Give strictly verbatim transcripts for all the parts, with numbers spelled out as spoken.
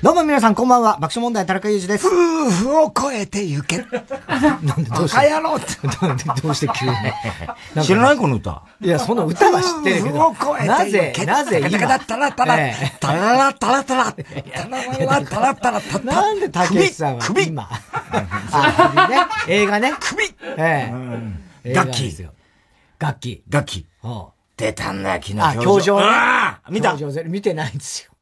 どうも皆さんこんばんは。爆笑問題田中裕二です。 夫婦を超えて行け。 なんでどうしてバカ野郎って。 どうして急に。 知らないこの歌。 いや、その歌は知ってるけど。 夫婦を超えてなぜ、なぜ今。 タラタラタラ、タララタラタラ、タララタラタラタラ。 なんで竹内さんは今。あ、首ね。映画ね。 首。 ええ。楽器。 楽器。 楽器。出たんだよ、昨日。 あ、教場ね。 ああ見た。 見てないんですよ。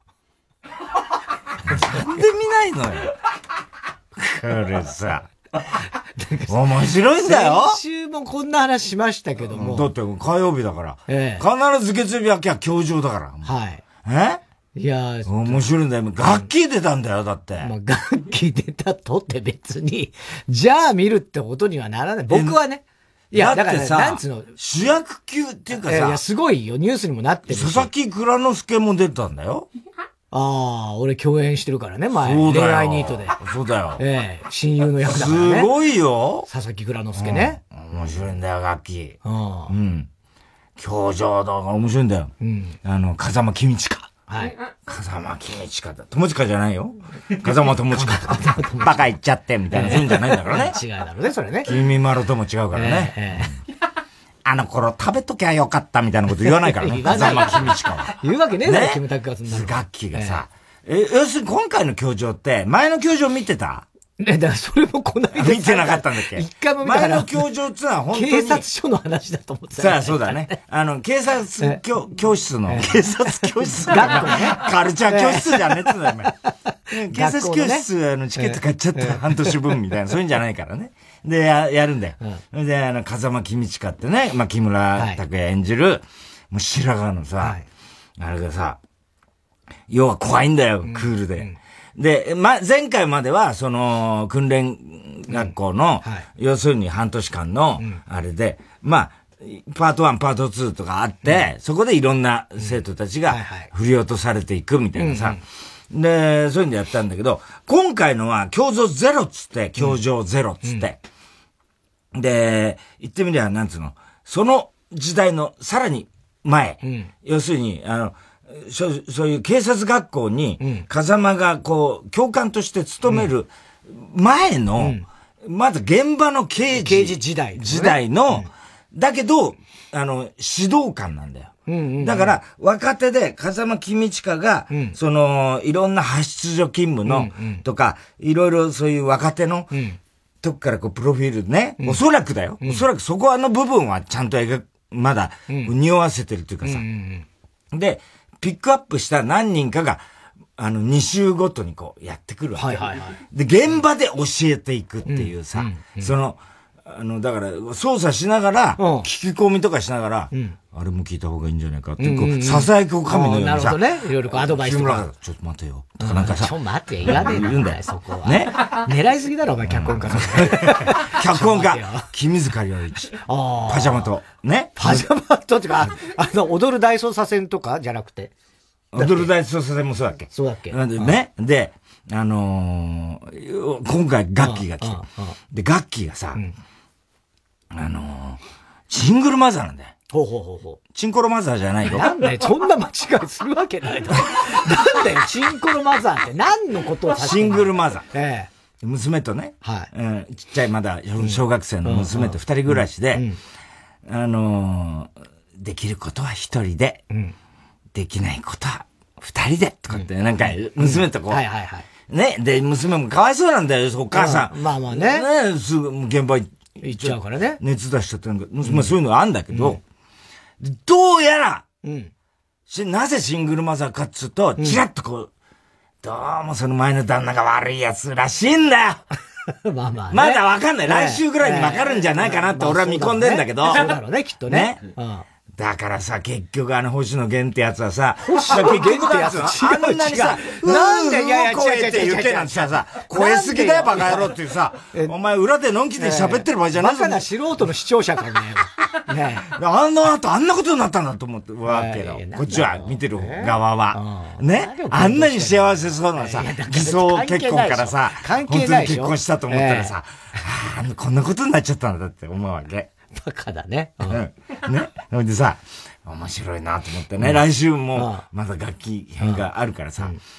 なんで見ないのよ。これさ。面白いんだよ。 先週もこんな話しましたけども。 だって火曜日だから。 ええ、 必ず月曜日明けは教場だから。 はい。 えいや面白いんだよ。楽器出たんだよ、だって。 まあ、楽器出たとって別に、じゃあ見るってことにはならない。僕はね。いや、だからさ、なんつうの。 主役級っていうかさ。 いや、すごいよ。ニュースにもなってるし。 佐々木蔵之介も出たんだよ。 ああ、俺共演してるからね、前。 そうだよ。 恋愛ニートで。 そうだよ。 ええ、親友の役だからね。 すごいよ。 佐々木蔵之介ね。 うん、面白いんだよ、楽器。 うん。 うん。教場だから面白いんだよ。 うん。 あの、風間公親。 はい。 風間公親だ。友近じゃないよ。風間友近。バカ言っちゃって、みたいな、そういうんじゃないんだからね。 違いだろうね、それね。 君まろとも違うからね。ええあの頃食べときゃよかったみたいなこと言わないからね。風間公親は。 言うわけねえだろ、キムタクがそんなの。 楽器がさ。え、要するに今回の教場って、前の教場見てたえ、だからそれもこないだ見てなかったんだっけ一回も見たから。 前の教場ってのは本当に。 警察署の話だと思ってた。 さあ、そうだね。あの、警察教、教室の、警察教室学校ね。 カルチャー教室じゃねえっつうんだよ、お前。警察教室、あの、チケット買っちゃった半年分みたいな、そういうんじゃないからね。で、や、やるんだよ。で、あの、風間公親ってね、まあ、木村拓哉演じる、もう白髪のさ、あれがさ、要は怖いんだよ、クールで。で、ま、前回までは、その、訓練学校の、うんはい、要するに半年間の、あれで、うん、まあ、パートワン、パートツーとかあって、うん、そこでいろんな生徒たちが振り落とされていくみたいなさ。うんうん、で、そういうんでやったんだけど、今回のは、教場ゼロっつって、教場ゼロっつって。うん、で、言ってみりゃ、なんつうの、その時代のさらに前、うん、要するに、あの、そそういう警察学校に、風間がこう、教官として勤める前の、うん、まず現場の刑事。 刑事時代、ね。 時代の、うん、だけど、あの、指導官なんだよ。うんうんうん、だから、若手で、風間公親が、うん、その、いろんな派出所勤務の、うんうん、とか、いろいろそういう若手の、うん、とこからこう、プロフィールね、うん、おそらくだよ。うん、おそらくそこあの部分はちゃんと描く、まだ、うん、匂わせてるっていうかさ。うんうんうん、で、ピックアップした何人かが、あの、に週ごとにこう、やってくるわけ。はいはいはい。で、現場で教えていくっていうさ、うんうん、その、あの、だから、操作しながら、うん、聞き込みとかしながら、うん、あれも聞いた方がいいんじゃないかって、こう、ささやきを神のようにさ。 なるほどね。いろいろこうアドバイスとか。 ちょっと待てよ。とかなんかさ。 ちょっと待って、言わねえんだよ、そこは。ね。狙いすぎだろ、お前、脚本家。 脚本家、君塚良一。パジャマと。ね。 パジャマとってか、あの、踊る大捜査線とかじゃなくて。 踊る大捜査線もそうだっけそうだっけなんでね。で、あのー、今回楽器が来て。で、楽器がさ、うん、あのー、シングルマザーなんだよ。 ほうほうほうほう。 チンコロマザーじゃないよ。 なんだよ、そんな間違いするわけないだろ。なんだよ、チンコロマザーって何のことを指してシングルマザー。 ええ。娘とね、 はい。 うん、ちっちゃいまだ小学生の娘と二人暮らしで、うんうん、あのー、できることは一人で、うん、できないことは二人で、とかって、なんか、娘とこう、うん、はいはいはい。ね、で、娘もかわいそうなんだよ、お母さん。 うん、まあまあね。 ね、すぐ現場行っちゃうからね。 熱出しちゃってなんか、まあそういうのはあんだけど、うん、どうやら、うん、なぜシングルマザーかっつうと、チラッとこう、どうもその前の旦那が悪いやつらしいんだよまあまあ、ね、まだわかんない。来週ぐらいにわかるんじゃないかなって俺は見込んでんだけど。 そうだろうね、きっとね。 ね。うんだからさ、結局あの星野源ってやつはさ、 星野源ってやつはあんなにさ、なんでいやいや声って言ってなんてさ、声好きだよバカ野郎っていうさ、お前裏でのんきで喋ってる場合じゃないぞ。 バカな素人の視聴者かね。 ねあんな後あんなことになったんだと思ってわけよ。こっちは見てる側は。ねあんなに幸せそうなさ、偽装結婚からさ、本当に結婚したと思ったらさ、ああ、こんなことになっちゃったんだって思うわけ。 バカだね。 うん。ね。それでさ、面白いなと思ってね、来週もまだ楽器編があるからさ、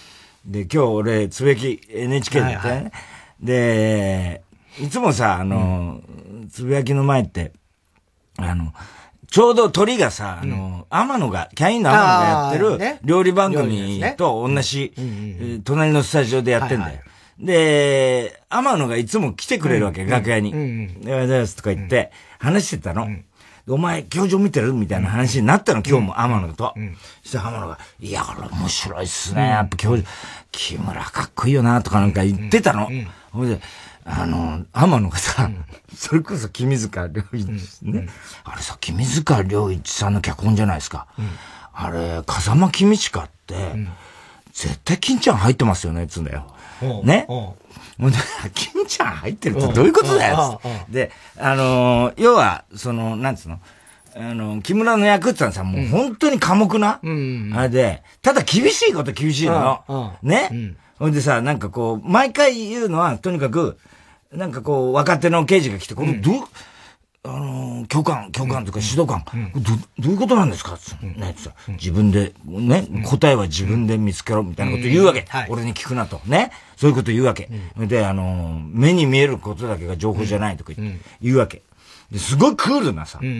で、今日俺、つぶやき エヌエイチケー でやったね、はいはい。で、いつもさ、あの、うん、つぶやきの前って、あの、ちょうど鳥がさ、あの、うん、天野が、キャインの天野がやってる料理番組と同じ、隣のスタジオでやってんだよ。はいはい、で、天野がいつも来てくれるわけ、うん、楽屋に。うん、で、おはようございますとか言って、話してたの。うん、お前、教場見てるみたいな話になったの、今日も天野と。うん、そしたら天野が、いや、これ面白いっすね。やっぱ教場、木村かっこいいよな、とかなんか言ってたの。ほ、うん、いで、あの、天野がさ、うん、それこそ君塚良一ね、うん。あれさ、君塚良一さんの脚本じゃないですか。うん、あれ、風間公親って、うん、絶対金ちゃん入ってますよね、つうんだよ。ね。金ちゃん入ってるってどういうことだよ、つって。で、あのー、要は、その、なんつうのあの、木村の役ってのはさ、もう本当に寡黙な、うん、あれで、ただ厳しいこと厳しいの。ね。ほ、うんでさ、なんかこう、毎回言うのは、とにかく、なんかこう、若手の刑事が来て、これ、どう、うん、あのー、教官、教官とか指導官、うん、ど、どういうことなんですかつって、ね、つって、自分で、ね、うん、答えは自分で見つけろ、みたいなこと言うわけ。うんはい、俺に聞くなと。ね。そういうこと言うわけ。うん、で、あのー、目に見えることだけが情報じゃないとか言って、うん、言うわけ。ですごいクールなさ、うん、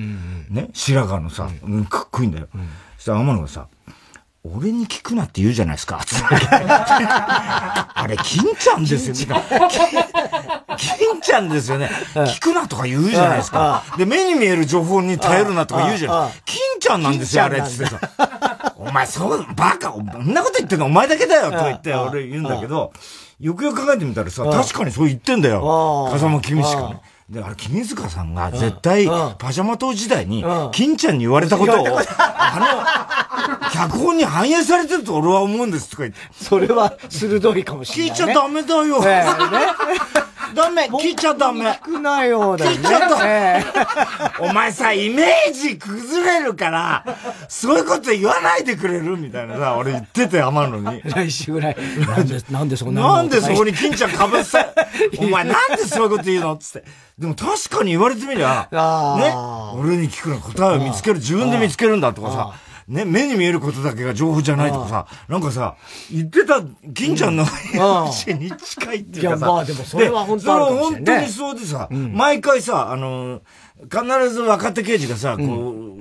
ね、白髪のさ、うん、かっこいいんだよ。うん、そしたら天野がさ、俺に聞くなって言うじゃないですか。あれ、金ちゃんですよ。金ちゃんですよね。聞くなとか言うじゃないですか。で、目に見える情報に頼るなとか言うじゃない。金ちゃんなんですよ、あれ。つってさ。お前、そう、バカ、そんなこと言ってんのお前だけだよ。と言って、俺言うんだけど、よくよく考えてみたらさ、確かにそう言ってんだよ。風間公親ね。で、あれ、君塚さんが絶対、パジャマ島時代に、金ちゃんに言われたことを、あの、脚本に反映されてると俺は思うんですとか言って。 それは鋭いかもしれない、ね。 聞いちゃダメだよ。ねね、ダメ、聞いちゃダメ。 聞くなよ、 だよね。聞いちゃダメ。お前さ、イメージ崩れるから、そういうこと言わないでくれるみたいなさ、俺言ってて、天野に。 来週ぐらい。なんで、なんでそんななんでそこに金ちゃんかぶせ、お前なんでそういうこと言うのつって。でも確かに言われてみりゃ、ね、俺に聞くの答えを見つける、自分で見つけるんだとかさ、ね、目に見えることだけが情報じゃないとかさ、なんかさ、言ってた金ちゃんの話に近いっていうかさ、 いや、まあでもそれは本当あるかもしれない、ね。 本当にそうでさ、うん、毎回さ、あの、必ず若手刑事がさ、こう、うん、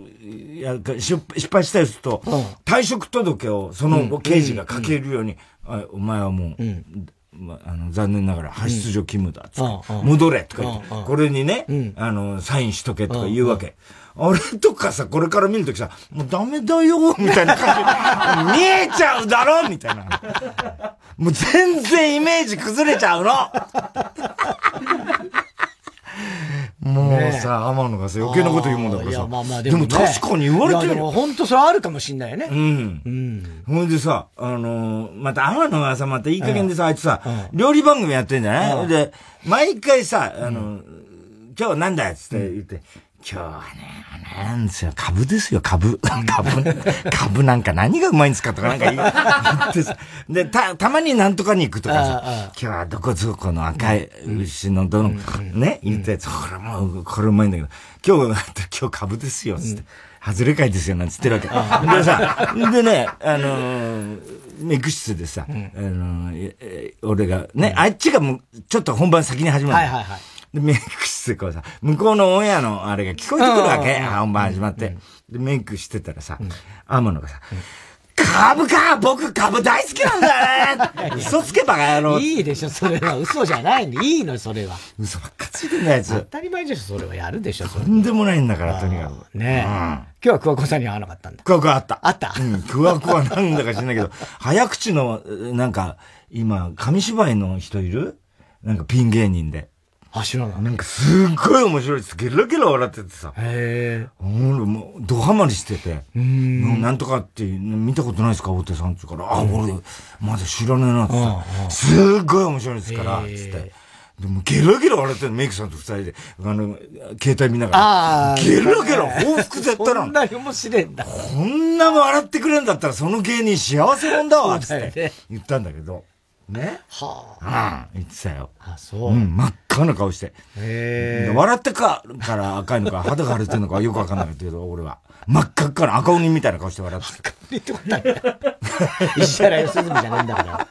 や失敗したりすると、うん、退職届をその刑事が書けるように、うんうん、お前はもう、うんま、あの、残念ながら、派出所勤務だ、つって、うん、戻れとか言って、うん、これにね、うん、あの、サインしとけとか言うわけ。うん、あれとかさ、これから見るときさ、もうダメだよ、みたいな感じ。見えちゃうだろみたいな。もう全然イメージ崩れちゃうのもうさ、天野がさ、余計なこと言うもんだからさ。まあまあでも、ね、でも確かに言われてる。いやでも本当それあるかもしんないよね。 うん。うん。ほんでさ、あのー、また天野がさ、またいい加減でさ、あいつさ、うん、料理番組やってんじゃない、うん、で、毎回さ、あの、うん、今日なんだよつって言って、うん今日はね、なんですよ、株ですよ、株。株、株なんか何がうまいんですかとかなんか言ってさ。で、た、たまになんとかに行くとかさ、今日はどこどこの赤い牛のどの、ね、言って、それも、これうまいんだけど、今日、今日株ですよ、つって。外れ会ですよ、なんつってるわけ。でさ、でね、あのー、メイク室でさ、あのー、俺が、ね、あっちがもう、ちょっと本番先に始まる。はいはいはい。で、メイクしてこうさ、向こうのオンエアのあれが聞こえてくるわけ。本番始まって。で、メイクしてたらさ、天野がさ、株か僕株大好きなんだよね嘘つけばか野郎いいでしょ、それは。嘘じゃないんで、いいの、それは。 嘘ばっかついてんだやつ。 当たり前でしょ、それはやるでしょ、それ。 とんでもないんだから、とにかく。 ねえ。今日は桑子さんに会わなかったんだ。 桑子あった。 あったうん、桑子はなんだか知んないけど、早口の、なんか、今、紙芝居の人いるなんかピン芸人で。 あ、知らない。 なんかすっごい面白いです。ゲラゲラ笑っててさ。へぇー。もう、ドハマりしてて。うん。もうなんとかって、見たことないですか大手さんって言うから、あ、俺、まだ知らねえなってさ。すっごい面白いですから、つって。でもゲラゲラ笑ってるメイクさんと二人で、あの、携帯見ながら。ゲラゲラ報復絶対なの。 そんなに面白いんだ。 こんな笑ってくれんだったらその芸人幸せもんだわ、つって言ったんだけど。ねはあ。うん。言ってたよ。 あ、そう。 うん、真っ赤な顔して。へえ。笑ってか、から赤いのか、肌が腫れてるのかよくわかんないけど、俺は。真っ赤っかな赤鬼みたいな顔して笑ってた。 赤鬼ってことだよ。石原良純じゃないんだから。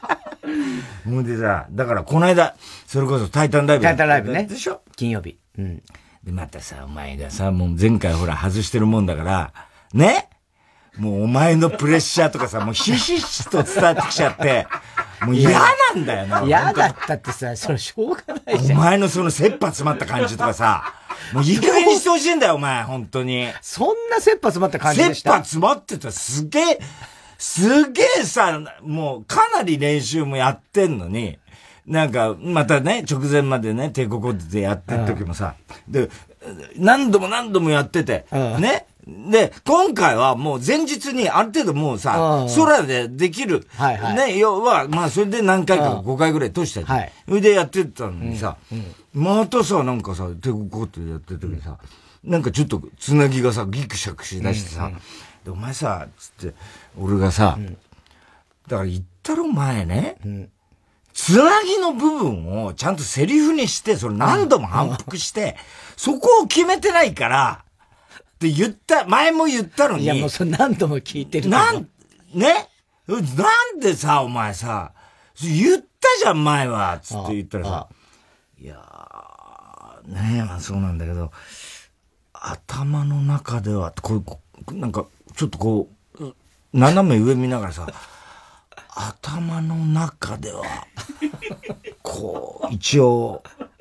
もうでさ、だからこの間、それこそタイタンライブ。 タイタンライブね。 でしょ金曜日。うん。 で、またさ、お前がさ、もう前回ほら外してるもんだから、ねもうお前のプレッシャーとかさ、もうひしひしと伝わってきちゃって、もう嫌なんだよな。 嫌だったってさ、それしょうがないじゃん。 お前のその切羽詰まった感じとかさ、もういい加減にしてほしいんだよ、お前、本当に。 そんな切羽詰まった感じでした？ 切羽詰まってた、すげえ、すげえさ、もうかなり練習もやってんのに、なんか、またね、直前までね、帝国でやってる時もさ、で、何度も何度もやってて、ね。で、今回はもう前日にある程度もうさ、空でできる。 はいはい、 ね、要は、まあそれで何回かごかいぐらい通したり。はい。それでやってたのにさ、うんうん、またさ、なんかさ、帝国コートでやってる時にさ、うん、なんかちょっとつなぎがさ、ギクシャクしだしてさ、うんうん、で、お前さ、つって、俺がさ、うん、だから言ったろ前ね、うんつなぎの部分をちゃんとセリフにして、それ何度も反復して、そこを決めてないから、って言った、前も言ったのに。 いやもうそれ何度も聞いてるけど。 なん、ねなんでさ、お前さ、言ったじゃん、前は、つって言ったらさ、いやー、ねえ、まあそうなんだけど、頭の中では、こう、なんか、ちょっとこう、斜め上見ながらさ、頭の中では、こう、一応、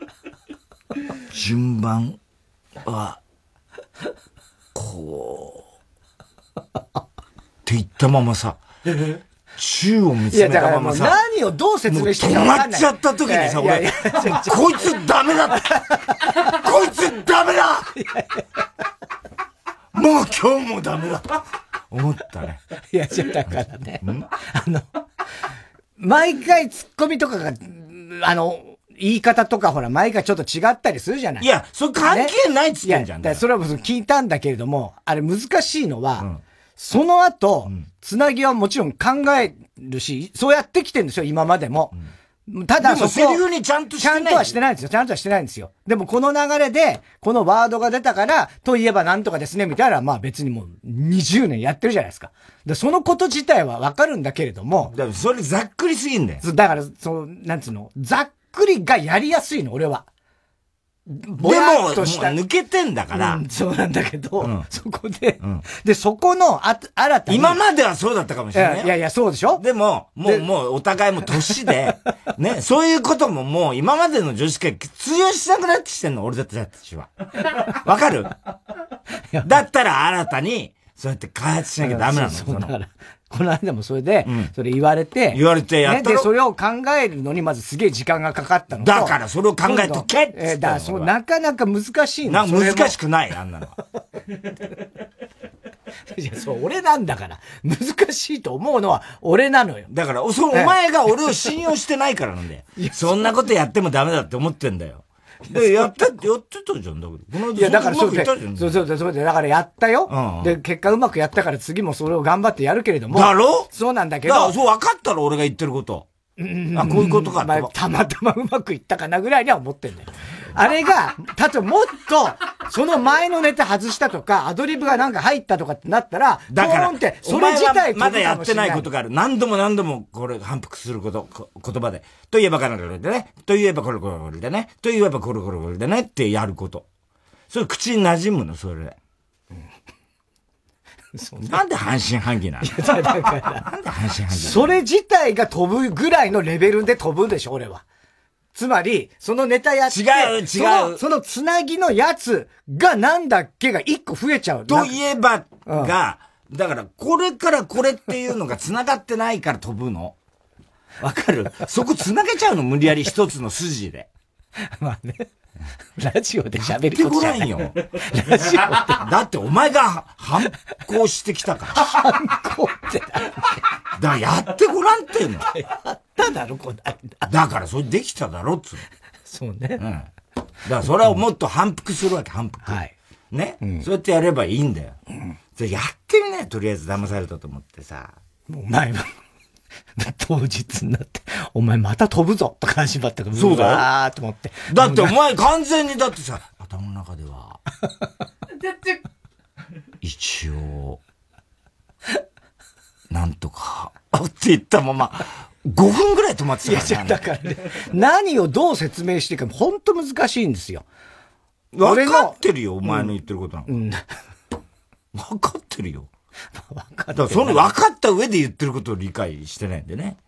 順番は、こう、って言ったままさ、宙を見つめたままさ、 いやだから何をどう説明してるか分かんない。止まっちゃった時にさ、俺、こいつダメだこいつダメだもう今日もダメだ思ったね。 いや、じゃだからね。あの、毎回ツッコミとかが、あの、言い方とかほら、毎回ちょっと違ったりするじゃない。 いや、それ関係ないっつってんじゃん。 ね、いや、それは聞いたんだけれども、あれ難しいのは、うん、その後、うん、つなぎはもちろん考えるし、そうやってきてるんですよ、今までも。うん、ただそこ、 セリフにちゃんとしてない。 ちゃんとはしてないんですよ。ちゃんとはしてないんですよ。でもこの流れで、このワードが出たから、といえばなんとかですね、みたいな、まあ別にもうにじゅうねんやってるじゃないですか。でそのこと自体はわかるんだけれども。 だからそれざっくりすぎんだよ。 だから、そう、なんつうの、ざっくりがやりやすいの、俺は。 でも、もう抜けてんだから。 うん、そうなんだけど、うん、そこで、うん、で、そこの、あ、新たに。 今まではそうだったかもしれない。 いやいや、そうでしょでも、もう、もう、お互いも年で、ね、そういうことももう、今までの女子会通用しなくなってきてんの、俺だってたちは。わかるだったら新たに、そうやって開発しなきゃダメなの。 そうだから。この間もそれで、うん、それ言われて、 言われてやったろ、 ね、で、それを考えるのにまずすげえ時間がかかったのと。 だからそれを考えとけってえー、だからそう、なかなか難しいの。 な難しくない、あんなのは。 いや、そう、俺なんだから。難しいと思うのは俺なのよ。 だから、そのお前が俺を信用してないからなんだよ。そんなことやってもダメだって思ってんだよ。で、やった、やってたじゃん、だけど。このいや、だからそうで、そうそうそうで、だからやったよ。うん、で、結果うまくやったから次もそれを頑張ってやるけれども。 だろそうなんだけど。 だからそう分かったろ、俺が言ってること。うん、あ、こういうことか、 まあ、たまたまうまくいったかなぐらいには思ってんだよ。あれが、たともっと、その前のネタ外したとか、アドリブがなんか入ったとかってなったら、 だから、 って、それ自体まだやってないことがある。何度も何度もこれ反復すること、言葉で。といえばこれこれでね。といえばこれこれこれでね。といえばこれこれこれでねってやること。それ口に馴染むの、それで。うん、なんで半信半疑なの？いや、だから。なんで半信半疑それ自体が飛ぶぐらいのレベルで飛ぶでしょ、俺は。つまり、そのネタやって、 違う、違う。 その、そのつなぎのやつがなんだっけが一個増えちゃう。 といえばが、うん、だから、これからこれっていうのが繋がってないから飛ぶの。わかる？そこ繋げちゃうの、無理やり一つの筋で。 まあね。ラジオで喋ることじゃないよ。 ラジオで。だってお前が反抗してきたから。 反抗ってだ。 だからやってごらんってんの。 やっただろ、こないだ。だからそれできただろっつうの。 そうね。うん。だからそれをもっと反復するわけ、反復。はい。ね、うん。そうやってやればいいんだよ。うん。それやってみないとりあえず騙されたと思ってさ。 もう前も。当日になって、お前また飛ぶぞとか始まったから、 そうだよ。 あーと思って。 だってお前完全にだってさ、頭の中では。一応、なんとか、って言ったまま、 ごふんぐらい止まってたからね。 いや、だからね、何をどう説明していいか、ほんと難しいんですよ。 分かってるよ、お前の言ってることなんか。うん。分かってるよ。分かってる。だからその分かった上で言ってることを理解してないんでね。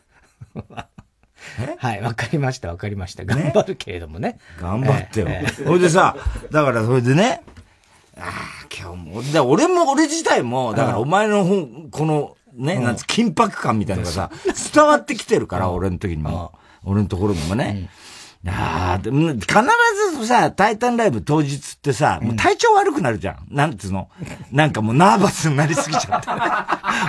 はい、わかりました、わかりました。頑張るけれどもね。ね頑張ってよ。それ、えー、でさ、だからそれでね、ああ、今日も、だ俺も、俺自体も、だからお前の本、この、ね、なんつ、緊迫感みたいなのがさ、伝わってきてるから、俺の時にも。俺のところにもね。ああ、でも必ずさ、タイタンライブ当日ってさ、もう体調悪くなるじゃん。なんつうの。なんかもうナーバスになりすぎちゃって。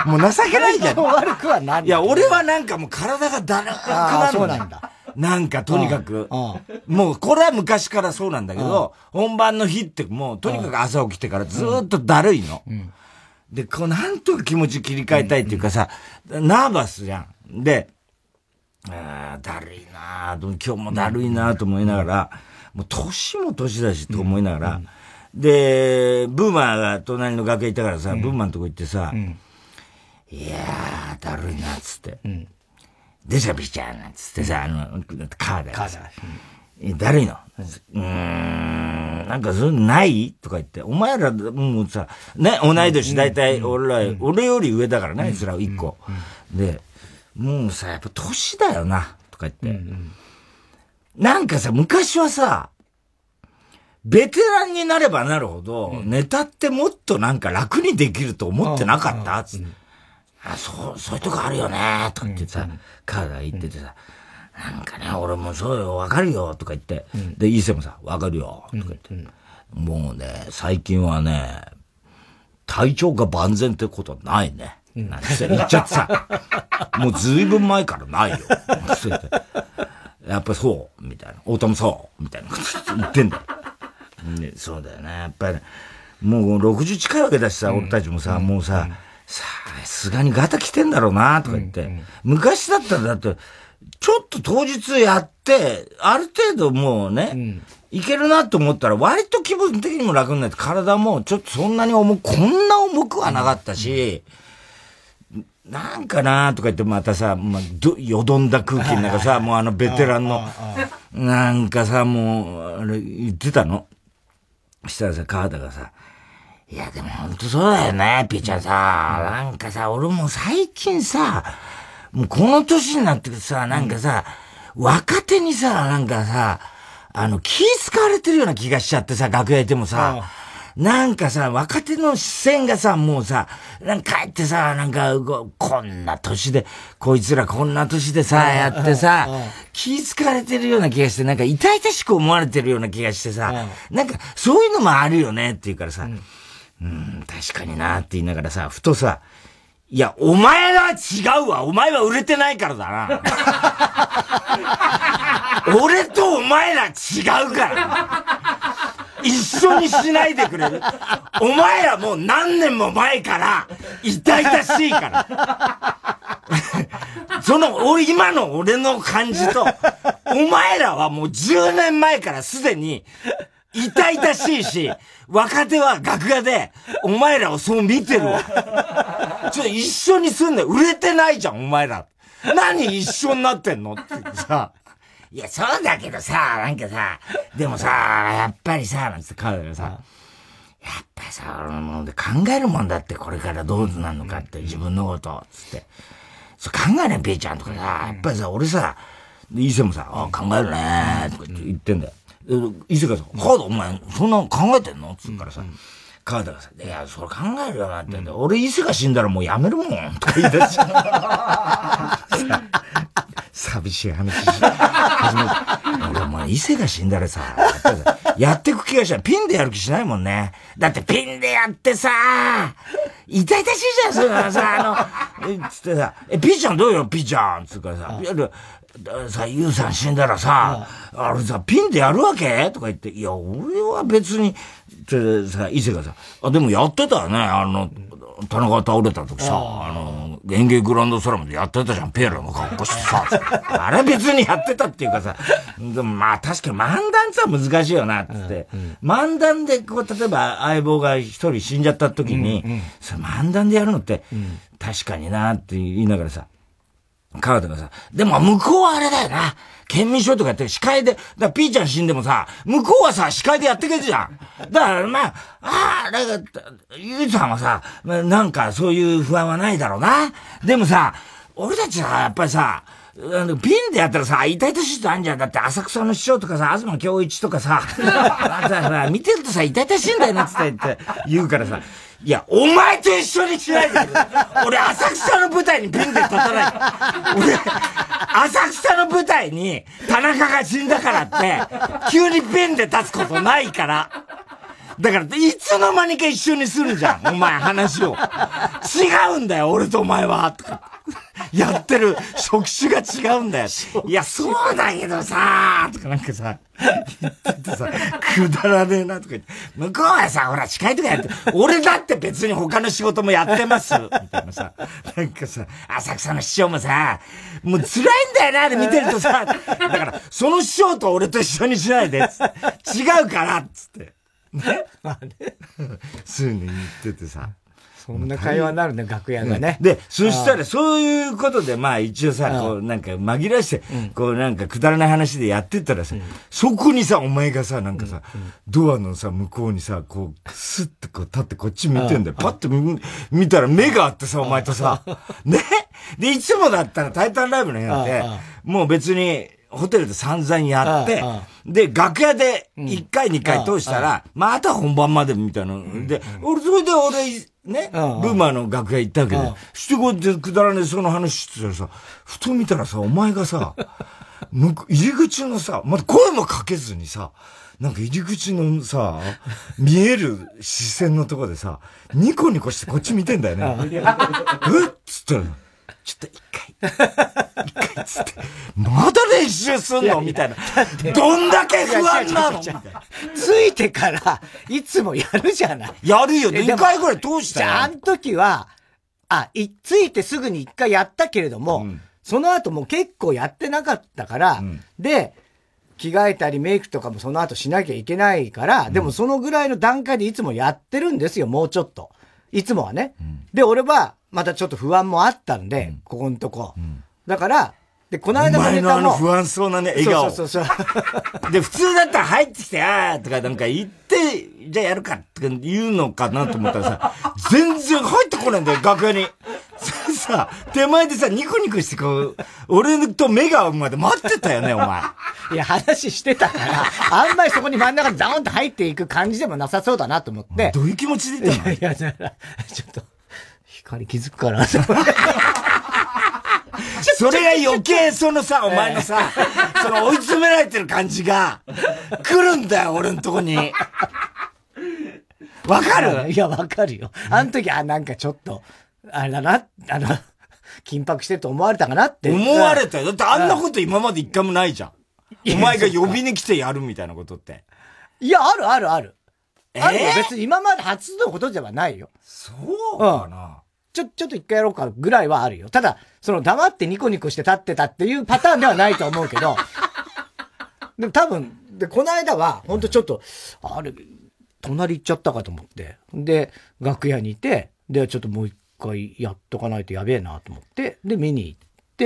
もう情けないじゃん。 体調悪くはなんいや、俺はなんかもう体がだるくなる。 そうなんだ。 なんかとにかく。もうこれは昔からそうなんだけど、本番の日ってもうとにかく朝起きてからずーっとだるいの。で、こうなんとか気持ち切り替えたいっていうかさ、ナーバスじゃん。で、ああ、だるいなぁ、今日もだるいなぁと思いながら、もう年も年だしと思いながら、で、ブーマーが隣の楽屋いたからさ、ブーマーのとこ行ってさ、いやー、だるいなっつって、でしゃびちゃんなんつってさ、あの、カーだよ。だるいの。うーん、なんかそういうのないとか言って、お前らもうさ、ね、同い年大体俺ら、俺より上だからね、あいつら一個。で、もうさ、やっぱ年だよな、とか言って。うんうん、なんかさ、昔はさ、ベテランになればなるほど、うん、ネタってもっとなんか楽にできると思ってなかったつって、うん、あ、そう、そういうとこあるよね、とか言ってさ、カーが言っててさ、うん、なんかね、俺もそうよ、わかるよ、とか言って。うん、で、伊勢もさ、わかるよ、とか言って、うんうん。もうね、最近はね、体調が万全ってことはないね。なんて言っちゃってさ、もうずいぶん前からないよ。やっぱそう、みたいな。太田もそう、みたいなこと言ってんだよ。ね、そうだよね。やっぱり、もうろくじゅう近いわけだしさ、うん、俺たちもさ、うん、もうさ、さすがにガタ来てんだろうな、とか言って。うんうん、昔だったらだって、ちょっと当日やって、ある程度もうね、うんいけるなと思ったら割と気分的にも楽になって体もちょっとそんなに重く、こんな重くはなかったし、なんかなーとか言ってまたさ、まあ、ど、よどんだ空気の中さ、もうあのベテランの、なんかさ、もう、あれ言ってたの。したらさ、川田がさ、いやでもほんとそうだよね、ピーちゃんさ、なんかさ、俺も最近さ、もうこの年になってさ、なんかさ、若手にさ、なんかさ、あの、気使われてるような気がしちゃってさ、楽屋いてもさ、なんかさ、若手の視線がさ、もうさ、なんか帰ってさ、なんか、こんな年で、こいつらこんな年でさ、やってさ、気使われてるような気がして、なんか痛々しく思われてるような気がしてさ、なんか、そういうのもあるよねって言うからさ、うん、うん確かになって言いながらさ、ふとさ、いや、お前は違うわ。お前は売れてないからだな。俺とお前ら違うから。一緒にしないでくれる。お前らもう何年も前から痛々しいから。その、今の俺の感じと、お前らはもうじゅうねんまえからすでに痛々しいし、若手は楽屋でお前らをそう見てるわ。ちょっと一緒にすんだよ。売れてないじゃん、お前ら。何一緒になってんのってさ。いや、そうだけどさ、なんかさ、でもさ、やっぱりさ、なんつって彼がさ、やっぱりさ、俺も考えるもんだって、これからどうなるのかって、自分のこと、つって。そう考えないペイちゃんとかさ、やっぱりさ、俺さ、伊勢もさ、あ考えるねーとか言ってんだよ。伊勢がさ、カードお前、そんなの考えてんのつうからさ、カードがさ、いや、それ考えるよなって言うんだよ。俺伊勢が死んだらもうやめるもんとか言い出しちゃう。寂しい話し始めた。俺もう伊勢が死んだらさ、やってく気がしない。ピンでやる気しないもんね。だってピンでやってさ、痛々しいじゃん、それはさ、あの、つってさ、え、ピーちゃんどうよ、ピーちゃんつうからさ、いや、さ、ユウさん死んだらさ、あれさ、ピンでやるわけとか言って、いや、俺は別に、ってさ、伊勢がさ、あ、でもやってたよね、あの、田中倒れた時さ、あの、演芸グランドスラムでやってたじゃん、ペーラの格好してさ。あれ別にやってたっていうかさ、でもまあ確かに漫談って難しいよな、つって。うんうん、漫談で、こう、例えば相棒が一人死んじゃった時に、うんうん、それ漫談でやるのって、うん、確かになって言いながらさ、 川田がさ、でも向こうはあれだよな。県民賞とかやってる司会で、だからピーちゃん死んでもさ、向こうはさ、司会でやってくれるじゃん。だからまあ、ああ、だから、ゆうさんはさ、なんかそういう不安はないだろうな。でもさ、俺たちはやっぱりさ、あの、ピンでやったらさ、痛々しい人あんじゃん。だって浅草の師匠とかさ、東京一とかさ、あさ、見てるとさ、痛々しいんだよなって言って、言うからさ、いや、お前と一緒にしないでくれ。俺、浅草の舞台にピンで立たない。俺、浅草の舞台に田中が死んだからって、急にピンで立つことないから。だから、いつの間にか一緒にするじゃん、お前話を。違うんだよ、俺とお前は、とか。やってる職種が違うんだよ。いや、そうだけどさーとかなんかさ、言っててさ、くだらねえなとか言って、向こうはさ、ほら、司会とかやって、俺だって別に他の仕事もやってます、みたいなさ、なんかさ、浅草の師匠もさ、もう辛いんだよな、で見てるとさ、だから、その師匠と俺と一緒にしないで、つって、違うから、つって。ねまあね。そういうの言っててさ。 そんな会話になるね、楽屋がね。 で、そしたらそういうことで、まあ一応さ、こうなんか紛らして、こうなんかくだらない話でやってったらさ、そこにさ、お前がさ、なんかさ、ドアのさ、向こうにさ、こう、スッてこう立ってこっち見てんだよ。パッと見たら目があってさ、お前とさ、ねで、いつもだったらタイタンライブの部屋って、もう別に、ホテルで散々やって、で、楽屋でいっかいにかい通したら、また本番までみたいな。で、俺、それで俺、ね、ブーマーの楽屋行ったわけで、してこうやってくだらねえその話してたらさ、ふと見たらさ、お前がさ、入り口のさ、まだ声もかけずにさ、なんか入り口のさ、見える視線のとこでさ、ニコニコしてこっち見てんだよね。えっつったら、ちょっと一回、一回つって、まだ練習すんのみたいな。どんだけ不安なのみたいな。 ついてから、いつもやるじゃない。 やるよ、にかいぐらい通したよ。 じゃあ、あの時は、あ、い、ついてすぐに一回やったけれども、うん、その後もう結構やってなかったから、うん、で、着替えたりメイクとかもその後しなきゃいけないから、うん、でもそのぐらいの段階でいつもやってるんですよ、もうちょっと。いつもはね。うん、で、俺は、またちょっと不安もあったんで、うん、ここのとこ。うん、だから、で、この間のネタも。お前のあの不安そうなね、笑顔。 そうそうそう。 で、普通だったら入ってきて、あーとかなんか言って、じゃあやるかとか言うのかなと思ったらさ、全然入ってこないんだよ、楽屋に。さ、手前でさ、ニコニコしてこう、俺と目が合うまで待ってたよね、お前。 いや、話してたから、あんまりそこに真ん中にザーンと入っていく感じでもなさそうだなと思って。 どういう気持ちで言ったの？ いや、いや、ちょっと、光気づくから。 それが余計そのさ、お前のさ、その追い詰められてる感じが、来るんだよ、俺のとこに。わかる？ いや、わかるよ。あの時、あ、なんかちょっと、あれだな、あの、緊迫してると思われたかなって。 思われたよ。だってあんなこと今まで一回もないじゃん。お前が呼びに来てやるみたいなことって。 いや、あるあるある。えー、あるよ。別に今まで初のことではないよ。 そうかな、うん、 ちょ、ちょっと一回やろうかぐらいはあるよ。ただ、その黙ってニコニコして立ってたっていうパターンではないと思うけど、でも多分、で、この間は、ほんとちょっと、あれ、隣行っちゃったかと思って、で、楽屋にいて、で、ちょっともう一回やっとかないとやべえなと思って、で、見に行って、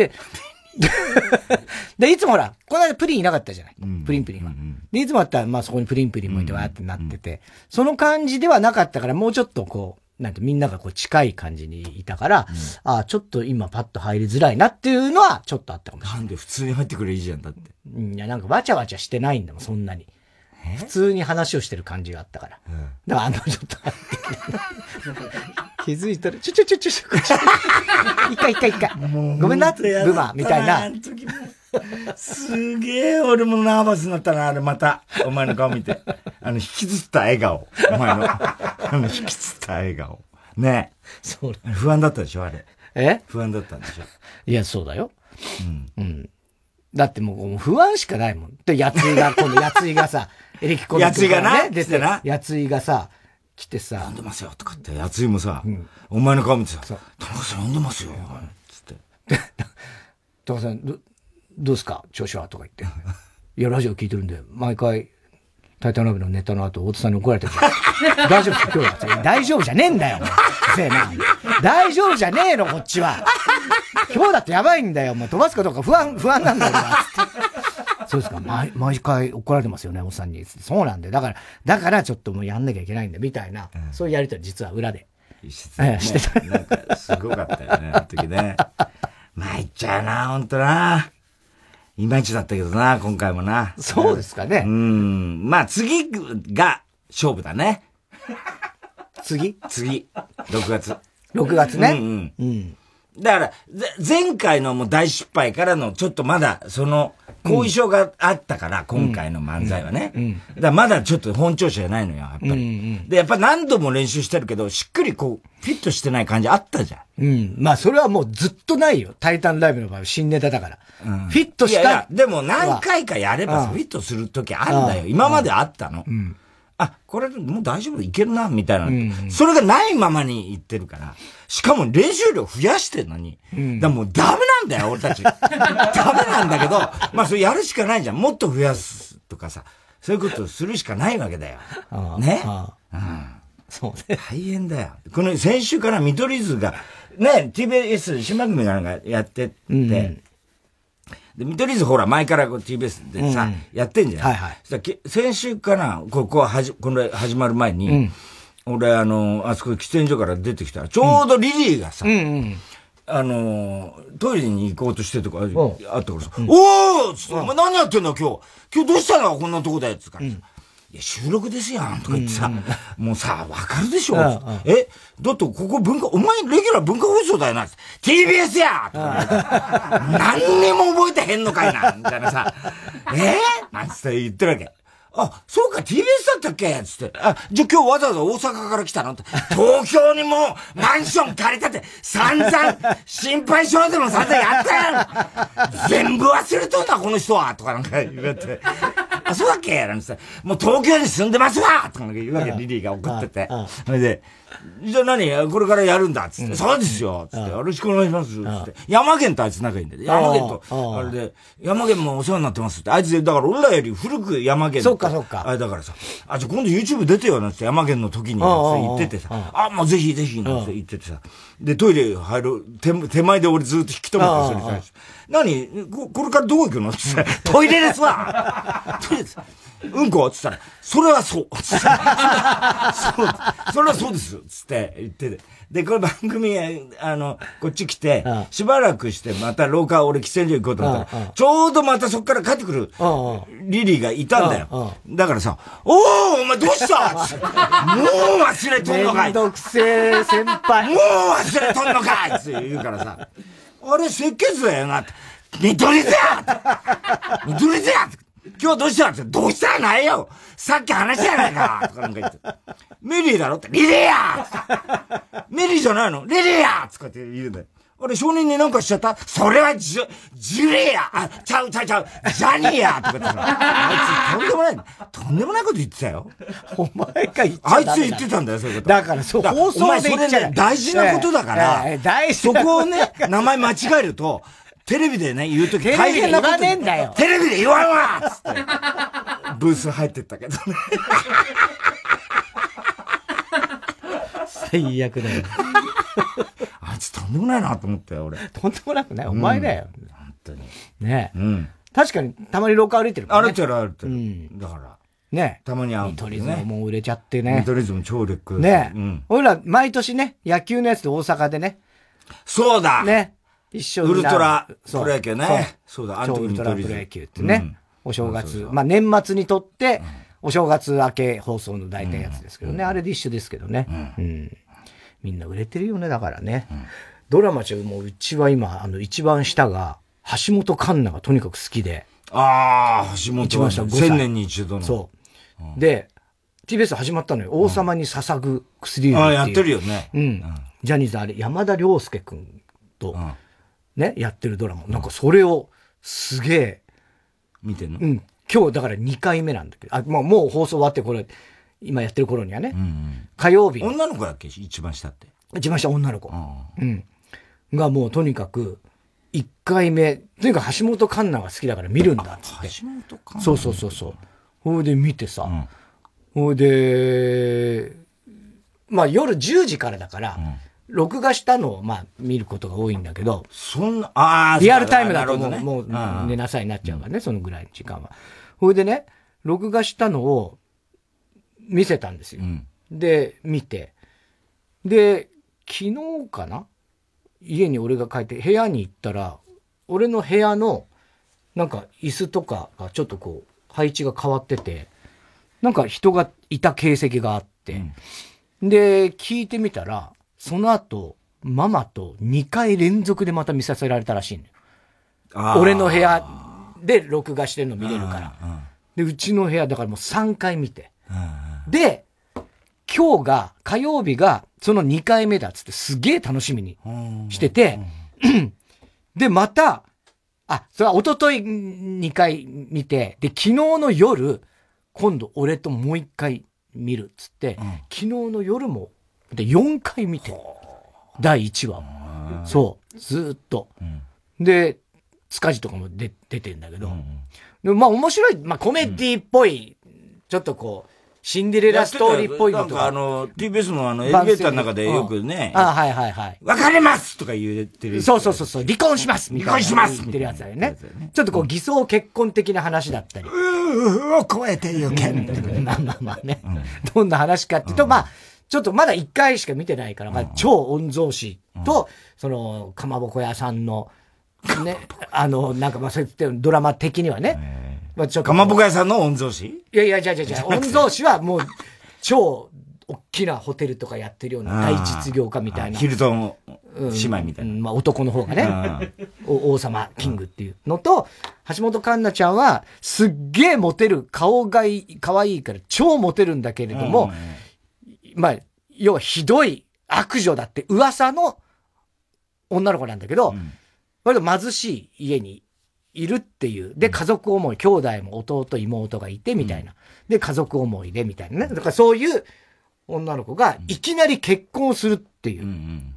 で、いつもほら、この間プリンいなかったじゃない。うん、プリンプリンは、うん。で、いつもだったら、まあそこにプリンプリンもいてわーってなってて、うん、その感じではなかったから、もうちょっとこう、なんてみんながこう近い感じにいたから、うん、ああ、ちょっと今パッと入りづらいなっていうのはちょっとあったかもしれない。 なんで普通に入ってくれいいじゃん、だって。 いや、なんかわちゃわちゃしてないんだもん、そんなに。普通に話をしてる感じがあったから。うん、だからあの、ちょっと気づいたら、ちょちょちょちょ、一回一回一回。ごめんな、ブマみたいな。 すげえ、俺もナーバスになったな、あれまた。お前の顔見て。あの、引きずった笑顔。お前の。あの、引きずった笑顔。ねえ。 そうだ。 不安だったでしょ、あれ。 え不安だったんでしょ。 いや、そうだよ。うん。うん。だってもう不安しかないもん。で、やついが、今度やついがさ、エレキコミック、ね、 やついがな、出てな。 やついがさ、来てさ。 呼んでますよ、とかって。やついもさ、うん、お前の顔見てさ、田中さん呼んでますよ、つって。 田中さん、ど、どうすか調子はとか言って。いや、ラジオ聞いてるんで、毎回、タイタンライブのネタの後、大津さんに怒られてるから。大丈夫ですか今日は。大丈夫じゃねえんだよ。 せえな。大丈夫じゃねえの、こっちは。今日だってやばいんだよ。もう飛ばすかどうか不安、不安なんだよ、俺は。そうですか。毎、毎回怒られてますよね、おっさんに。そうなんだよ。だから、だからちょっともうやんなきゃいけないんだ、みたいな。うん、そういうやりとり実は裏で。 してた、ね。してた。なんか、すごかったよね、あの時ね。参っちゃうな、ほんとな。いまいちだったけどな、今回もな。 そうですかね。 うん。まあ、次が勝負だね。 次次。ろくがつ。 ろくがつね。 うんうん。うん、だから、前回のもう大失敗からの、ちょっとまだ、その、後遺症があったから、うん、今回の漫才はね。うんうん、だからまだちょっと本調子じゃないのよ、やっぱり。うんうん、で、やっぱ何度も練習してるけど、しっくりこう、フィットしてない感じあったじゃん。 うん。まあ、それはもうずっとないよ。タイタンライブの場合、新ネタだから。うん、フィットしたい。いやいや、 でも何回かやればフィットするときあるんだよ。今まであったの。うん、あ、これもう大丈夫いけるな、みたいな、うんうん。それがないままに言ってるから。しかも練習量増やしてんのに。うん、だからもうダメなんだよ、俺たち。ダメなんだけど、まあそれやるしかないじゃん。もっと増やすとかさ。そういうことをするしかないわけだよ。ね、うん、 そうね。 大変だよ。この先週から見取り図が、ね、ティービーエス 島組がなんかやってって、うん、で、見取り図ほら、前からこう ティービーエス でさ、うん、やってんじゃん。はいはい。そしたら先週かな、ここはじ、これ始まる前に、うん、俺あの、あそこ喫煙所から出てきたら、ちょうどリリーがさ、うんうん、あの、トイレに行こうとしてとか、あったからさ、うん、おーつって、お前何やってんだ今日。今日どうしたのこんなとこでつってから、うん、いや、収録ですやんとか言ってさ、うんうん、もうさ、わかるでしょ、うんうん、えだってここ文化、お前レギュラー文化放送だよな ティービーエス やとか何にも覚えてへんのかいなみたいなさ、えー、なんつって言ってるわけ。あ、そうか、ティービーエス だったっけつって。あ、じゃあ今日わざわざ大阪から来たのって。東京にもうマンション借りたって散々、心配性でも散々やったやん全部忘れとんだ、この人はとかなんか言われて。あ、そうだっけなんつって。もう東京に住んでますわとかなんか言うわけ、リリーが送ってて。それで、じゃあ何これからやるんだつって、うん、そうですよつって、よろしくお願いしますつって、山源とあいつ仲いいんだよ。山源と、あれで、山源もお世話になってますって、あいつで、だから俺らより古く山源。 そっかそっか。 あれだからさ、あ、じゃあ今度 YouTube 出てよなんつって山源の時に言っててさ、あ、もうぜひぜひなんつって言っててさ、で、トイレ入る、手、手前で俺ずっと引き止めてそれに対して、何こ、これからどこ行くのつって、トイレですわトイレです。うんこつったら、それはそう。つってそう、それはそうです。つって言ってて。で、これ番組、あの、こっち来て、しばらくして、また廊下、俺喫煙所行こうと思ったら、ちょうどまたそっから帰ってくる、リリーがいたんだよ。だからさ、おーお前どうしたつってもう忘れとんのかいめんどくせえ先輩。 もう忘れとんのかいって言うからさ、あれ、設計図だよなって。見取り図や見取り図や今日どうしたって、どうしたらないよさっき話したやないかとかなんか言って。メリーだろって、リリーやメリーじゃないのリリーやとかって言うんだよ。あれ、証人になんかしちゃったそれはジュ、ジュリーやあ、ちゃうちゃうちゃうジャニーやとかってさ、あいつとんでもない、とんでもないこと言ってたよ。 お前が言っちゃあいつ言ってたんだよ、そういうこと。 だから、そう、放送で言っちゃう。お前それね、 大事なことだから、 えーえー、大事なそこをね、名前間違えると、テレビでね、言うとき大変なこと。テレビで言わねえんだよ。 テレビで言わんわつって。ブース入ってったけどね。 最悪だよ。 あいつとんでもないなと思ったよ、俺。 とんでもなくないお前だよ。 うん、本当に。 ねえ。 うん。 確かに、たまに廊下歩いてるからね。歩いてる歩いてる。うん。だから。 ねたまに会う、 ね。見取り図ももう売れちゃってね。 見取り図も超劣化。 ねえ。うん。俺ら、毎年ね、野球のやつで大阪でね。 そうだね。一緒に。 ウルトラプロ野球ね。そうだ、 あの時ウルトラプロ野球ってね。お正月。まあ年末にとって、お正月明け放送の大体やつですけどね。あれで一緒ですけどね。うん。みんな売れてるよね、だからね。ドラマ中もうちは今、あの、一番下が、橋本環奈がとにかく好きで。 ああ、橋本一番下、千年に一度の。 そう。で、ティービーエス 始まったのよ。王様に捧ぐ薬指。 ああ、やってるよね。 うん。ジャニーズあれ、山田涼介くんと、ね、やってるドラマ。なんかそれを、すげえ。 見てんの？ うん。今日だからにかいめなんだけど、あ、もう、もう放送終わってこれ、今やってる頃にはね。うんうん、火曜日。 女の子だっけ一番下って。 一番下女の子。うん。がもうとにかく、いっかいめ、とにかく橋本環奈が好きだから見るんだっつって。 橋本環奈そうそうそうそう。ほいで見てさ、ほ、うん、いで、 まあ夜じゅうじからだから、うん、録画したのをまあ見ることが多いんだけど、 そんな、ああ、 リアルタイムだともう、 ね、 もう寝なさいになっちゃうからね、うん、そのぐらいの時間は。ほいでね、録画したのを見せたんですよ。うん、で、見て。で、昨日かな家に俺が帰って部屋に行ったら、俺の部屋のなんか椅子とかがちょっとこう配置が変わってて、なんか人がいた形跡があって、うん、で、聞いてみたら、その後、ママとにかい連続でまた見させられたらしいのよ。俺の部屋で録画してるの見れるから。で、うちの部屋だからもうさんかい見て。で、今日が、火曜日がそのにかいめだっつってすげえ楽しみにしてて、で、また、あ、それは一昨日にかい見て、で、昨日の夜、今度俺ともういっかい見るっつって、うん、昨日の夜も、で、よんかい見て、だいいちわを。そう、ずーっと。うん、で、塚地とかも出出てんだけど、うん、でまあ面白い、まあコメディっぽい、うん、ちょっとこう、シンデレラストーリーっぽいのとか。 なんかあの、ティービーエス のあの、エレベーターの中でよくね。 うん、あはいはいはい。 別れますとか言ってる。 そうそうそうそう、離婚しますみたいな。 離婚します言ってるやつだよね。ちょっとこう、偽装結婚的な話だったり。 うーを超えてゆけん。 まあまあまあね。うん、どんな話かっていうと、うん、まあ、ちょっとまだいっかいしか見てないから、まあ、超御曹司と、うん、その、かまぼこ屋さんの、ね、あの、なんかまあ、そういったドラマ的にはね。 まあ、ちょっと。かまぼこ屋さんの御曹司？ いやいや、じゃじゃじゃ、御曹司はもう、超大きなホテルとかやってるような大実業家みたいな。 ヒルトン姉妹みたいな。 うん、まあ男の方がね。王様キングっていうのと、橋本環奈ちゃんはすっげえモテる、顔がいい、可愛いから超モテるんだけれども、まあ、要はひどい悪女だって噂の女の子なんだけど、うん、割と貧しい家にいるっていう。で、家族思い、兄弟も弟、妹がいてみたいな。で、家族思いでみたいなね。だからそういう女の子がいきなり結婚するっていう。うんうん、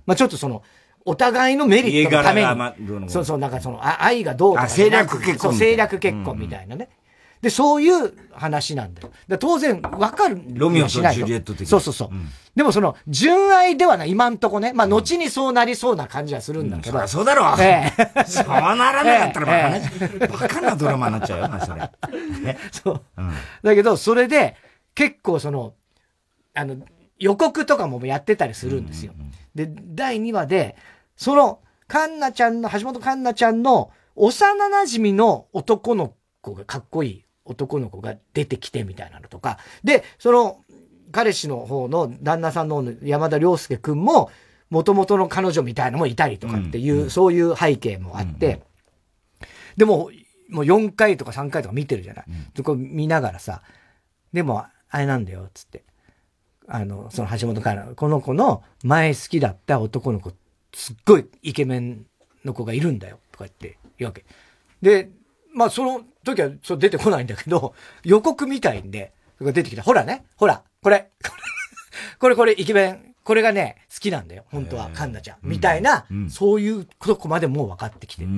まあちょっとその、お互いのメリットのために。ま、そうそう、なんかその、あ愛がどうとか。 政略結婚。 そう、政略結婚みたいなね。うんうん、で、そういう話なんだよ。だ当然、わかる。 ロミオとジュリエット的な。 そうそうそう。うん、でもその、純愛ではない、今んとこね。まあ、後にそうなりそうな感じはするんだけど。 うん、そりゃそうだろう。ええ、そうならなかったらバカね、ええ、バカなドラマになっちゃうよな、それ。 ね、そう、うん。だけど、それで、結構その、あの、予告とかもやってたりするんですよ。うんうんうん、で、だいにわで、その、環奈ちゃんの、橋本環奈ちゃんの、幼馴染の男の子がかっこいい。男の子が出てきてみたいなのとか。で、その、彼氏の方の旦那さんの方の山田涼介くんも、元々の彼女みたいなのもいたりとかっていう、うんうん、そういう背景もあって、うんうん、でも、もうよんかいとかさんかいとか見てるじゃない。うん、でこう見ながらさ、でも、あれなんだよ、つって。あの、その橋本環奈、この子の前好きだった男の子、すっごいイケメンの子がいるんだよ、とか言って言うわけ。で、まあその時はそう出てこないんだけど、予告みたいんで、出てきた。ほらね、ほら、これ、これこれイケメン、これがね、好きなんだよ、本当は、環奈ちゃん。みたいな、うん、そういうとこまでもう分かってきてる。うん、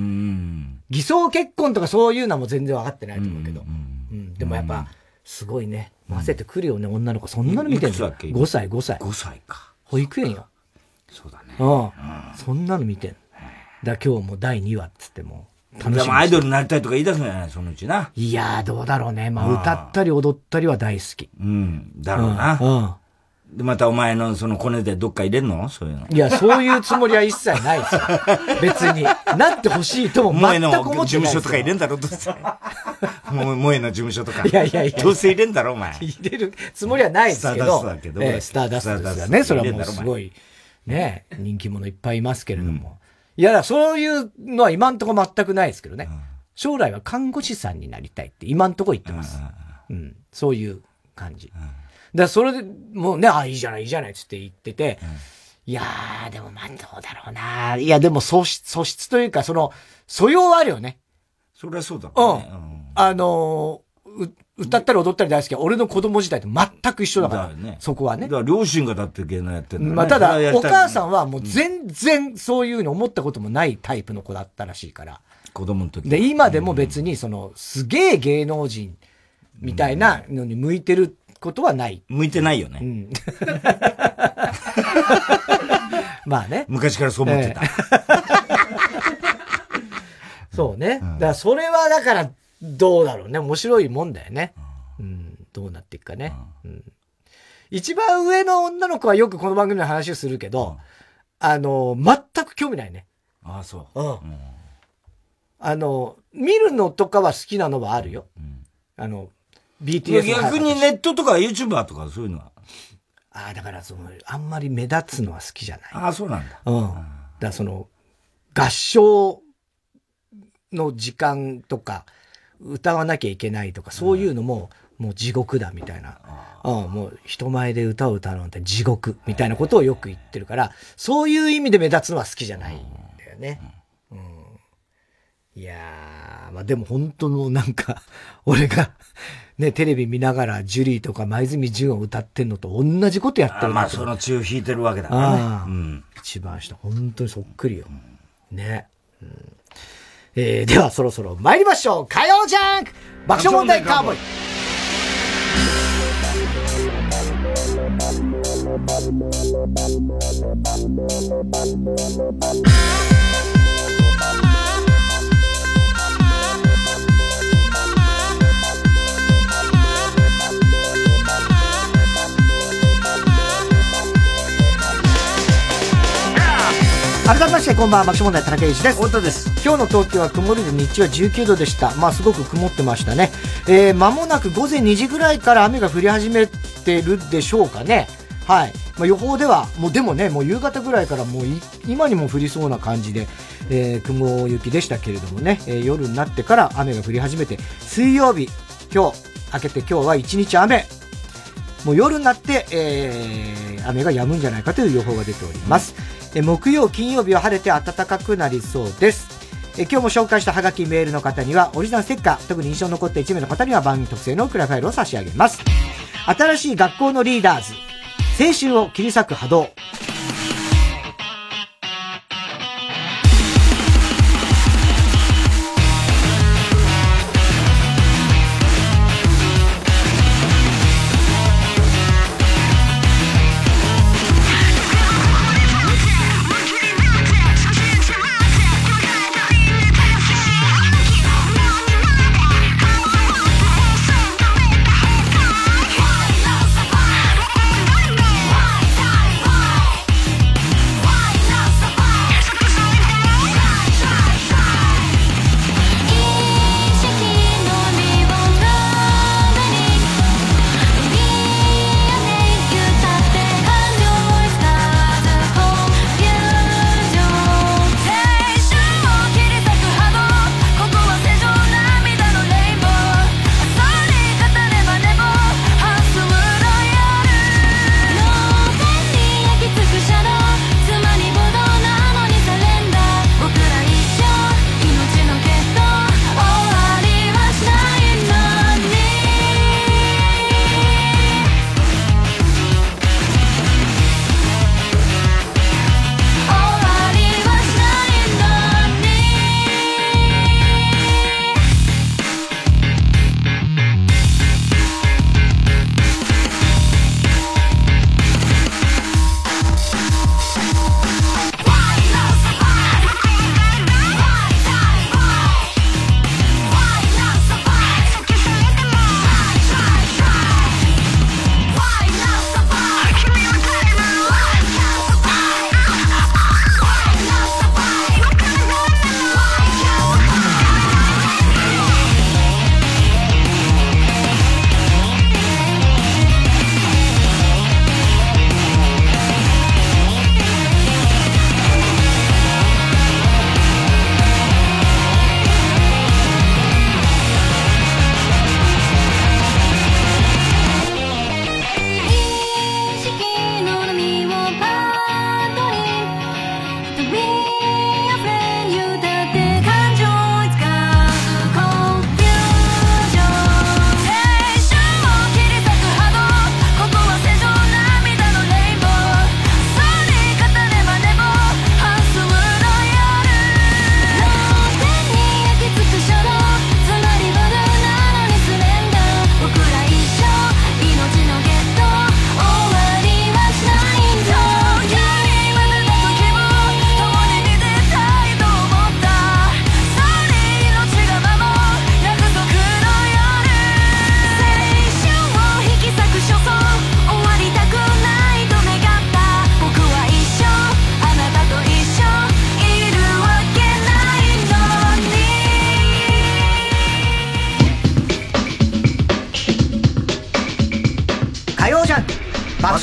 偽装結婚とかそういうのも全然分かってないと思うけど。うんうん、でもやっぱ、すごいね、混ぜてくるよね、女の子。そんなの見てんの。ごさい、ごさい。 ごさいか。 保育園よ。 そうだね。 うん。そんなの見てんの。だから今日もだいにわっつっても。 楽しみでもアイドルになりたいとか言い出すんじゃないそのうちな。 いやー、どうだろうね。まあ、歌ったり踊ったりは大好き。 うん。だろうな。うん。うん、で、またお前のそのコネでどっか入れんのそういうの。 いや、そういうつもりは一切ないですよ。別に。なってほしいとも全く思ってないですよ。 萌えの事務所とか入れんだろ、どうせ。萌えの事務所とか。 いやいやいや。 どうせ入れんだろ、お前。 入れるつもりはないですけど。 スターダストだけど。 えー、スターダストですよね。それはもうすごい、ね、人気者いっぱいいますけれども。うん、いや、そういうのは今んとこ全くないですけどね。うん、将来は看護師さんになりたいって今んとこ言ってます。うん、うん、そういう感じ。うん、だからそれでもうね、あ、いいじゃない、いいじゃないって言ってて、うん、いやー、でもまあどうだろうな。いや、でも素質、素質というか、その、素養はあるよね。 そりゃそうだもんね。 うん。あのー、歌ったり踊ったり大好きは俺の子供時代と全く一緒だから。だね、そこはね。 だから両親がだって芸能やってるんだね。 まあただ、お母さんはもう全然そういうふうに思ったこともないタイプの子だったらしいから。 子供の時。 で、今でも別にその、すげえ芸能人みたいなのに向いてることはない。 向いてないよね。うん。 まあね。 昔からそう思ってた。えー、そうね。うん、だからそれはだから、どうだろうね。面白いもんだよね。うん、どうなっていくかね、うんうん。一番上の女の子はよくこの番組の話をするけど、うん、あの、全く興味ないね。 ああ、そう。 うん。うん、あの、見るのとかは好きなのはあるよ。うん、あの、ビーティーエス の。 逆にネットとか YouTuber とかそういうのは。 ああ、だからその、あんまり目立つのは好きじゃない。 ああ、そうなんだ。 うん。だからその、合唱の時間とか、歌わなきゃいけないとか、そういうのも、うん、もう地獄だみたいな。うん、もう人前で歌を歌うなんて地獄みたいなことをよく言ってるから、そういう意味で目立つのは好きじゃないんだよね。うん。いやー、まあでも本当のなんか、俺が、ね、テレビ見ながらジュリーとか前泉純を歌ってんのと同じことやってるんだ。 まあその血を引いてるわけだからね。 うん、一番下、本当にそっくりよ。うん、ね。うんえー、ではそろそろ参りましょう。火曜ジャンク爆笑問題カーボーイ。改めましてこんばんは、爆笑問題田中裕二です。 太田です。 今日の東京は曇りで日中はじゅうきゅうどでした。まあすごく曇ってましたね。えー、間もなく午前にじぐらいから雨が降り始めてるでしょうかね。はい。まあ予報では、もうでもね、もう夕方ぐらいからもう今にも降りそうな感じで、えー、雲行きでしたけれどもね、えー、夜になってから雨が降り始めて、水曜日、今日、明けて今日は一日雨。もう夜になって、えー、雨が止むんじゃないかという予報が出ております。え木曜、金曜日は晴れて暖かくなりそうです。え今日も紹介したハガキメールの方にはオリジナルステッカー、特に印象に残ったいち名の方には番組特製のクラファイルを差し上げます。新しい学校のリーダーズ、青春を切り裂く波動。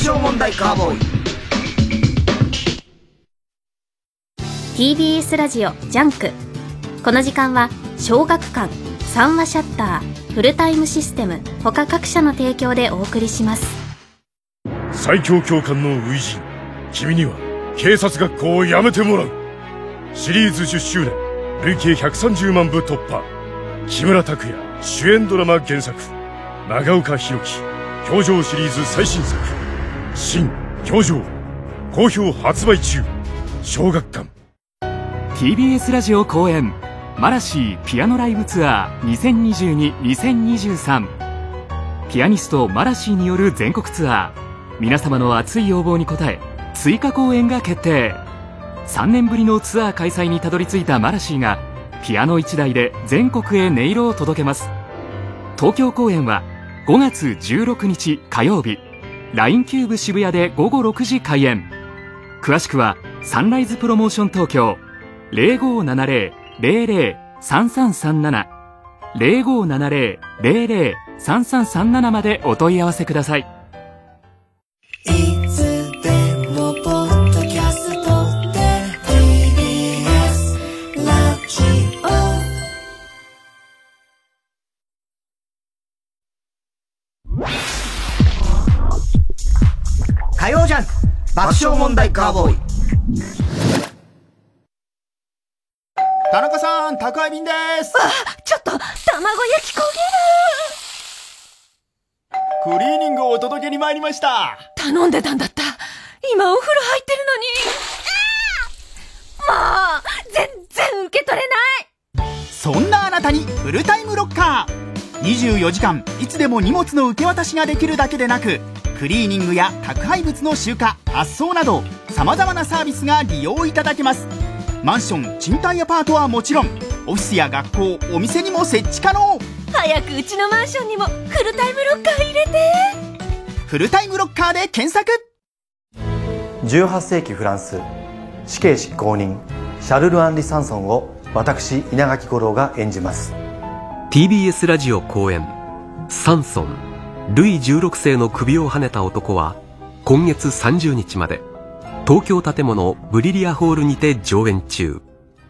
笑問題カーボーイ。 ティービーエス ラジオジャンク。この時間は小学館、三話シャッター、フルタイムシステム他各社の提供でお送りします。 最強教官の初陣、君には警察学校を辞めてもらう。シリーズじゅっしゅうねん、累計ひゃくさんじゅうまんぶ突破。木村拓哉主演ドラマ原作、長岡弘樹教場シリーズ最新作新教場、好評発売中。小学館。 ティービーエス ラジオ公演マラシーピアノライブツアーにせんにじゅうに にせんにじゅうさん。ピアニストマラシーによる全国ツアー。皆様の熱い要望に応え追加公演が決定。さんねんぶりのツアー開催にたどり着いたマラシーがピアノいちだいで全国へ音色を届けます。東京公演はごがつじゅうろくにち火曜日、 ライン キューブ渋谷でごごろくじ開演。詳しくはサンライズプロモーション東京 ゼロごーななゼロ ゼロゼロ さんさんさんなな ゼロごーななゼロ ゼロゼロ さんさんさんななまでお問い合わせください。 いつでもポッドキャストで ティービーエス ラジオ。 火曜ジャンク爆笑問題カーボーイ。 田中さん、宅配便です。 あ、ちょっと卵焼き焦げる。クリーニングをお届けに参りました。 頼んでたんだった。今お風呂入ってるのに。もう全然受け取れない。 そんなあなたにフルタイムロッカー。にじゅうよじかんいつでも荷物の受け渡しができるだけでなく、クリーニングや宅配物の集荷、発送など様々なサービスが利用いただけます。マンション、賃貸アパートはもちろん、オフィスや学校、お店にも設置可能。 早くうちのマンションにもフルタイムロッカー入れて。 フルタイムロッカーで検索。 じゅうはっせいきフランス、死刑執行人シャルル・アンリ・サンソンを私稲垣吾郎が演じます。 ティービーエス ラジオ公演サンソン、ルイじゅうろくせいの首をはねた男は今月さんじゅうにちまで東京建物ブリリアホールにて上演中。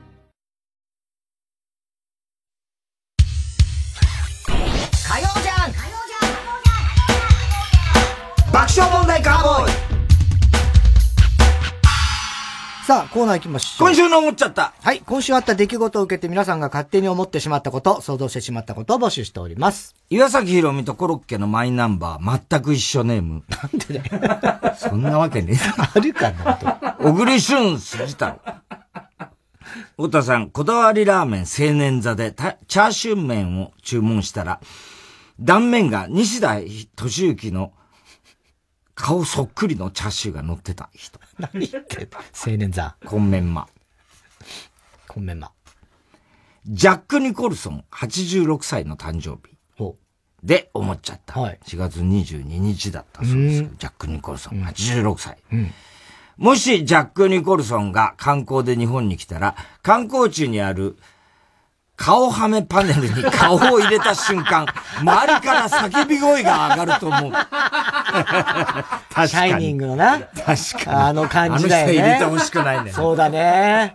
火曜ジャンク爆笑問題カーボーイ。さあ、コーナー行きましょう。 今週の思っちゃった。 はい。今週あった出来事を受けて皆さんが勝手に思ってしまったこと、想像してしまったことを募集しております。 岩崎宏美とコロッケのマイナンバー、全く一緒ネーム。 なんでだよ。 そんなわけねえ。 あるかなと。 小栗旬辻太郎。太田さん、こだわりラーメン青年座でチャーシュー麺を注文したら、断面が西田敏行の顔そっくりのチャーシューが乗ってた人。 何言って青年座。 コンメンマ。 コンメンマ。 ジャック・ニコルソン、はちじゅうろくさいの誕生日。で、思っちゃった。はい、しがつにじゅうににちだったそうですけど、ジャック・ニコルソン、はちじゅうろくさい。うん、もし、ジャック・ニコルソンが観光で日本に来たら、観光地にある、顔はめパネルに顔を入れた瞬間、周りから叫び声が上がると思う。確かに。シャイニングのな。 確かに。 あの感じだよね。 あの人入れてほしくないね。 そうだね。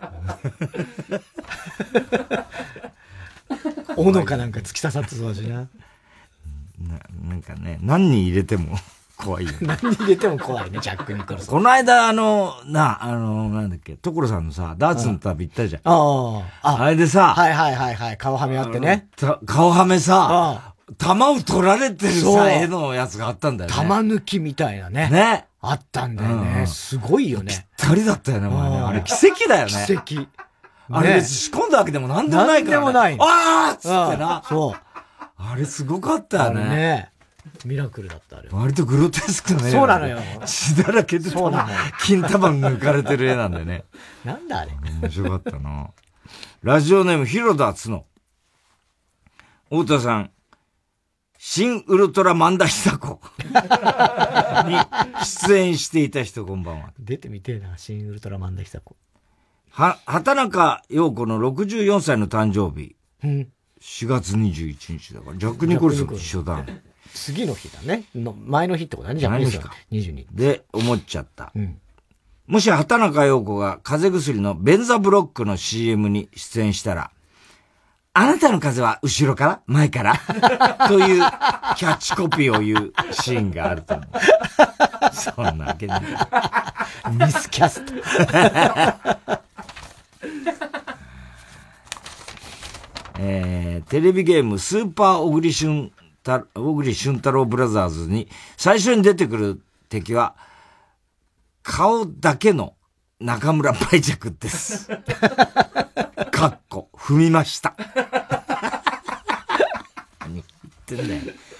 斧かなんか突き刺さってそうだしな。 な、なんかね、何人入れても怖いよ、ね。 何人入れても怖いね、ジャック・ニコルソン。 この間、あの、な、あの、なんだっけ、所さんのさ、ダーツの旅行ったじゃん。ああ。あれでさ、 はいはいはいはい、顔はめあってね。 顔はめさ、弾を取られてるさ、絵のやつがあったんだよね。 弾抜きみたいなね。 ね。 あったんだよね。すごいよね。 ぴったりだったよね、あれ。奇跡だよね。 奇跡。 あれ別に仕込んだわけでもなんでもないから、ね。 なんでもない。 あーっつってな。 そう。 あれすごかったよね。 ね。ミラクルだったあれ。 割とグロテスクな絵。 そうなのよ。 血だらけで、そうなの。金玉抜かれてる絵なんだよね。 なんだあれ。 面白かったな。ラジオネーム、広田つの。太田さん、新ウルトラマンダ久子に出演していた人、こんばんは。 出てみてえな、新ウルトラマンダ久子。 は、畑中陽子のろくじゅうよんさいの誕生日。 うん。 しがつにじゅういちにちだから、ジャック・ニコルソンと一緒だ。 次の日だね。の前の日ってことだね、じゃあ。 前の日か。 にじゅうに。 で、思っちゃった。 うん。 もし畑中陽子が風邪薬のベンザブロックの シーエム に出演したら、あなたの風邪は後ろから前からというキャッチコピーを言うシーンがあると思う。そんなわけない。 ミスキャスト。 えー、テレビゲームスーパー小栗旬太、小栗旬太郎ブラザーズに最初に出てくる敵は顔だけの中村梅雀です。かっこ、踏みました。何言ってんだよ。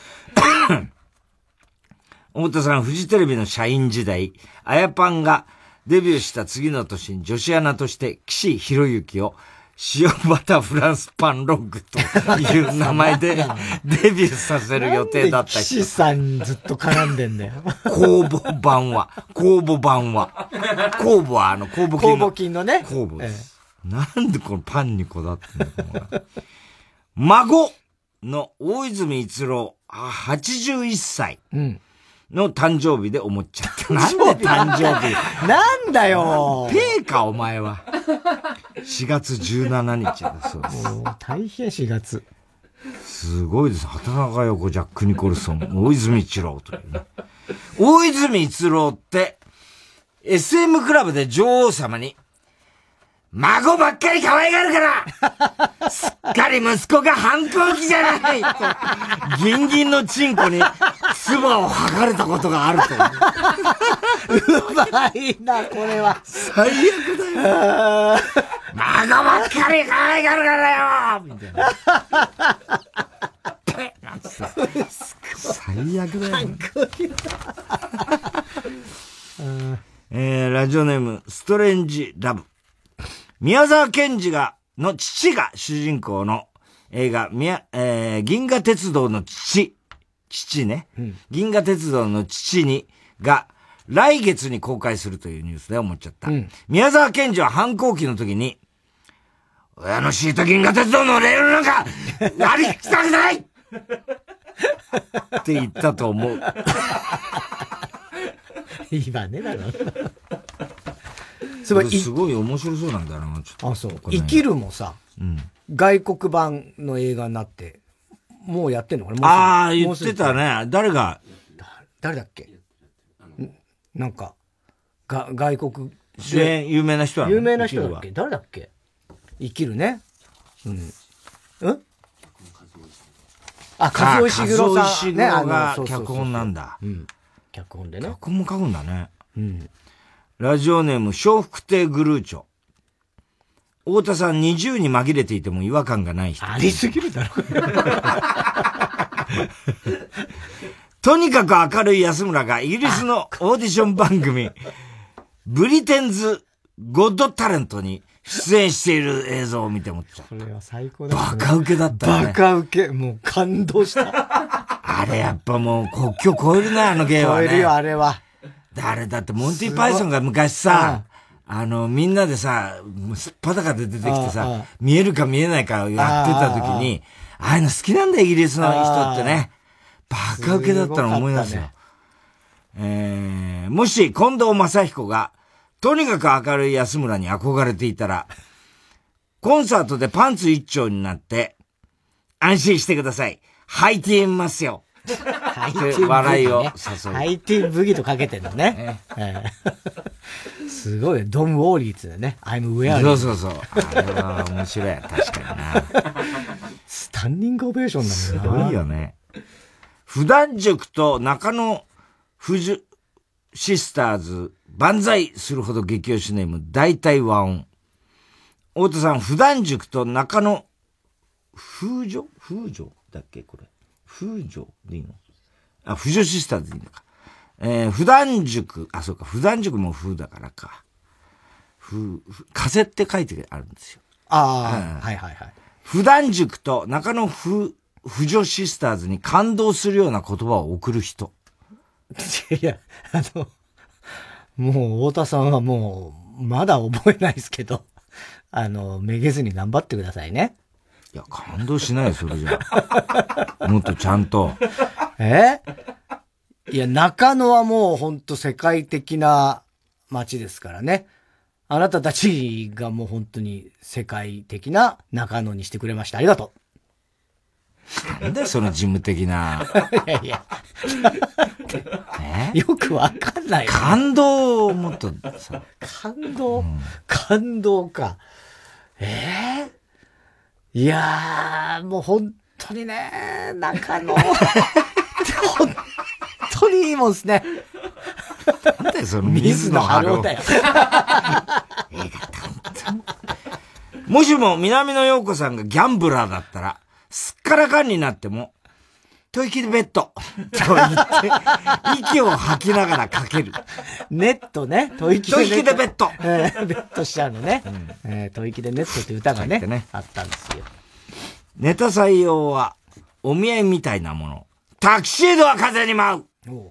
太田さん、フジテレビの社員時代、あやパンがデビューした次の年に女子アナとして岸博之を塩バターフランスパンロングという名前でデビューさせる予定だった人。 岸さんずっと絡んでんだよ。 公募版は、公募版は。公募はあの公募金の。公募金のね。 公募です。ええ、なんでこのパンにこだわってんのかな。孫の大泉逸郎、はちじゅういっさい。うんの誕生日で思っちゃった。なんで誕生日なんだよペーか、お前は。しがつじゅうしちにちだそうです。 もう大変しがつ。 すごいです。畑中陽子、ジャック・ニコルソン、大泉一郎というね。大泉一郎って、エスエム クラブで女王様に、孫ばっかり可愛がるからすっかり息子が反抗期じゃないと、ギンギンのチンコに唾を吐かれたことがあると。 うまいな、これは。 最悪だよ。孫ばっかり可愛がるからよみたいな。ペッなんつって最悪だよ。えー、ラジオネーム、ストレンジラブ。宮沢賢治が、の父が主人公の映画、宮、えー、銀河鉄道の父、父ね、うん。銀河鉄道の父に、が、来月に公開するというニュースで思っちゃった。うん、宮沢賢治は反抗期の時に、親の敷いた銀河鉄道のレールなんか、割りしたくないって言ったと思う。 今ねだろ。 すごい、すごい面白そうなんだな、ちょっと。 あ、そう。生きるもさ、うん、外国版の映画になって、もうやってんのかな。 ああ、言ってたね。誰が誰だっけなんか、が、外国主演、有名な人は有名な人だっけ誰だっけ生きるね。うん。うんあ、和尾石黒さん。 ね、あの、脚本なんだ。 うん。脚本でね。 脚本も書くんだね。 うん。 ラジオネーム、笑福亭グルーチョ。太田さんにじゅうに紛れていても違和感がない人。 ありすぎるだろ。 とにかく明るい安村がイギリスのオーディション番組、ブリテンズ・ゴッド・タレントに出演している映像を見てもっちゃった。 これは最高だね。 バカウケだったね。 バカウケ。もう感動した。 あれやっぱもう国境超えるな、あの芸はね。 超えるよ、あれは。 誰だってモンティ・パイソンが昔さ、あの、みんなでさ、すっぱだかで出てきてさ、見えるか見えないかやってた時に、ああいうの好きなんだよ、イギリスの人ってね。バカウケだったの思い出すよ。ね、えー、もし近藤正彦が、とにかく明るい安村に憧れていたら、コンサートでパンツ一丁になって、安心してください。履いてみますよ。笑いを誘う。 ハイティーンブギとかけてんのね。えー、すごい、ドン・ウォーリーってね。I'm wearing. そうそうそう。あれは面白い。確かにな。 スタンディングオベーションなんだよな。 すごいよね。普段塾と中野フジシスターズ万歳するほど激推しネーム大体和音。太田さん、普段塾と中野風女風女だっけこれ。風女でいいのあ、フジョシスターズでいいのか。えー、普段塾、あ、そうか、普段塾も風だからか。風、風って書いてあるんですよ。 ああ、はいはいはい。 普段塾と中野風、フジョシスターズに感動するような言葉を送る人。 いや、あの、もう太田さんはもう、まだ覚えないですけど、あの、めげずに頑張ってくださいね。 いや、感動しないよ、それじゃ。もっとちゃんと。 えいや、中野はもうほんと世界的な街ですからね。あなたたちがもう本当に世界的な中野にしてくれました。ありがとう。なんでその事務的な。 いやいや。よくわかんない、ね。 感動をもっとさ。 感動、うん、感動か。ええー、いやー、もう本当にね、中野。本当にいいもんですね。 なんだよ、その水野晴郎だよ。もしも南野陽子さんがギャンブラーだったら、すっからかんになっても、吐息でベッドと言って、息を吐きながらかける。 ネットね。吐息で吐息でベッド。 えー、ベッドしちゃうのね。うんえー、吐息でネットって歌がね、ねあったんですよ。 ネタ採用は、お見合いみたいなもの。タキシードは風に舞う。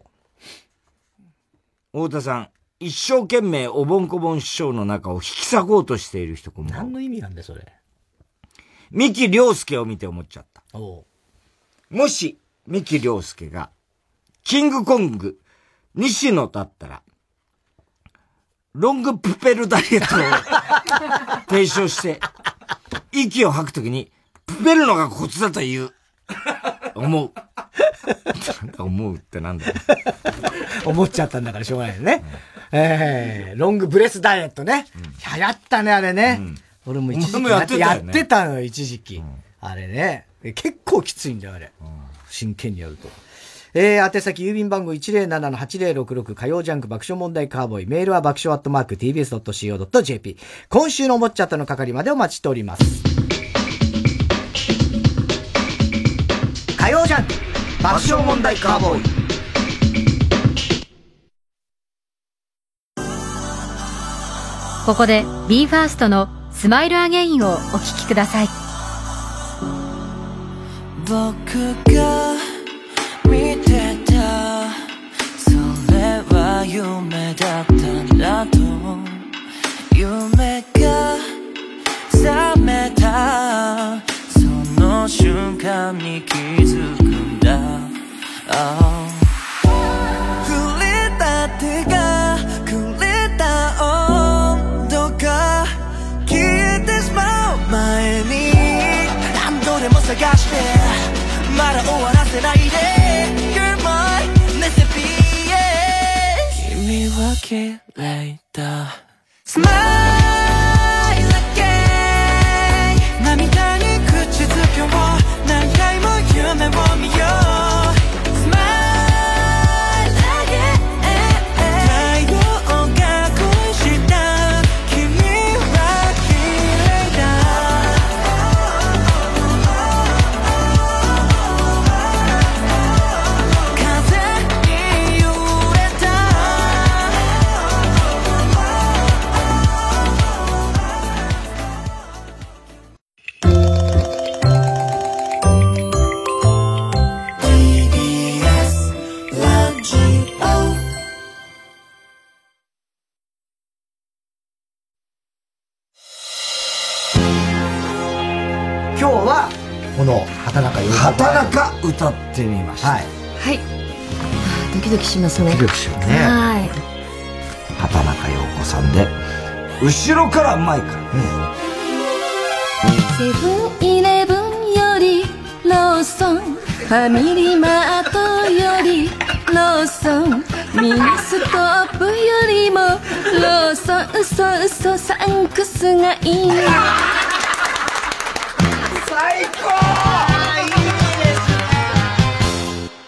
太田さん、一生懸命おぼんこぼん師匠の中を引き裂こうとしている人こんばんは。 何の意味なんだそれ。 三木亮介を見て思っちゃった。おもし、三木亮介が、キングコング、西野だったら、ロングプペルダイエットを提唱して、息を吐くときに、プペルのがコツだという、思う。思うってなんだよ。 思っちゃったんだからしょうがないよね。うん、えー、ロングブレスダイエットね。うん、流行ったね、あれね。うん、俺も一時期やってた、ね、やってたのよ、一時期。うん、あれね。結構きついんだよ、あれ。うん、真剣にやると。えー、宛先郵便番号 いちまるななのはちまるろくろく 火曜ジャンク爆笑問題カーボーイ。メールは爆笑アットマーク ティービーエスドットシーオードットジェーピー。今週のおもっちゃったの係までお待ちしております。火曜ジャンク爆笑問題カーボーイ。 ここで ビーファースト のスマイルアゲインをお聴きください。 僕が見てたそれは夢だったんだと夢が覚めたその瞬間に気づくんだ、oh、触れた手がくれた温度が消えてしまう前に何度でも探してまだ終わらせないで You're my recipe、yeah、君は綺麗だ Smile again 涙に口づけを何回も夢を見よう Smile again 太陽が恋した君は綺麗だ風に揺れた今日はこの畑中陽子畑中歌ってみました。はい。 はい。ドキドキしますね。 ドキドキしますね。 はい。 畑中陽子さんで後ろから前から。 セブンイレブンよりローソン、ファミリーマートよりローソン、ミニストップよりもローソン、嘘嘘サンクスがいい。 最高！いいですね。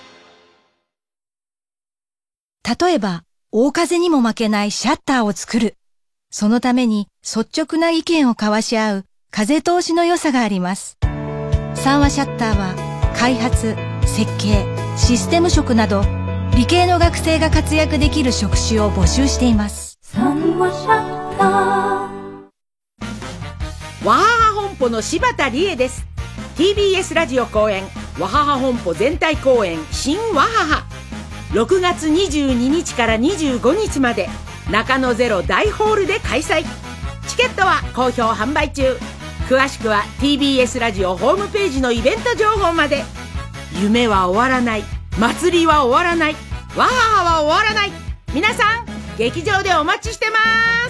例えば、大風にも負けないシャッターを作る。そのために率直な意見を交わし合う風通しの良さがあります。三和シャッターは開発、設計、システム職など理系の学生が活躍できる職種を募集しています。 三和シャッター。 わはは本舗の柴田理恵です。 ティービーエス ラジオ公演わはは本舗全体公演新わははろくがつにじゅうににちからにじゅうごにちまで中野ゼロ大ホールで開催。チケットは好評販売中。詳しくは ティービーエス ラジオホームページのイベント情報まで。夢は終わらない。 祭りは終わらない。わははは終わらない。皆さん、劇場でお待ちしてます。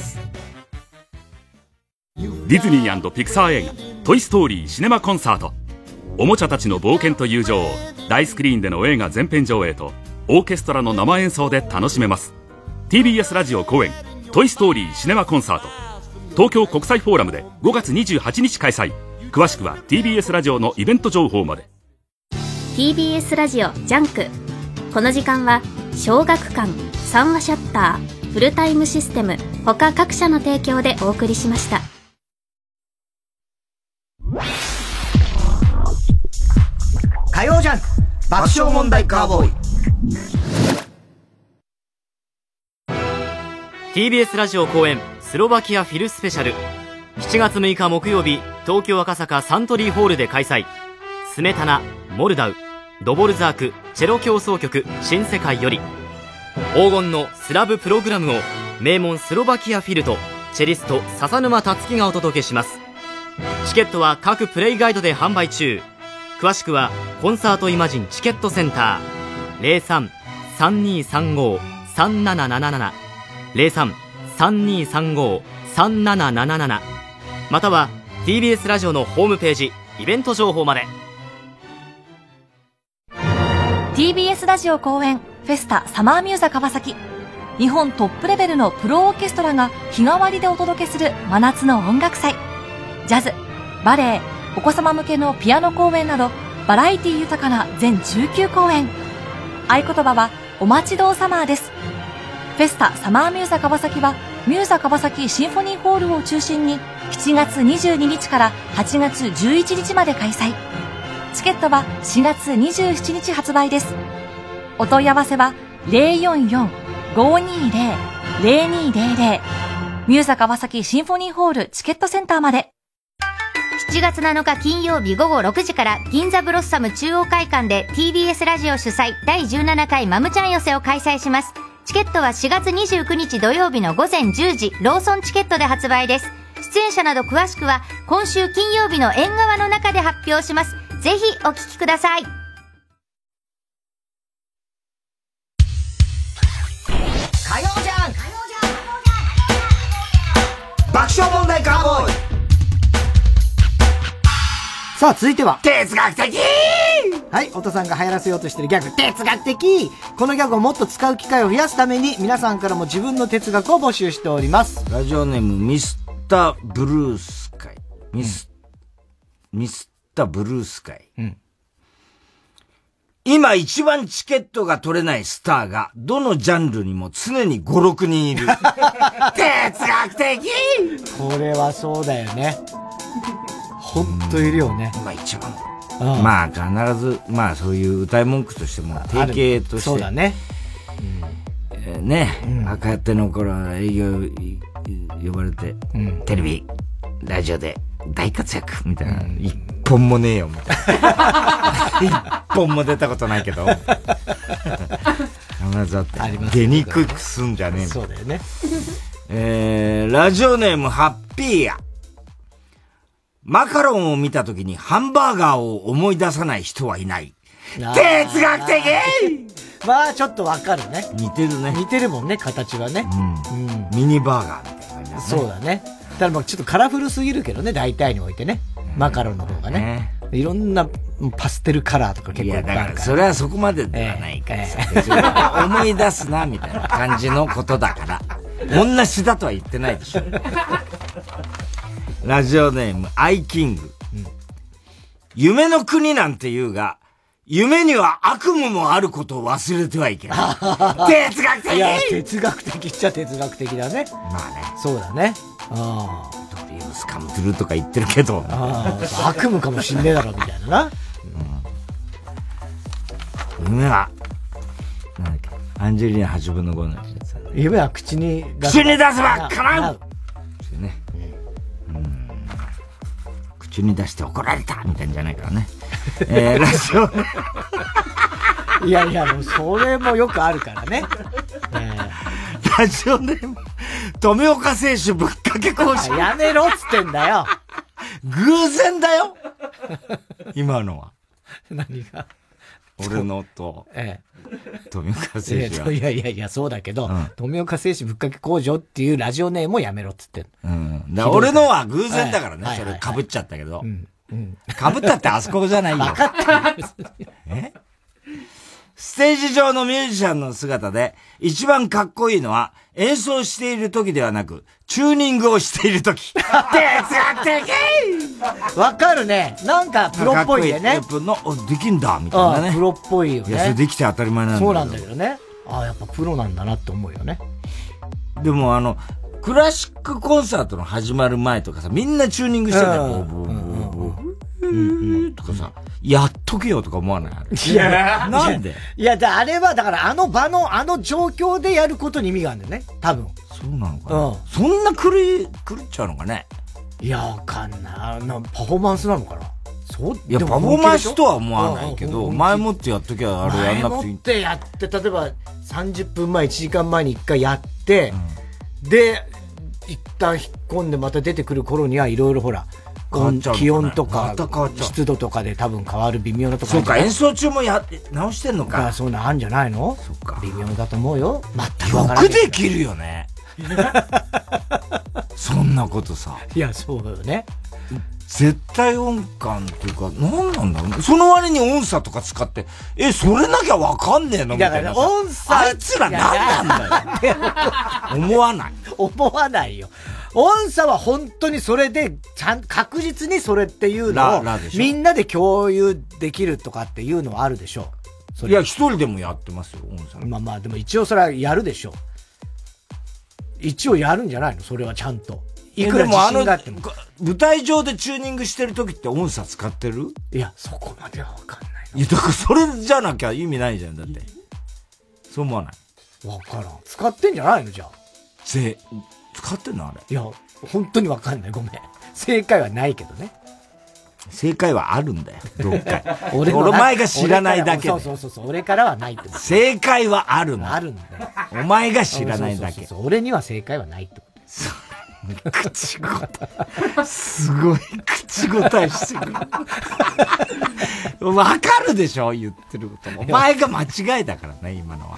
ディズニー&ピクサー映画「トイ・ストーリー・シネマ・コンサート」。おもちゃたちの冒険と友情を大スクリーンでの映画全編上映とオーケストラの生演奏で楽しめます。 ティービーエス ラジオ公演「トイ・ストーリー・シネマ・コンサート」、東京国際フォーラムでごがつにじゅうはちにち開催。詳しくは ティービーエス ラジオのイベント情報まで。 ティービーエス ラジオジャンク。この時間は小学館、三話シャッター、フルタイムシステム他各社の提供でお送りしました。 火曜ジャンク爆笑問題カーボーイ。 ティービーエス ラジオ公演スロバキアフィルスペシャル、しちがつむいか木曜日、東京赤坂サントリーホールで開催。スメタナ、モルダウ、ドボルザークチェロ協奏曲新世界より黄金のスラブプログラムを名門スロバキアフィルとチェリスト笹沼達樹がお届けします。チケットは各プレイガイドで販売中。詳しくはコンサートイマジンチケットセンター ゼロさん さんにーさんご さんななななな ゼロさん さんにーさんご さんななななな、または ティービーエス ラジオのホームページイベント情報まで。 ティービーエス ラジオ公演フェスタサマーミューザ川崎。日本トップレベルのプロオーケストラが日替わりでお届けする真夏の音楽祭。ジャズ、バレエ、お子様向けのピアノ公演などバラエティ豊かな全じゅうきゅう公演。合言葉はお待ちどうサマーです。フェスタサマーミューザ川崎はミューザ川崎シンフォニーホールを中心にしちがつにじゅうににちからはちがつじゅういちにちまで開催。チケットはしがつにじゅうしちにち発売です。お問い合わせは ゼロよんよん ごーにーゼロ ゼロにーゼロゼロ ミューザ川崎シンフォニーホールチケットセンターまで。 しちがつなのか金曜日ごごろくじから銀座ブロッサム中央会館で ティービーエス ラジオ主催だいじゅうななかいマムちゃん寄せを開催します。チケットはしがつにじゅうくにち土曜日のごぜんじゅうじローソンチケットで発売です。出演者など詳しくは今週金曜日の縁側の中で発表します。ぜひお聞きください。 火曜ジャンク爆笑問題カーボーイ。さあ続いては哲学的。はい、おとさんが流行らせようとしてるギャグ哲学的。このギャグをもっと使う機会を増やすために皆さんからも自分の哲学を募集しております。 ラジオネームミスターブルースカイ。ミス、うん、ミスターブルースカイ。うん。今一番チケットが取れないスターがどのジャンルにも常にご、ろくにんいる。哲学的。 これはそうだよね。ほんといるよね。 まあ一番。まあ必ず、まあそういう歌い文句としても定型として。 そうだね。 うんえー、ね、うん、若手の頃は営業呼ばれて、うん、テレビ、ラジオで大活躍みたいな。うん、一本もねえよ、みたいな。一本も出たことないけど。必ずあって。出にくくすんじゃねえみたいな。 そうだよね。 えー、ラジオネームハッピーや。マカロンを見たときにハンバーガーを思い出さない人はいない。哲学的。 まあちょっとわかるね。 似てるね。 似てるもんね、形はね。 うん。うん、ミニバーガーみたいな感じだね。 そうだね。ただまあちょっとカラフルすぎるけどね、大体においてね。マカロンの方がね。ねいろんなパステルカラーとか結構いっぱいあるから。いやだからそれはそこまでではないからさ。えー、思い出すな、みたいな感じのことだから。同じだとは言ってないでしょ。ラジオネームアイキング、うん、夢の国なんて言うが夢には悪夢もあることを忘れてはいけない哲学的。 いや哲学的っちゃ哲学的だね。 まあねそうだね。ああドリームスカムトゥルーとか言ってるけどあ悪夢かもしんねえだろみたいなな、 うん、夢はなんだっけアンジェリーナはちぶんのごのやつ夢は口に出す口に出せば叶うね、うん、口に出して怒られたみたいなんじゃないからね。えー、ラジオいやいやもうそれもよくあるからね。 えー、ラジオネーム富岡選手ぶっかけ講師。 やめろっつってんだよ。 偶然だよ。今のは。 何が俺のと、 ええ、富岡製紙は。 いやいやいや、そうだけど、うん、富岡製紙ぶっかけ工場っていうラジオネームをやめろっつってんの。うん。だ俺のは偶然だからね、はい、それ被っちゃったけど。うん。うん、被ったってあそこじゃないよ。 分かったえステージ上のミュージシャンの姿で一番かっこいいのは演奏している時ではなくチューニングをしている時。哲学的わかるね。なんかプロっぽいでね。 プのできんだみたいなね。 プロっぽいよね。 いやそれできて当たり前なんだけど。 そうなんだけどね。ああやっぱプロなんだなって思うよね。 でもあのクラシックコンサートの始まる前とかさみんなチューニングしてんだよ。とかさ、やっとけよとか思わない？ いや、 なんで？ いや、だあれはだからあの場のあの状況でやることに意味があるんだよね。多分。 そうなのかな。うん。そんな狂い、狂っちゃうのかね。 いや、わかんない。あのパフォーマンスなのかな。そういや、パフォーマンスとは思わないけど、前もってやっときゃあれやんなくていい。 前もってやって、例えばさんじゅっぷんまえ、いちじかんまえにいっかいやって、うん、で、一旦引っ込んでまた出てくる頃にはいろいろほら、気温とか、湿度とかで多分変わる微妙なところ。 そうか、演奏中もやって、直してんのか。 そういうのあるんじゃないの？そっか。微妙だと思うよ。 全くわからない。よくできるよね。そんなことさ。 いや、そうだよね。 絶対音感っていうか、何なんだろうね。その割に音差とか使って、え、それなきゃわかんねえのみたいな。 音差。 あいつら何なんだよ。思わない。 思わないよ。音差は本当にそれで、ちゃん、確実にそれっていうのを、みんなで共有できるとかっていうのはあるでしょう。いや、一人でもやってますよ、音差。 まあまあ、でも一応それはやるでしょう。一応やるんじゃないの？それはちゃんと。いくら自信があっても。 舞台上でチューニングしてる時って音差使ってる？ いや、そこまではわかんない。 いや、だからそれじゃなきゃ意味ないじゃん、だって。そう思わない？ わからん。使ってんじゃないのじゃあ。 ぜ、使ってんのあれ。 いや、本当にわかんない。ごめん。正解はないけどね。 正解はあるんだよ。どっか俺お前が知らないだけで。 そうそうそうそう。俺からはないって。 正解はあるの。 あるんだよ。 お前が知らないだけ。 そうそうそう。俺には正解はないってことです。 口ごたすごい口ごたえしてくる。わかるでしょ言ってることも。お前が間違いだからね、今のは。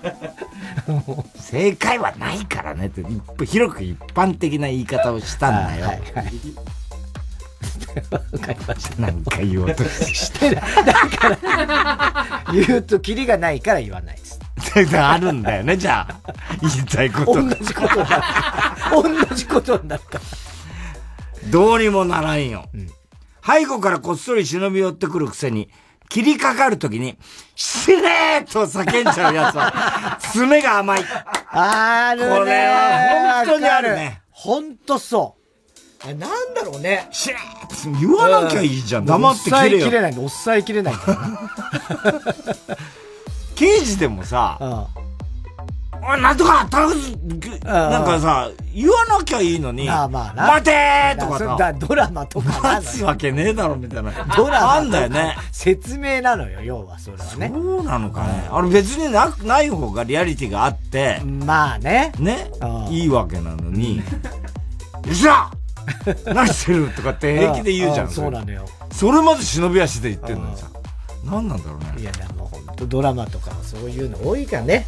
正解はないからねって、広く一般的な言い方をしたんだよ。はいはい。 わかりました。 なんか言おうとしてない。だから、言うとキリがないから言わないです。 あるんだよね、じゃあ。言いたいこと。 同じことになった。同じことになった。 どうにもならんよ。うん、背後からこっそり忍び寄ってくるくせに、切りかかるときに、失礼と叫んじゃうやつは、爪が甘い。 あるね。 これは本当にあるね。 本当そう。なんだろうね。 しれーって言わなきゃいいじゃん。うん、黙って切れよ。 抑えきれないんだ。抑えきれないんだ。 刑事でもさ、おい、なんとか、たなんかさ、言わなきゃいいのに、 まあまあな待てーとかさ、 だドラマとか待つわけねえだろみたいな。 ドラマなんだよね。 説明なのよ、要はそれはね。 そうなのかね。あれ別になない方がリアリティがあって、 まあね。 ね。いいわけなのに、うしゃ何してるとかって平気で言うじゃん。 そうなのよ。 それまで忍び足で言ってんのにさ。何なんだろうね。 いや、でも本当ドラマとかそういうの多いからね。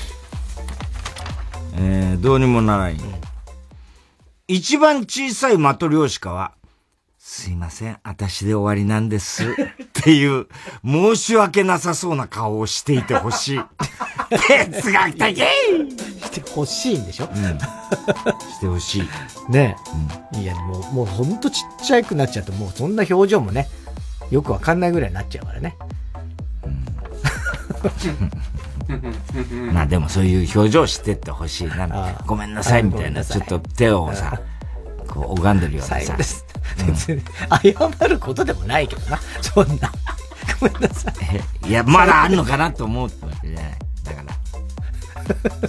えー、どうにもならない。うん、一番小さいマトリョーシカは、すいません、私で終わりなんです。っていう、申し訳なさそうな顔をしていてほしい。哲学的してほしいんでしょ、うん、 してほしい。 ねえ。うん、いや、もう、もうほんとちっちゃくなっちゃって、もうそんな表情もね、よくわかんないぐらいになっちゃうからね。 うん、まあでもそういう表情してってほしいな。ごめんなさいみたいな、ちょっと手をさ、こう拝んでるようなさ。 別に謝ることでもないけどな、そんな。ごめんなさい。いや、まだあんのかなと思ったわけじゃない。だから、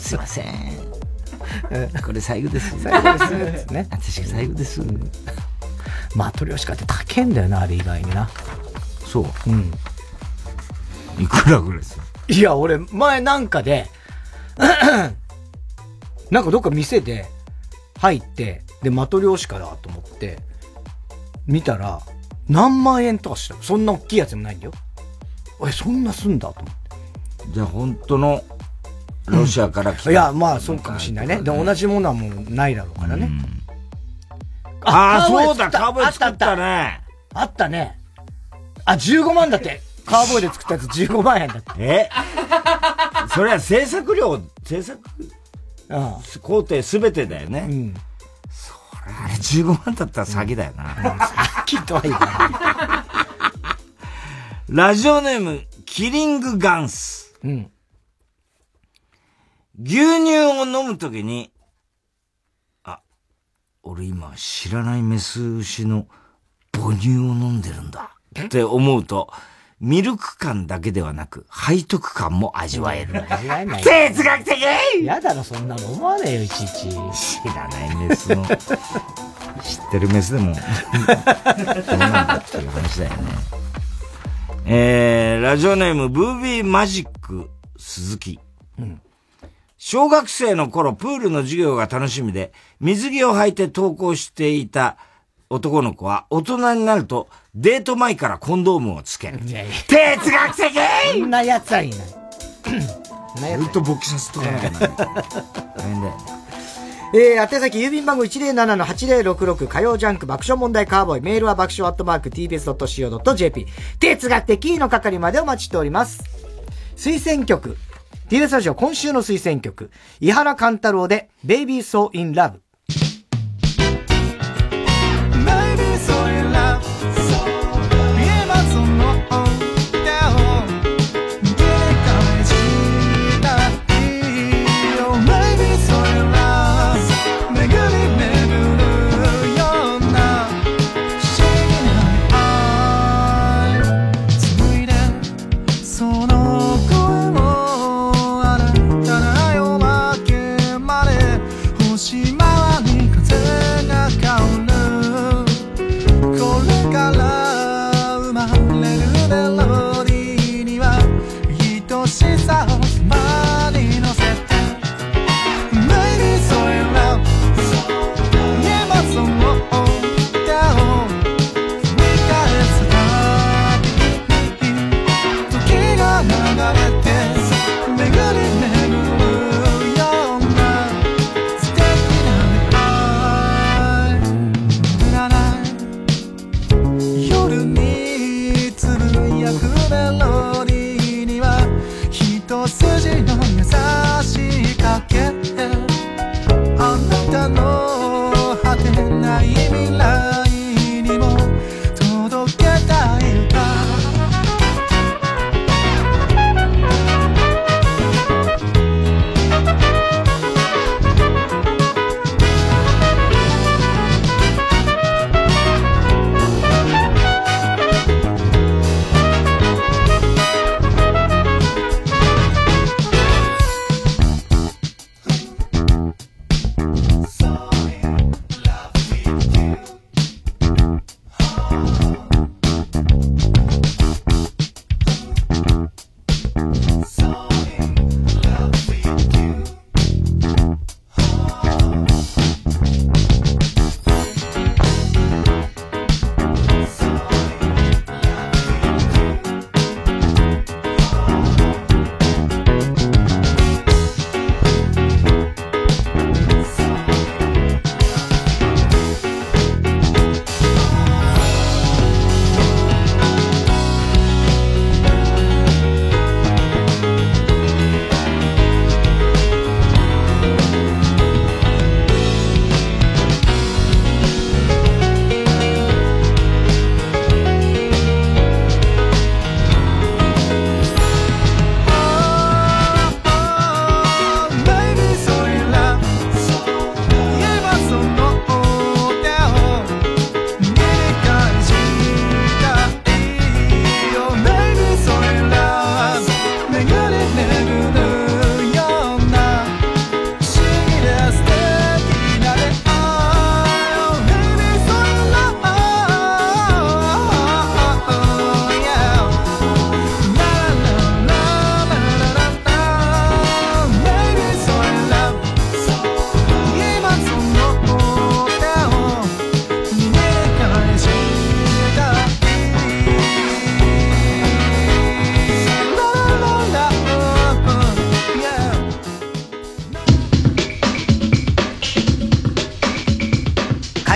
すいません。これ最後です。 最後ですね。 私が最後です。 マトリョーシカって高いんだよな、あれ意外にな。 そう。 うん。 いくらぐらいですか？ いや、俺、前なんかで、なんかどっか店で入って、で、マトリョーシカだと思って、見たら、何万円とかした。そんな大きいやつでもないんだよ。 え、そんなすんだと思って。 じゃあ本当のロシアから来た、 うん、いや、まあそうかもしれないね。で、同じものはもうないだろうからね。うん、 ああ、そうだ、カーボーイ作ったね。 あったね。あ、じゅうごまんだって。カーボーイで作ったやつじゅうごまんえんだって。 えそれは制作料、制作工程すべてだよね。うん。それ、あれじゅうごまんだったら詐欺だよな。うん、 詐欺とは言わない。 ラジオネーム、キリングガンス。うん。牛乳を飲むときに、あ、俺今知らないメス牛の母乳を飲んでるんだって思うと、ミルク感だけではなく、背徳感も味わえる。 味わえない。 哲学的！ やだろ、そんなの思わねえよ、いちいち。 知らないメスの。知ってるメスでも、どうなんだっていう話だよね。えー、ラジオネーム、ブービーマジック鈴木。うん、小学生の頃、プールの授業が楽しみで、水着を履いて登校していた男の子は、大人になると、デート前からコンドームをつける。哲学的！ そんな奴はいない。 ずっと勃起させとかなきゃならない。大変だよね。 えー、宛先郵便番号 いちゼロななのはちゼロろくろく 火曜ジャンク爆笑問題カーボーイ。メールは爆笑アットマーク ティービーエスドットシーオードットジェーピー。哲学的の係までお待ちしております。推薦曲。ティービーエス ラジオ今週の推薦曲。伊原貫太郎で Baby So In Love。 しまわ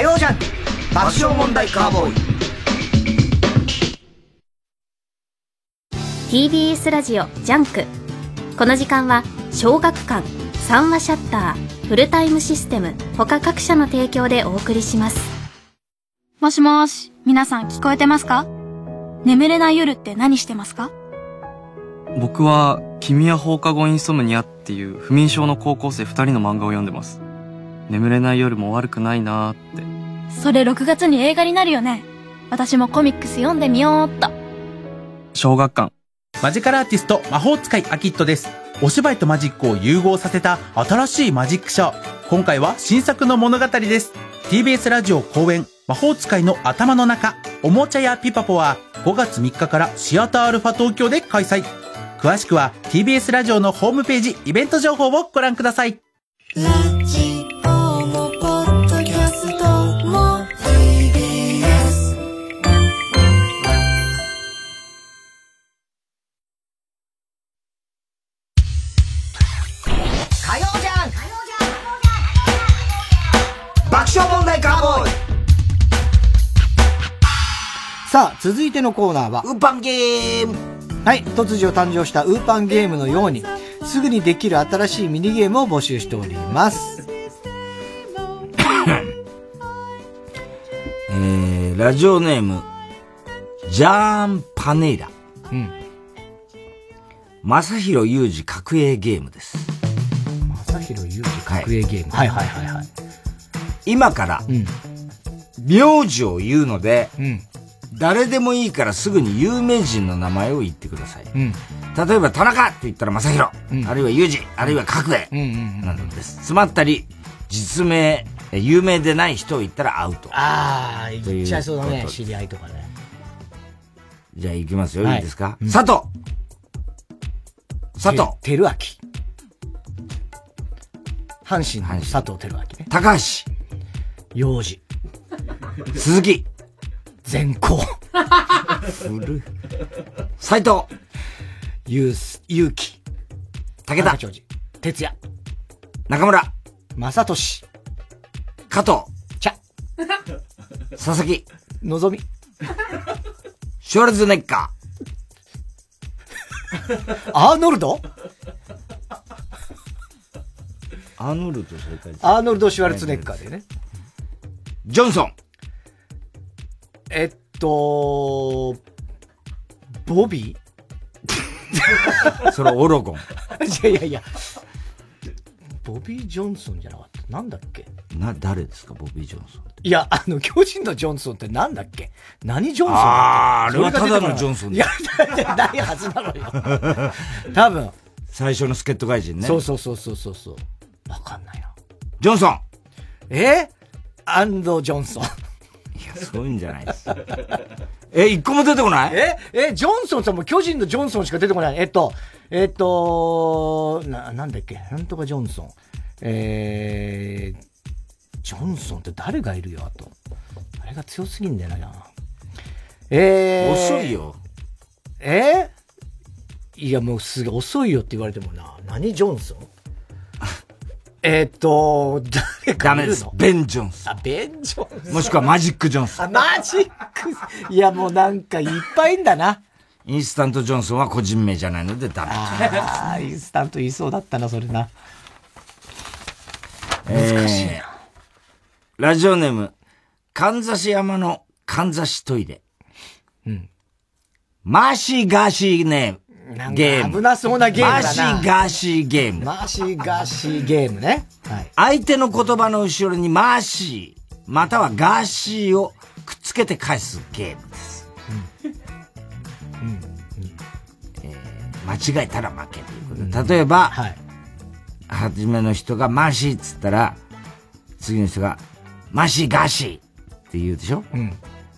曜ジャンク爆笑問題カーボーイ。 ティービーエス ラジオジャンク。この時間は小学館、三話シャッター、フルタイムシステム他各社の提供でお送りします。 もしもーし、皆さん聞こえてますか？眠れない夜って何してますか？ 僕は君は放課後インソムニアっていう不眠症の高校生二人の漫画を読んでます。眠れない夜も悪くないなーって。 それろくがつに映画になるよね。私もコミックス読んでみようっと。 小学館。 マジカルアーティスト魔法使いアキットです。お芝居とマジックを融合させた新しいマジックショー。今回は新作の物語です。 ティービーエス ラジオ公演魔法使いの頭の中おもちゃやピパポはごがつみっかからシアターアルファ東京で開催。詳しくは ティービーエス ラジオのホームページイベント情報をご覧ください。 ラジオもポッドキャストも ティービーエス。 火曜じゃん爆笑問題カーボーイ。さあ続いてのコーナーはウーパンゲーム。はい、突如誕生したウーパンゲームのようにすぐにできる新しいミニゲームを募集しております。 えー、ラジオネームジャーンパネイラ。うん。正弘裕二格営ゲームです。 正弘裕二格営ゲーム。はい、はい、はいはいはい。 今から、うん、名字を言うので、うん、誰でもいいからすぐに有名人の名前を言ってください。うん、例えば田中って言ったら正弘、うん、あるいは裕二、あるいは格営などです。詰まったり実名有名でない人を言ったらアウト。 ああ、言っちゃいそうだね。知り合いとかね。 じゃあ行きますよ。はい、いいですか、うん、佐藤佐藤輝明。阪神の佐藤輝明ね。 高橋洋二。 鈴木善光。 古斉藤ゆうす、ゆうき。 武田哲也。 中村正俊。 加藤茶。 佐々木のぞみ。 シュワルツェネッカー。アーノルドアーノルド正解です。 アーノルド・シュワルツェネッカーでね。 ジョンソン。 えっと、ボビーそれオロゴン。 いやいやいや。ボビー・ジョンソンじゃなかった。なんだっけな、誰ですか、ボビー・ジョンソンって。 いや、あの、巨人のジョンソンってなんだっけ何ジョンソンだっけ。 あー、あれはただのジョンソンいや、ないはずなのよ。多分。 最初の助っ人外人ね。 そうそうそうそうそうそう。わかんないな。 ジョンソン。 えアンド・ジョンソン。 いや、そういうんじゃないです。え、一個も出てこない？ え、え、ジョンソンさんも巨人のジョンソンしか出てこない。えっと、えっと、な、なんだっけなんとかジョンソン。えー、ジョンソンって誰がいるよ、あと。あれが強すぎんだよな。えー。遅いよ。 えー、いや、もうすげえ遅いよって言われてもな。何ジョンソンえっと、誰かいるの？ダメです。 ベン・ジョンソン。 あ、ベン・ジョンソン。 もしくはマジック・ジョンソン。 あ、マジック。いや、もうなんかいっぱいいんだな。 インスタント・ジョンソンは個人名じゃないのでダメ。 ああ、インスタント言いそうだったな、それな。 難しいな。えー、ラジオネーム、かんざし山のかんざしトイレ。うん。マーシー・ガーシーネーム。ゲーム。 危なそうなゲームだな。 マーシー・ガーシーゲーム。 マーシー・ガーシーゲームね。 はい。相手の言葉の後ろにマーシー、またはガーシーをくっつけて返すゲームです。うん。うん。うん、えー、間違えたら負けということで。例えば、はい。はじめの人がマーシーっつったら、次の人が、マーシー・ガーシーって言うでしょ？うん。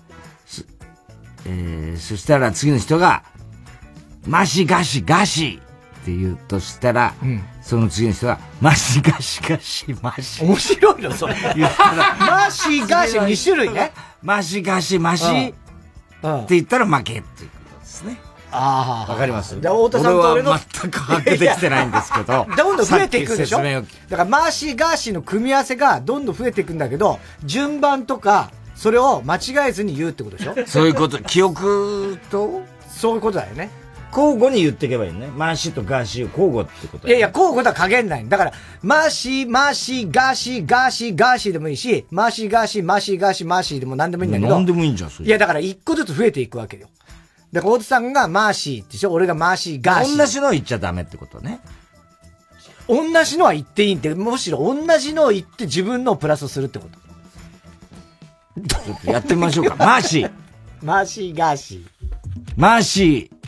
えー、そしたら次の人が、マシガシガシって言うとしたら、うん、その次の人が、マシガシガシマシ。 面白いのそれ。言ったら、マシガシに種類ね。 マシガシマシって言ったら負けっていうことですね。 ああ。 わかります？ で、太田さんと俺の。 俺は全く把握できてないんですけど。 どんどん増えていくでしょ？ さっき説明をだからマーシー・ガーシーの組み合わせがどんどん増えていくんだけど、順番とか、それを間違えずに言うってことでしょ？ そういうこと。記憶とそういうことだよね。 交互に言っていけばいいね。マーシーとガーシーを交互ってことだよね。 いやいや、交互とは加減ない。だから、マーシー、マーシー、ガーシー、ガーシー、ガーシーでもいいし、マーシー、ガーシー、マーシー、ガーシー、マーシーでも何でもいいんだけど。 何でもいいんじゃん、それ。 いや、だから一個ずつ増えていくわけよ。だから、大田さんがマーシーでしょ、俺がマーシー、ガーシー。 同じの言っちゃダメってことね。 同じのは言っていいって、むしろ同じのを言って自分のをプラスするってこと。 ちょっとやってみましょうか。マーシー。 マーシー、ガーシー。 マーシー。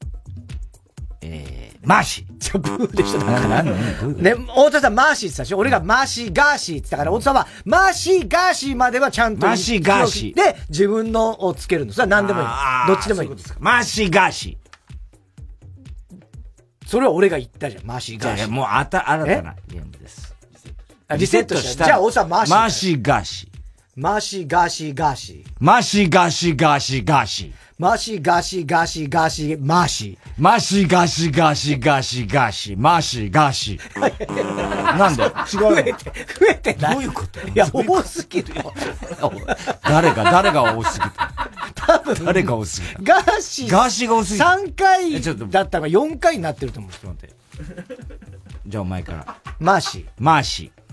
えー、マーシー。 ちょ、ブーでしょ、だから。ね、太田さんマーシーって言ったでしょ、俺がマーシー、ガーシーって言ったから、太田さんは、マーシー、ガーシーまではちゃんと。 マーシー、ガーシー。 で、自分のをつけるの。それは何でもいい。どっちでもいい。 マーシー、ガーシー。それは俺が言ったじゃん、マーシー、ガーシー。 もう、あた、新たなゲームです。 リセットした。じゃあ、太田さんマーシー。 マーシー、ガーシー。 マーシー、ガーシー、ガーシー。 マーシー、ガーシー、ガーシー、ガーシー。 マーシー、ガーシー、ガーシー、ガーシー、マーシー。 マーシー、ガーシー、ガーシー、ガーシー、ガーシー、マーシー、ガーシー。なんで違う増えて、増えてない。 どういうこと？ いや、多すぎるよ。 誰が、誰が多すぎた？多分。誰が多すぎた？ ガーシー。 ガーシーが多すぎた。 さんかいだったのがよんかいになってると思う。ちょっと待って。じゃあお前から。 マーシー。 マーシー。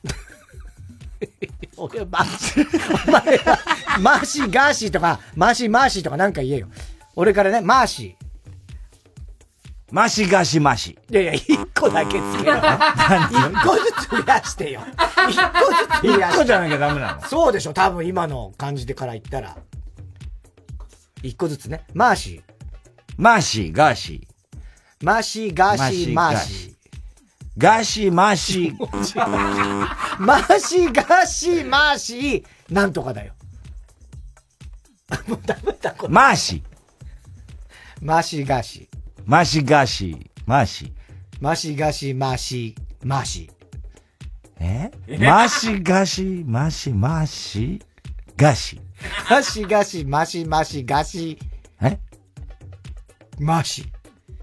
俺はマーシー。お前は、マーシー、ガーシーとか、マーシー、マーシーとかなんか言えよ。俺からね、マーシー。 マーシー、ガーシー、マーシー。いやいや、一個だけつけろ。一個ずつ増やしてよ。一個ずつ増やして。 一個じゃなきゃダメなの？ そうでしょ、多分今の感じでから言ったら。一個ずつね。マーシー。 マーシー、ガーシー。マーシー、ガーシー、マーシー。 ガーシー、マーシー。 マーシー、ガーシー、マーシー、なんとかだよ。もうダメだ、これ。 マーシー。 マーシー、ガーシー。 マーシー、ガーシー、マーシー。 マーシー、ガーシー、マーシー、マーシー。 えマーシー、ガーシー、マーシー、マーシー、ガーシー。 マーシー、ガーシー、マーシー、マーシー、ガーシー。えマーシー。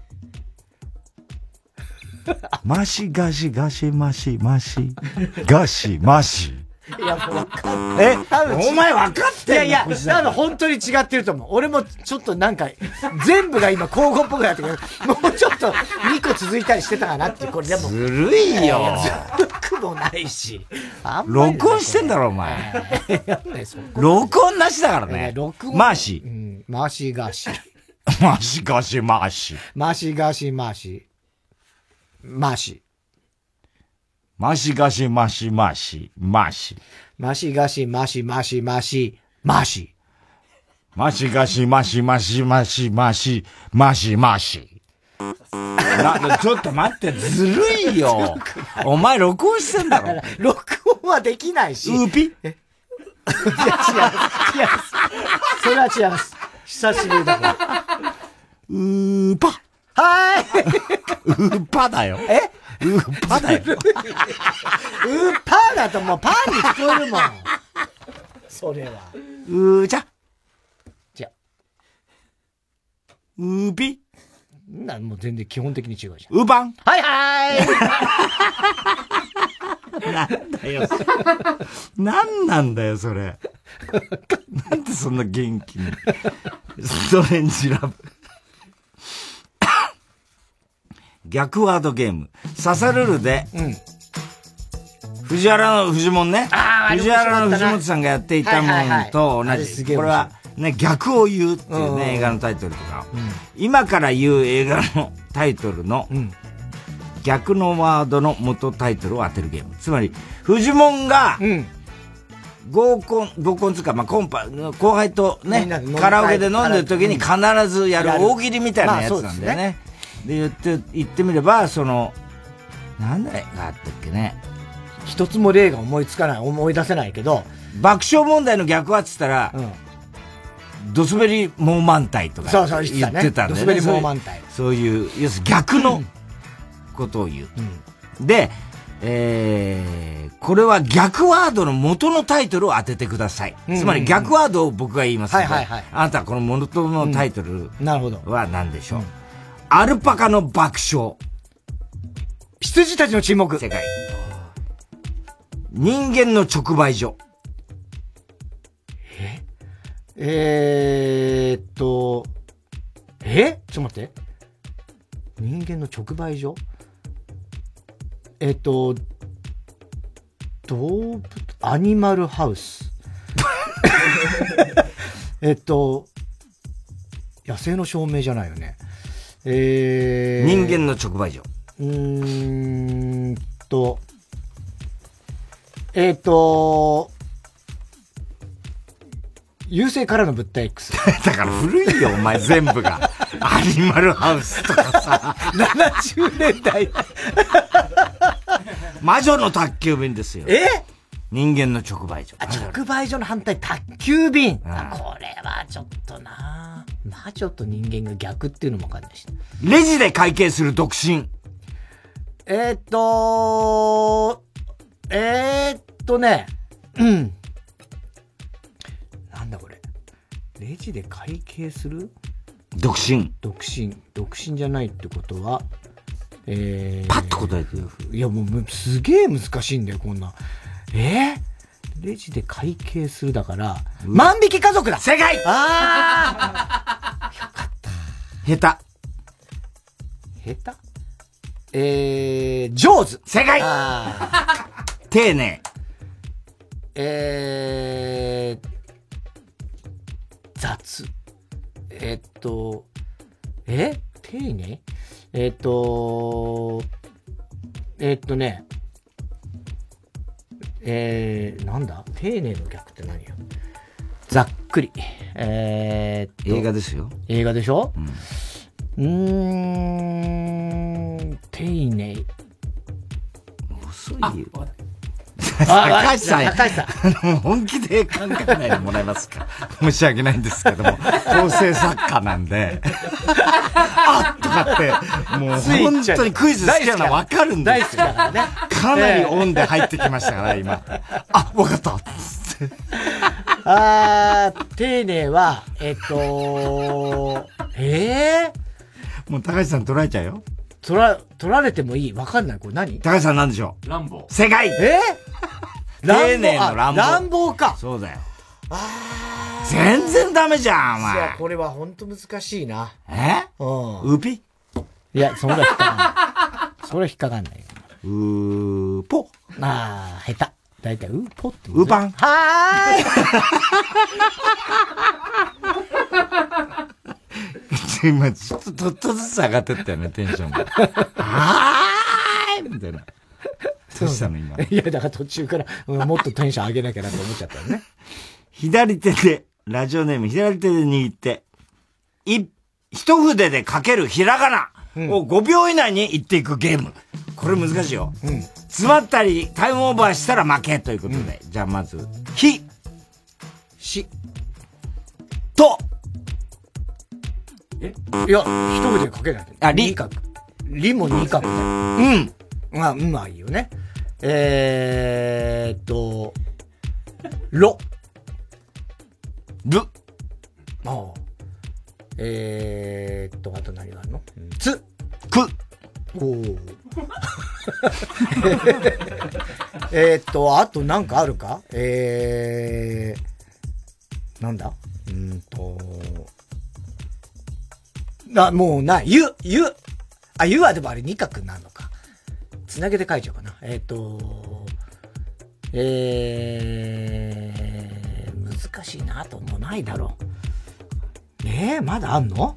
マーシー、ガーシー、ガーシー、マーシー、マーシー、ガーシー、マーシー。いや、もう分かって。 え多分お前分かってんの？ いやいや、多分本当に違ってると思う。俺もちょっとなんか、全部が今交互っぽくなってくる。もうちょっとにこ続いたりしてたかなって、これでも。 ずるいよ。 ずるくもないし。 録音してんだろ、お前。録音なしだからね。マーシー。 うん、マーシー、ガーシー。 マーシー、ガーシー、マーシー。 マーシー、ガーシー、マーシー。マーシー。 マーシー、ガーシー、マーシー、マーシー、マーシー。 マーシー、ガーシー、マーシー、マーシー、マーシー、マーシー。 マーシー、ガーシー、マーシー、マーシー、マーシー、マーシー、マーシー、マーシー。な、ちょっと待って、ずるいよ。お前録音してんだろ。 録音はできないし。 ウーピえいや、違う。違う。それは違います。久しぶりだから。 うーパ。 はーい。 うーパだよ。 えうーパだよ。 うーパーだともうパーに聞こえるもん。それは。 うーじゃ。 じゃ。 うーぴ。 な、もう全然基本的に違うじゃん。 うばん。 はいはーい。なんだよ。なんなんだよ、それ。なんでそんな元気に。ストレンジラブ。逆ワードゲーム。ササルルで、うん、藤原の藤本ね。藤原の藤本さんがやっていたものと同じ。これはね、逆を言うっていうね、映画のタイトルとか、うん。今から言う映画のタイトルの、うん、逆のワードの元タイトルを当てるゲーム。つまり、藤本が、うん合コン、合コンつうか、まあ、コンパ、後輩とね、カラオケで飲んでる時に必ずやる大喜利みたいなやつなんだよね。で、言って、言ってみれば、その、なんだがあったっけね。 一つも例が思いつかない、思い出せないけど、 爆笑問題の逆はっつったら、うん、ドスベリモーマンタイとか言ってたんだよね。ドスベリモーマンタイ。 そういう、要するに逆のことを言う。うん、で、 えー、これは逆ワードの元のタイトルを当ててください。うんうんうん、つまり逆ワードを僕が言いますので、はいはいはい、あなたはこの元のタイトルは何でしょう、うん、アルパカの爆笑。 羊たちの沈黙。 正解。人間の直売所。 ええー、っと、えちょっと待って。人間の直売所えっと、動物、アニマルハウス。えっと、野生の証明じゃないよね。えー、人間の直売所。 うーんと、えっと、優勢からの物体 X。 だから古いよ、お前全部が。アニマルハウスとかさ。 ななじゅうねんだい。 魔女の宅急便ですよ。 え人間の直売所。 直売所の反対、宅急便。あ、これはちょっとな魔女と人間が逆っていうのもわかんないし。 レジで会計する独身。 えー、っと、えー、っとね、うん。なんだこれ。レジで会計する独身。 独身。独身じゃないってことは、えー、 パッと答えてよ。 いやもうすげえ難しいんだよ、こんな。えー、レジで会計するだから、万引き家族だ。 正解。 あーよかった。 下手。下手えー、上手。 正解。丁寧。 えー、雑。えー、っと、え丁寧えー、っと、えー、っとね、えー、なんだ丁寧の逆って何よ。ざっくり。えー、っと。 映画ですよ。 映画でしょ、うん、うーん、丁寧。 遅いよ。 高橋さん、 高橋さん。本気で考えないでもらえますか。申し訳ないんですけども、構成作家なんで。あっとかって、もう本当にクイズ好きなの分かるんですよ。 大好きだからね。 かなりオンで入ってきましたから、今。あ、分かったあー、丁寧は、えっと、えー、もう高橋さん取られちゃうよ。 取ら、取られてもいい。わかんない。これ何？ 高橋さんなんでしょう？乱暴。 正解。 えー、丁寧の乱暴。 乱暴か。 そうだよ。あ全然ダメじゃん、お前。 いや、これはほんと難しいな。 えうん。 うぴいや、それは引っかかんない。それは引っかかんないよ。 うーぽ。 あー、下手。だいたい、うーぽって。 うぱん。 はーい。 今、ちょっと、ちょっとずつ上がってったよね、テンションが。はーいみたいな。どうしたの今。 いや、だから途中から、もっとテンション上げなきゃなと思っちゃったよね。 左手で、ラジオネーム、左手で握って、い、一筆で書けるひらがなをごびょう以内に言っていくゲーム。これ難しいよ。うん。詰まったり、タイムオーバーしたら負けということで。うん、じゃあまず、ひ、 し、 と、 えいや、一筆で書けない。 あ、り。 書く。りもに書くね。うん。まあ、うまいよね。えーっと、ろ。 る。 ああ。えーっと、あと何があるの？つ。 く。 おー。えーっと、あとなんかあるか？えー、なんだ？うーんと、あ、もうない。ゆ、ゆ。あ、ゆはでもあれ二画になるのか。つなげて書いちゃおうかな。えっ、ー、と、えー、難しいなともないだろう。えー、まだあんの？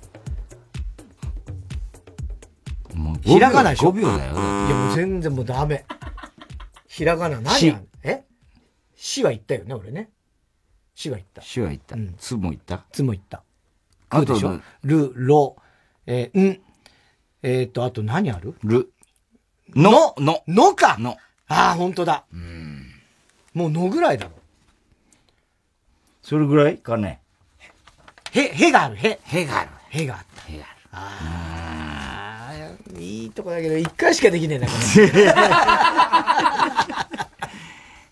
もうひらがなでしょ？ ごびょうだよ。いやもう全然もうダメ。ひらがな何やんえしは言ったよね、俺ね。しは言った。 しは言った。うん、つも言ったつも言った。あとでしょる、ろ、えー、ん。えっ、ー、と、あと何あるる。の、の、 のかの。 ああ、ほんとだ。うん。もうのぐらいだろ。 それぐらいかね。 へ、へがある、へ。 へがある。 へがあった。 へがある。 ああ、いいとこだけど、一回しかできねえな、これ。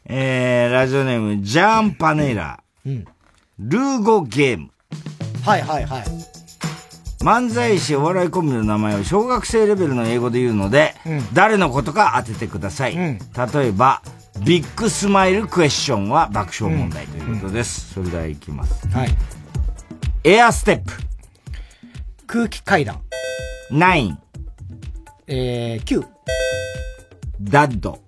えー、ラジオネーム、ジャンパネラ。うん。ルーゴゲーム。 はいはいはい。 漫才師お笑いコンビの名前を小学生レベルの英語で言うので、うん、誰のことか当ててください。うん、例えば、ビッグスマイルクエスチョンは爆笑問題ということです。うんうん、それではいきます。はい。エアステップ。 空気階段。 ナイン。 えー、キュー。 ダッド。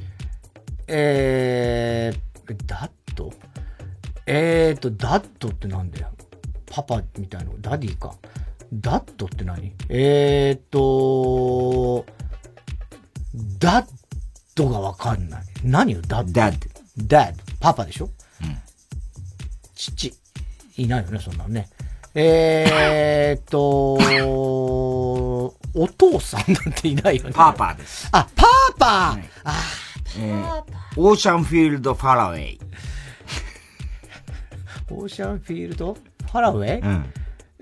えー、ダッドえーと、ダッドってなんだよ。パパみたいな。ダディか。ダッドって何えーと、ダッドがわかんない。何よ、ダッド。 ダッド。 ダッド。パパでしょうん。 父。いないよね、そんなのね。えーと、お父さんなんていないよね。 パーパーです。 あ、パーパー、はい、あー、えー、オーシャンフィールドファラウェイ。 オーシャンフィールドファラウェイ、 うん、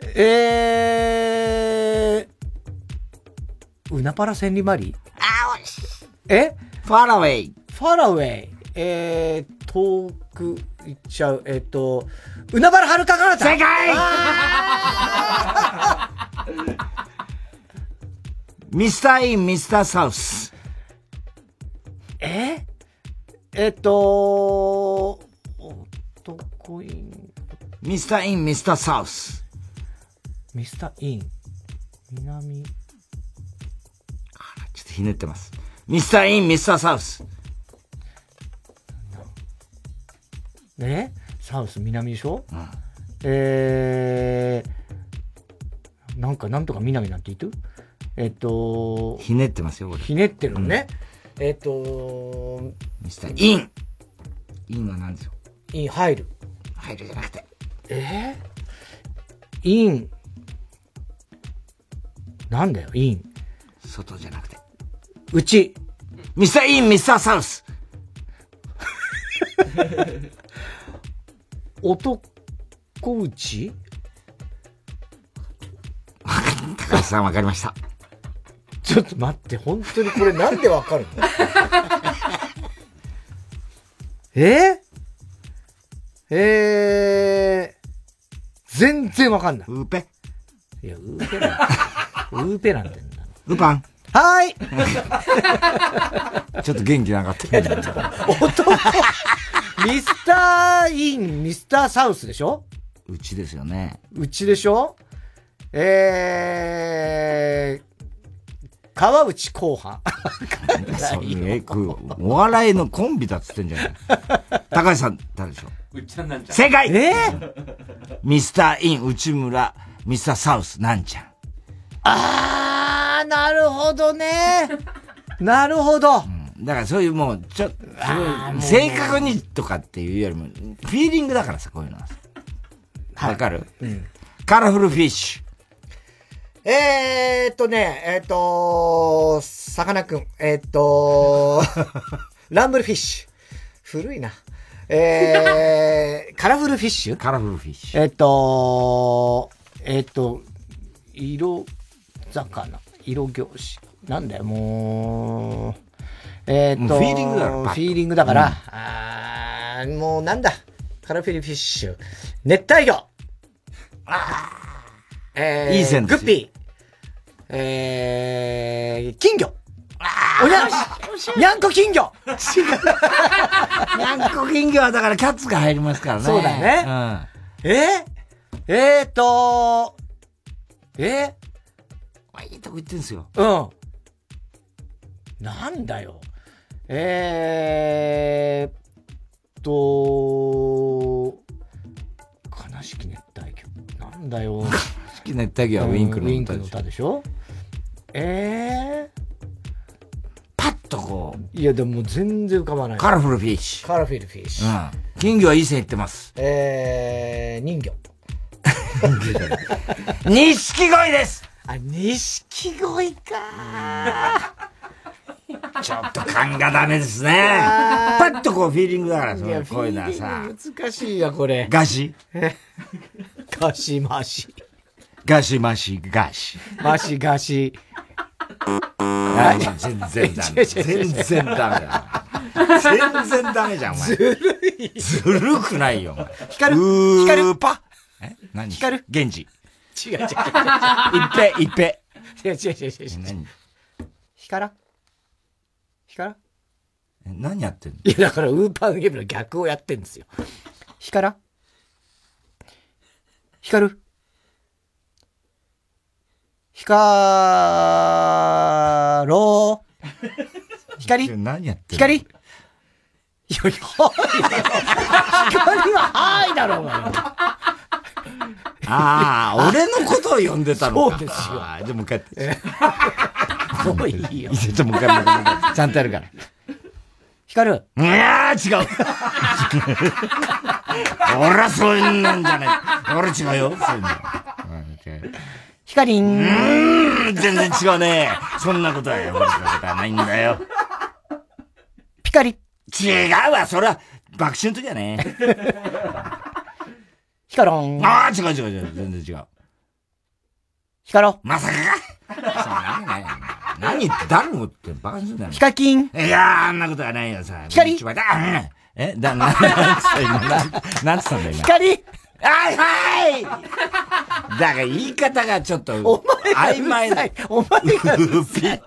えー、うなぱら千里マリあー、おいしい。 えファラウェイ。 ファラウェイ。えー、遠く行っちゃう。えっ、ー、と、うなばらはるかかなた。 正解ミスターイン、ミスターサウス。 えー、えっ、ー、と、男イン。 ミスターイン、ミスターサウス。 ミスターイン。南。 あら、ちょっとひねってます。ミスターイン、ミスターサウス。 えサウス、南でしょ、 うん、 えー、なんか、なんとか南なんて言ってるえっと、 ひねってますよ、これ。 ひねってるのね。うん、えっと、 ミスターイン。インは何でしょうイン、入る。 入るじゃなくて。 えー、イン。なんだよ、イン。 外じゃなくて。 うち。 ミスターイン、ミスターサウス。 男うち高橋さんわかりました。 ちょっと待って、本当にこれなんでわかるのえー、えー、全然わかんない。 ウーペいや、ウーペなんウーペなんてんだ。 ウーパンはーいちょっと元気なかった。 男ミスターイン、ミスターサウスでしょうちですよね。 うちでしょえー、川内後半。 そうね、お笑いのコンビだっつってんじゃない。高橋さん、誰でしょうっちゃんなんちゃん。 正解えー、 ミスターイン、内村、ミスターサウス、なんちゃん。 あー、なるほどね。なるほど。うんだからそういうもう、ちょっと、正確にとかっていうよりも、フィーリングだからさ、こういうのは。わかる、 うん、 カラフルフィッシュ。えーっとね、えーっと、さかなクン、えーっと、ランブルフィッシュ。古いな。えー、カラフルフィッシュカラフルフィッシュ。 えーっと、えーっと、色魚、色業種。なんだよ、もう。えー、っと、 フィーリングだから。 フィーリングだから、うん、あー、もうなんだ。カラフルフィッシュ。熱帯魚。あー。えー、 いい線です。 グッピー。えー、金魚。おにゃん、にゃんこ金魚。 にゃんこ金魚はだからキャッツが入りますからね。 そうだね。うん、えー、えーと、えー、いいとこ行ってんすよ。 うん。なんだよ。えーっと、悲しき熱帯魚。なんだよ。 悲しき熱帯魚はウィンクの歌でしょ。ウィンクの歌でしょ。えー、 パッとこう。いやでも全然浮かばない。 カラフルフィッシュ。 カラフルフィッシュ。 うん。金魚はいい線いってます。 えー、人魚。 錦鯉です。 あ、錦鯉かちょっと勘がダメですね。パッとこうフィーリングだから、そういうこういうのはさ。 難しいや、これ。 ガシガシマシ。 ガシマシガシ。 マシガシ。 あ、全然ダメ。全然ダメだ。 全然ダメじゃん、お前。 ずるい。 ずるくないよ。 光るう光るーぱえ何光る源氏。 違う違う違う。 一平、一平。 違う違う違う違う。 何光ら光ら何やってんの？ いや、だからウーパーゲームの逆をやってんですよ。光ら光る光ろう光何やってんの？ 光いや、はい。光ははいだろ、お前。 ああ、俺のことを呼んでたのか。 そうですよ。 あーじゃあもう一回やって。 もういいよ。 ちょっともう一回、もう一回ちゃんとやるから。 光るいやー、違う。俺はそういうなんじゃない。俺違うよ。そういうの。 光んうーん、全然違うね。そんなことはよ。俺のことはないんだよ。 ピカリ。 違うわ、それは、爆心の時だね。 ヒカロン。 ああ、違う違う違う、全然違う。 ヒカロ。 まさかか何何言って、誰のことってバカにするんだよ。 ヒカキン。 いやー、あんなことはないよさ。 光だえだ、な、なんつった今、な、なんつったんだよ今。 光はいはいだから言い方がちょっと、 お前曖昧だ。 お前がうるさい。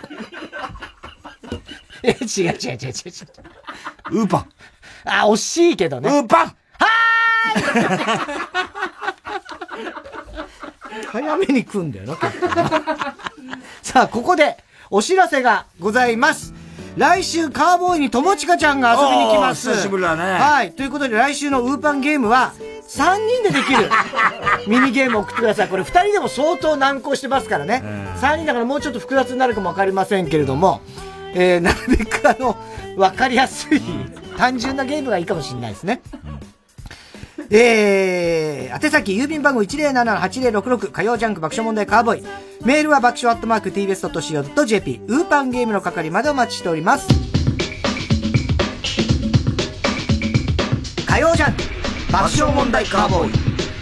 え、違う違う違う違う違う。 ウーパン。 あ、惜しいけどね。 ウーパンはーい早めに来んだよな、結構な。さあ、ここでお知らせがございます。来週、カーボーイに友近ちゃんが遊びに来ます。 久しぶりだね。 はい。ということで、来週のウーパンゲームは、さんにんでできるミニゲームを送ってください。これふたりでも相当難航してますからね。さんにんだからもうちょっと複雑になるかもわかりませんけれども、えー、なるべくあの、わかりやすい、単純なゲームがいいかもしれないですね。えー、宛先郵便番号 いちまるなな はちまるろくろく 火曜ジャンク爆笑問題カーボーイ。メールは爆笑アットマーク ティービーエスドットシーオードットジェーピー。ウーパンゲームの係までお待ちしております。火曜ジャンク爆笑問題カーボーイ。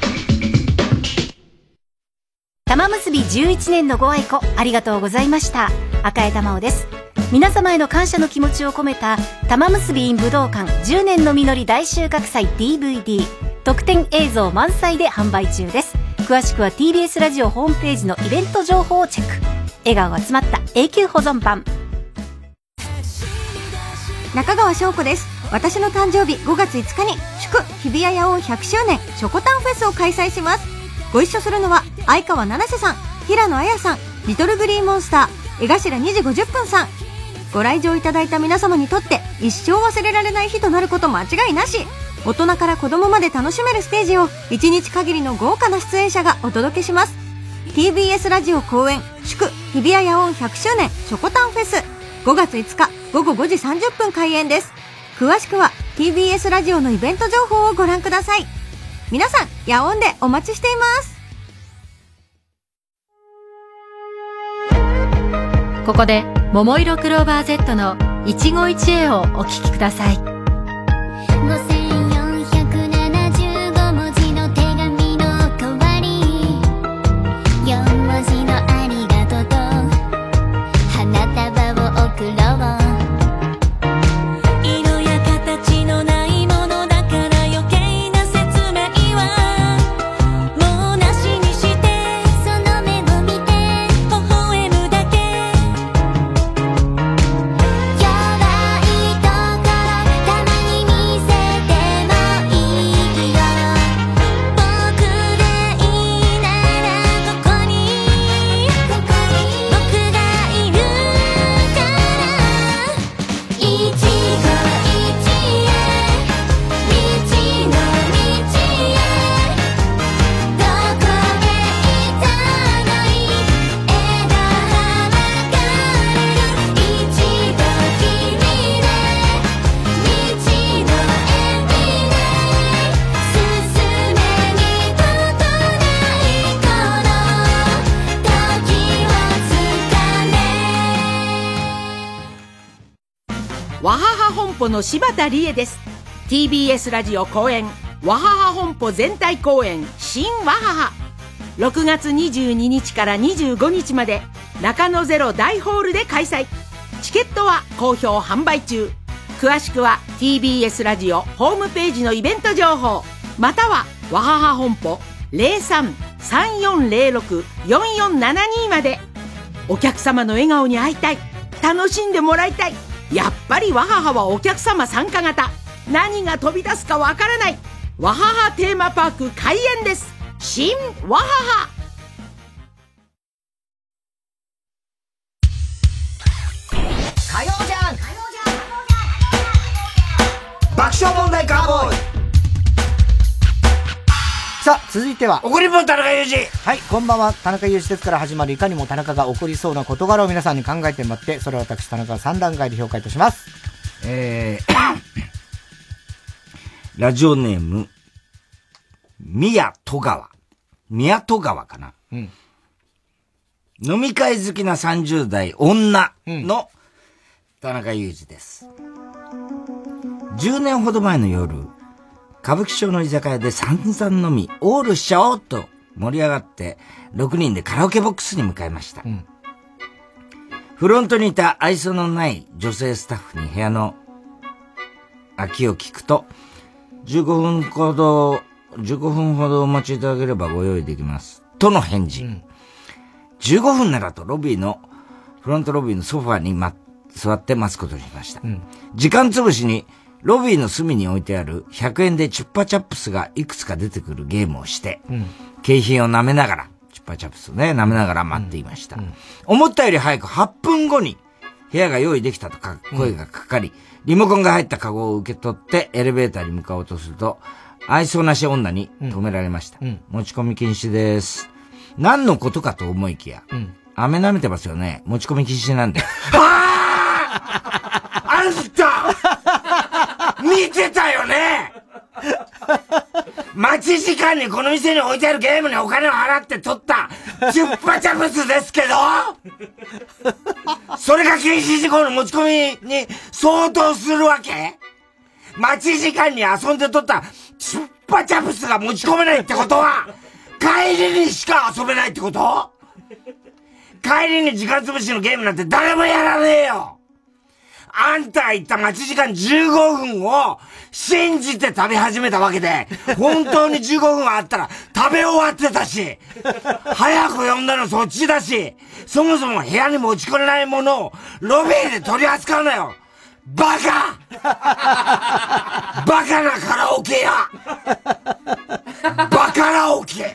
玉結びじゅういちねんのご愛顧ありがとうございました。赤江玉緒です。皆様への感謝の気持ちを込めた玉結び in 武道館じゅうねんの実り大収穫祭 ディーブイディー 特典映像満載で販売中です。詳しくは ティービーエス ラジオホームページのイベント情報をチェック。笑顔が詰まった永久保存版。 中川翔子です。私の誕生日ごがついつかに祝日比谷野音ひゃくしゅうねんショコタンフェスを開催します。ご一緒するのは相川七瀬さん、平野綾さん、リトルグリーンモンスター、江頭にじごじゅっぷんさん。ご来場いただいた皆様にとって一生忘れられない日となること間違いなし。大人から子供まで楽しめるステージをいちにち限りの豪華な出演者がお届けします。 ティービーエス ラジオ公演祝日比谷野音ひゃくしゅうねんショコタンフェスごがついつかごごごじさんじゅっぷん開演です。詳しくは ティービーエス ラジオのイベント情報をご覧ください。皆さん野音でお待ちしています。 ここで桃色クローバー Z の一期一会をお聴きください。 ごせんよんひゃくななじゅうごもじの手紙の代わりよんもじのありがとうと花束を贈ろう。色や形のないものだから余計な説明はもうなしにしてその目を見て微笑むだけ。弱いところたまに見せてもいいよ。僕でいいならここに僕がいるから。一期一会道の道へどこへ行ったのい枝葉は枯れる。一度きりで道のエンディングへ進めにことないこの時をつかめ。 わはは本舗の柴田理恵です。 ティービーエス ラジオ公演わはは本舗全体公演新わははろくがつにじゅうににちからにじゅうごにちまで中野ゼロ大ホールで開催。チケットは好評販売中。 詳しくは ティービーエス ラジオホームページのイベント情報、またはわはは本舗 ゼロさん さんよんゼロろく よんよんななに まで。お客様の笑顔に会いたい、楽しんでもらいたい、やっぱりわはははお客様参加型、何が飛び出すかわからない、わははテーマパーク開園です。新わはは。 火曜じゃん爆笑問題カーボーイ。さあ、続いては怒りんぼ田中裕二。 はい、こんばんは。田中裕二ですから始まるいかにも田中が起こりそうな事柄を皆さんに考えてもらって、それを私田中がさん段階で評価いたします。 えー、ラジオネーム宮戸川宮戸川かな、うん、飲み会好きなさんじゅう代女の田中裕二です。じゅうねんほど前の夜、歌舞伎町の居酒屋で散々飲み、オールしちゃおうと盛り上がって、ろくにんでカラオケボックスに向かいました。うん、フロントにいた愛想のない女性スタッフに部屋の空きを聞くと、じゅうごふんほど、じゅうごふんほどお待ちいただければご用意できます。との返事。うん、じゅうごふんならとロビーの、フロントロビーのソファに、ま、座って待つことにしました。うん、時間つぶしに、ロビーの隅に置いてあるひゃくえんでチュッパチャップスがいくつか出てくるゲームをして、うん、景品を舐めながら、チュッパチャップスをね、舐めながら待っていました。うんうん、思ったより早くはっぷんごに部屋が用意できたとか声がかかり、うん、リモコンが入ったカゴを受け取ってエレベーターに向かおうとすると、愛想なし女に止められました。うん、持ち込み禁止です。何のことかと思いきや、うん、飴舐めてますよね。持ち込み禁止なんで。あんた見てたよね。待ち時間にこの店に置いてあるゲームにお金を払って取ったチュッパチャプスですけど、それが禁止事項の持ち込みに相当するわけ？待ち時間に遊んで取ったチュッパチャプスが持ち込めないってことは、帰りにしか遊べないってこと？帰りに時間潰しのゲームなんて誰もやらねえよ。あんたが言った待ち時間じゅうごふんを信じて食べ始めたわけで、本当にじゅうごふんあったら食べ終わってたし、早く呼んだのそっちだし、そもそも部屋に持ち込めないものをロビーで取り扱うなよ。バカバカなカラオケやバカラオケ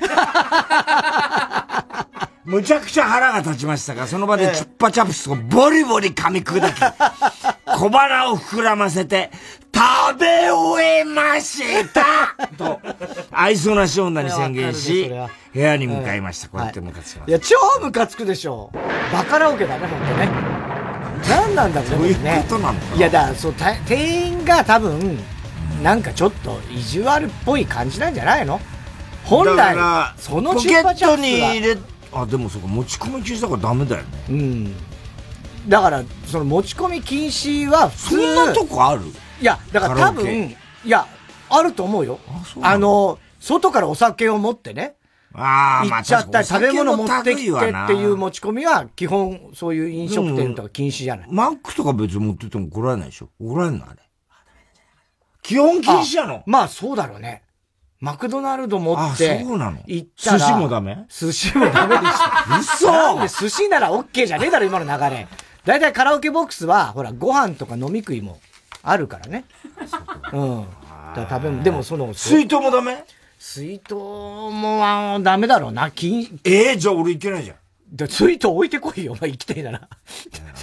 むちゃくちゃ腹が立ちましたが、その場でチュッパチャプスをボリボリ噛み砕き、小腹を膨らませて、食べ終えましたと、愛想なし女に宣言し、部屋に向かいました。こうやってムカつきます。 いや、超ムカつくでしょ。バカラオケだね、ほんとね。何なんだろうね。 そういうことなんだ。 いや、だから、そう、店員が多分、なんかちょっと意地悪っぽい感じなんじゃないの？本来、そのチュッパチャプスが。ポケットに入れあ、でもそうか、持ち込み禁止だからダメだよね。 うん。だから、その持ち込み禁止は普通。 そんなとこある？ いや、だから多分、いや、あると思うよ。あ, あの、外からお酒を持ってね。 ああ、 行っちゃったり、食べ物持ってきてっていう持ち込みは、基本、そういう飲食店とか禁止じゃない。 マックとか別に持ってても怒られないでしょ？怒られんのあれ。基本禁止なの？ まあ、そうだろうね。マクドナルド持って、 そうなの？ 行ったら。 寿司もダメ？ 寿司もダメでした。 嘘！ なんで寿司なら OK じゃねえだろ、今の流れ。だいたいカラオケボックスは、ほら、ご飯とか飲み食いもあるからね。うん。だから食べ物、でもその、 水筒もダメ？ 水筒もダメだろうな、金。 ええー、じゃあ俺いけないじゃん。 だ水筒置いてこいよ、お前行きたいなら。だから、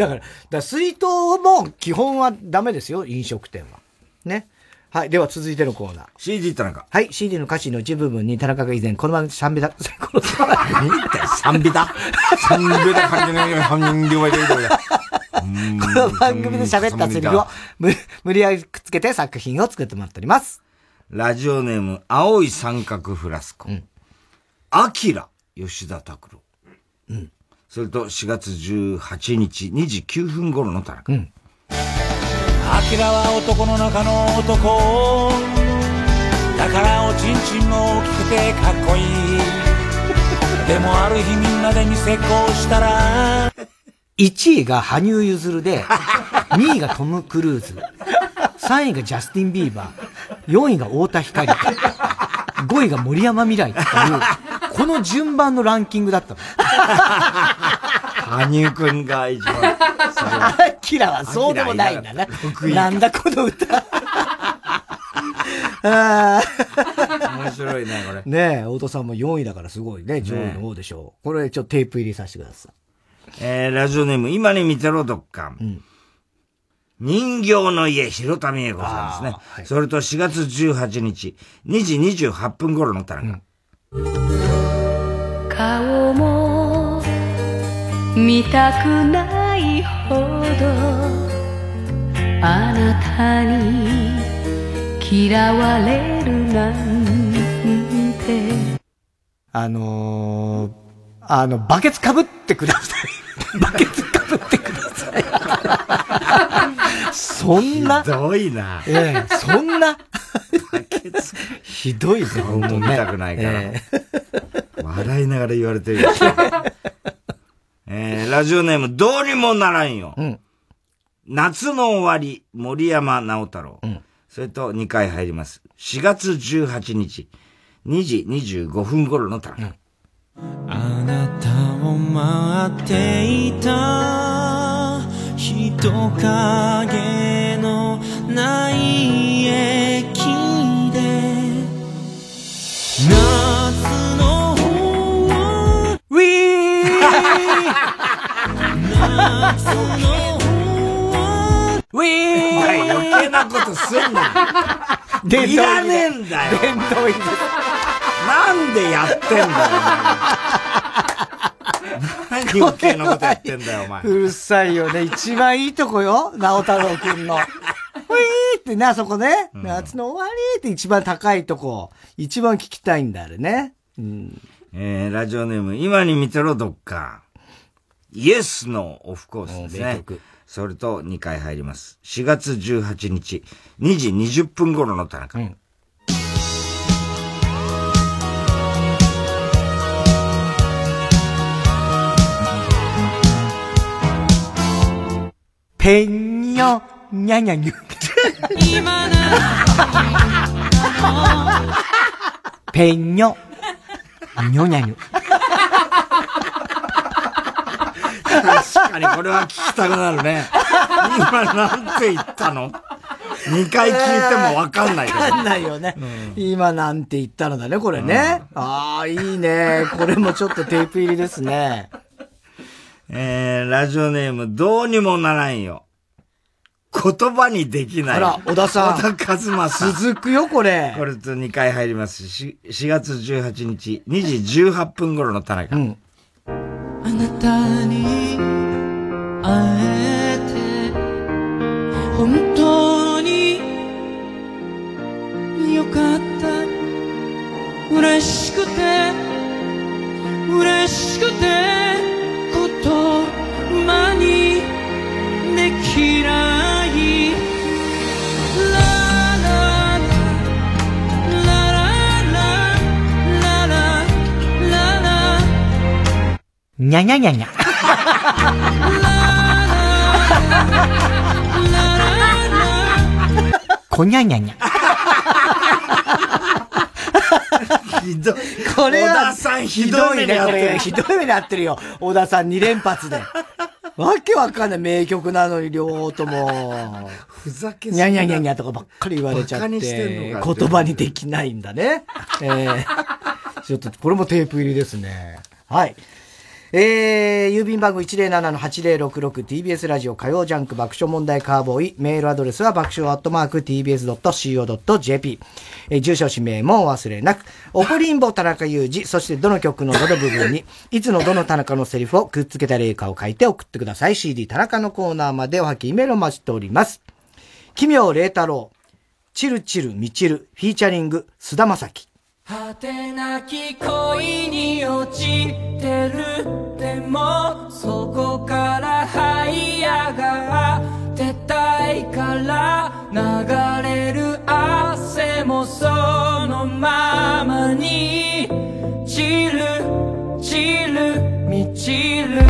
だから水筒も基本はダメですよ、飲食店は。ね。はい。では続いてのコーナー。 シーディー 田中。 はい。シーディー の歌詞の一部分に田中が以前、この番組賛美だ、 この何言ったよ、賛美だ賛美だ、感じないよ、半人両倍でいいとこだ。 この番組で喋ったセリフを無無理やりくっつけて作品を作ってもらっております。 ラジオネーム、青い三角フラスコ。アキラ、吉田拓郎。うん。それとしがつじゅうはちにちにじきゅうふん頃の田中。うん。 アキラは男の中の男だからおちんちんも大きくてかっこいいでもある日みんなで店こうしたらいちいが羽生結弦でにいがトム・クルーズさんいがジャスティン・ビーバー、よんいが太田光、ごいが森山未来っていう、この順番のランキングだったの。 羽生くんが一番。 アキラはそうでもないんだな。なんだこの歌。あ面白いね、これ。 ねえ、太田さんもよんいだからすごいね、上位の方でしょう。これちょっとテープ入りさせてください。 えー、ラジオネーム、今に見てろ、どっか。うん、人形の家、広田美恵子さんですね。はい、それとしがつじゅうはちにち、にじにじゅうはっぷん頃の田中。うん、 顔も見たくないほどあなたに嫌われるなんて。 あのー、あの、バケツ被ってください。バケツ被ってください。そんな。 ひどいな。 ええ、そんな。バケツ。ひどいね、 ほんと見たくないから。えー、笑いながら言われてるよ。えー、ラジオネーム、どうにもならんよ。うん、夏の終わり、森山直太朗。うん、それとにかい入ります。しがつじゅうはちにち、にじにじゅうごふん頃の田中。うん、 あなたを待っていた人影のない駅で夏のウィー夏のウィー余計なことすんな。いらねえんだよ。 殿堂入りです。 なんでやってんだよ。何余計なことやってんだよ、お前。 うるさいよね。一番いいとこよ。直太朗くんの。ウィーってね、あそこね。うん、夏の終わりって一番高いとこ。一番聞きたいんだ、あれね。うん、 えー、ラジオネーム、今に見てろ、どっか。イエスのオフコースですね。名曲。それとにかい入ります。しがつじゅうはちにち、にじにじゅっぷん頃の田中。うん、 ペンヨ、ニャニャニュ。今ペンヨ、ニョニャニュ。 確かにこれは聞きたくなるね。今なんて言ったの？にかい聞いてもわかんないけど。 わかんないよね、うん。今なんて言ったのだね、これね。うん、ああ、いいね。これもちょっとテープ入りですね。 えー、ラジオネーム、どうにもならんよ。言葉にできない。 あら、小田さん。 小田和正。 続くよ、これ。 これとにかい入りますし、しがつじゅうはちにち、にじじゅうはっぷん頃の田中。うん、 あなたに会えて、本当によかった。嬉しくて、嬉しくて、言葉にできない。ララララララララにゃにゃにゃにゃ。こにゃにゃにゃ。 ひどい。 これは、 小田さんひどいね、 これ。ひどい目になってるよ。小田さんに連発で。わけわかんない名曲なのに、両方とも。 ふざけすぎ。 にゃにゃにゃにゃとかばっかり言われちゃって。言葉にできないんだね。えー、ちょっと、これもテープ入りですね。はい。えー、郵便番号 いちまるななのはちまるろくろく ティービーエス ラジオ火曜ジャンク爆笑問題カーボーイ。メールアドレスは爆笑アットマーク ティービーエスドットシーオードットジェーピー。えー、住所氏名もお忘れなく。おこりんぼ田中裕二、そしてどの曲のどの部分に、いつのどの田中のセリフをくっつけた例かを書いて送ってください。シーディー 田中のコーナーまでおはきメールを待ちしております。奇妙麗太郎、チルチルみちる、フィーチャリング、須田正樹。 果てなき恋に落ちてる。でもそこから這い上がってたいから、流れる汗もそのままに散る散る満ちる。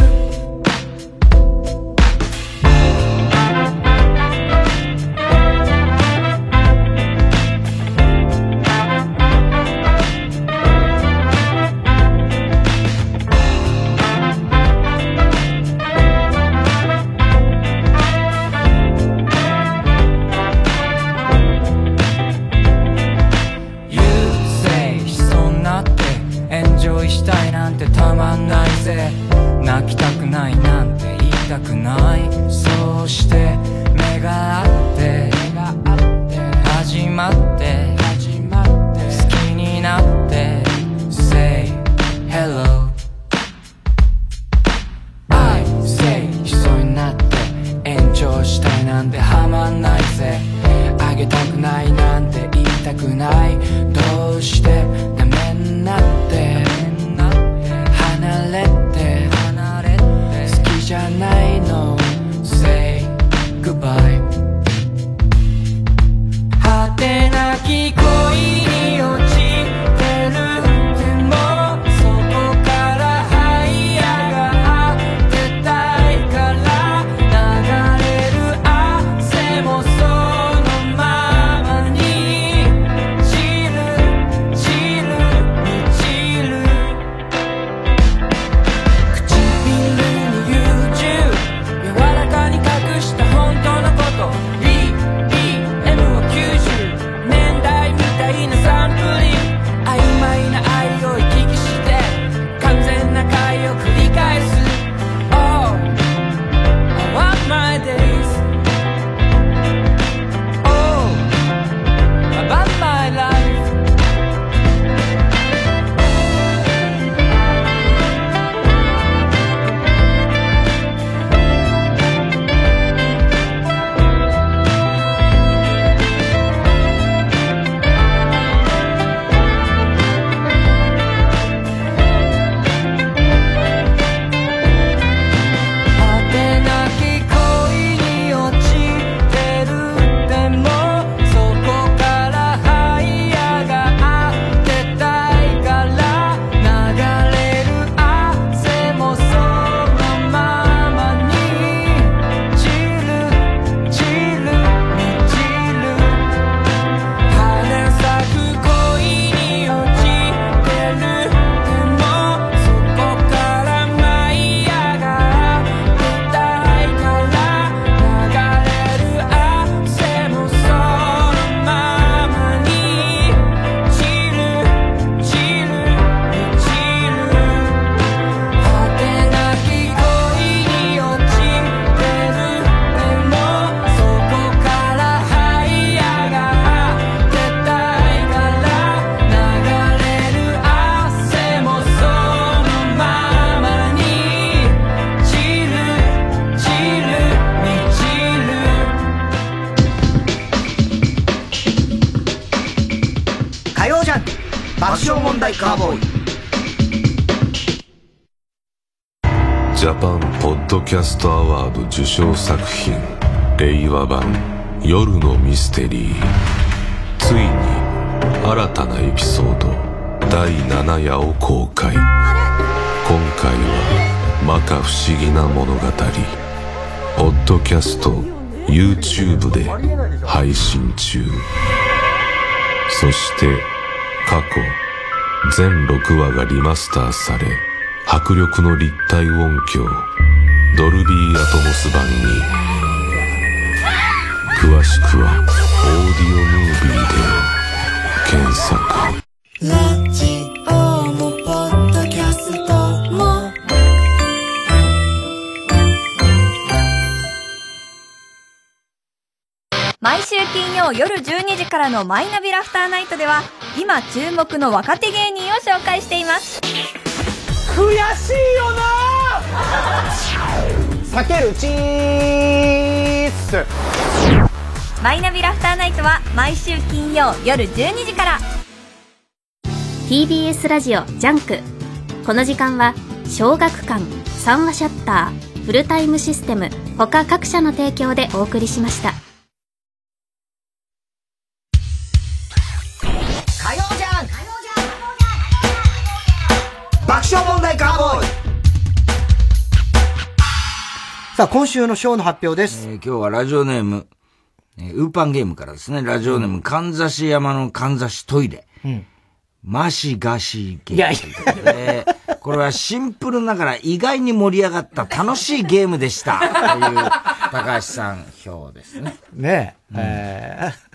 したいなんてたまんないぜ。泣きたくないなんて言いたくない。そうして目が合って始まって好きになって Say hello I say 一緒になって延長したいなんてはまんないぜ。あげたくないなんて言いたくない。どうしてダメになって離れて好きじゃないの Say goodbye 果てなき恋に落ちてる。でもそこから這い上がってたいから流れる汗もそのままに散る散る満ちる。唇に優柔柔らかに隠した本当のこと。 ビービーエム はきゅうじゅうねんだいみたいなサンプリング。曖昧な愛を行き来して完全な回を繰り返す。 Oh I want my days Oh about my life 爆笑問題カーボーイ。 ジャパンポッドキャストアワード受賞作品令和版夜のミステリー。ついに新たなエピソードだいなな夜を公開。今回は摩訶不思議な物語。ポッドキャスト YouTube で配信中。そして過去全ろくわがリマスターされ、迫力の立体音響ドルビーアトモス版に。詳しくはオーディオムービーで検索。 ラジオもポッドキャストも毎週金曜夜じゅうにじからのマイナビラフターナイトでは今注目の若手芸人を紹介しています。 悔しいよな。避けるチース。 マイナビラフターナイトは毎週金曜夜じゅうにじから。 ティービーエス ラジオジャンク。この時間は小学館、三話シャッター、フルタイムシステム他各社の提供でお送りしました。 火曜ジャンク爆笑問題カーボーイ。さあ今週のショーの発表です、 えー、今日はラジオネーム、えー、ウーパンゲームからですね。ラジオネーム、うん、かんざし山のかんざしトイレ、うん、マシガシゲーム。いやいや、えー、これはシンプルながら意外に盛り上がった楽しいゲームでしたという高橋さん票ですね。 ねえ、うん、えー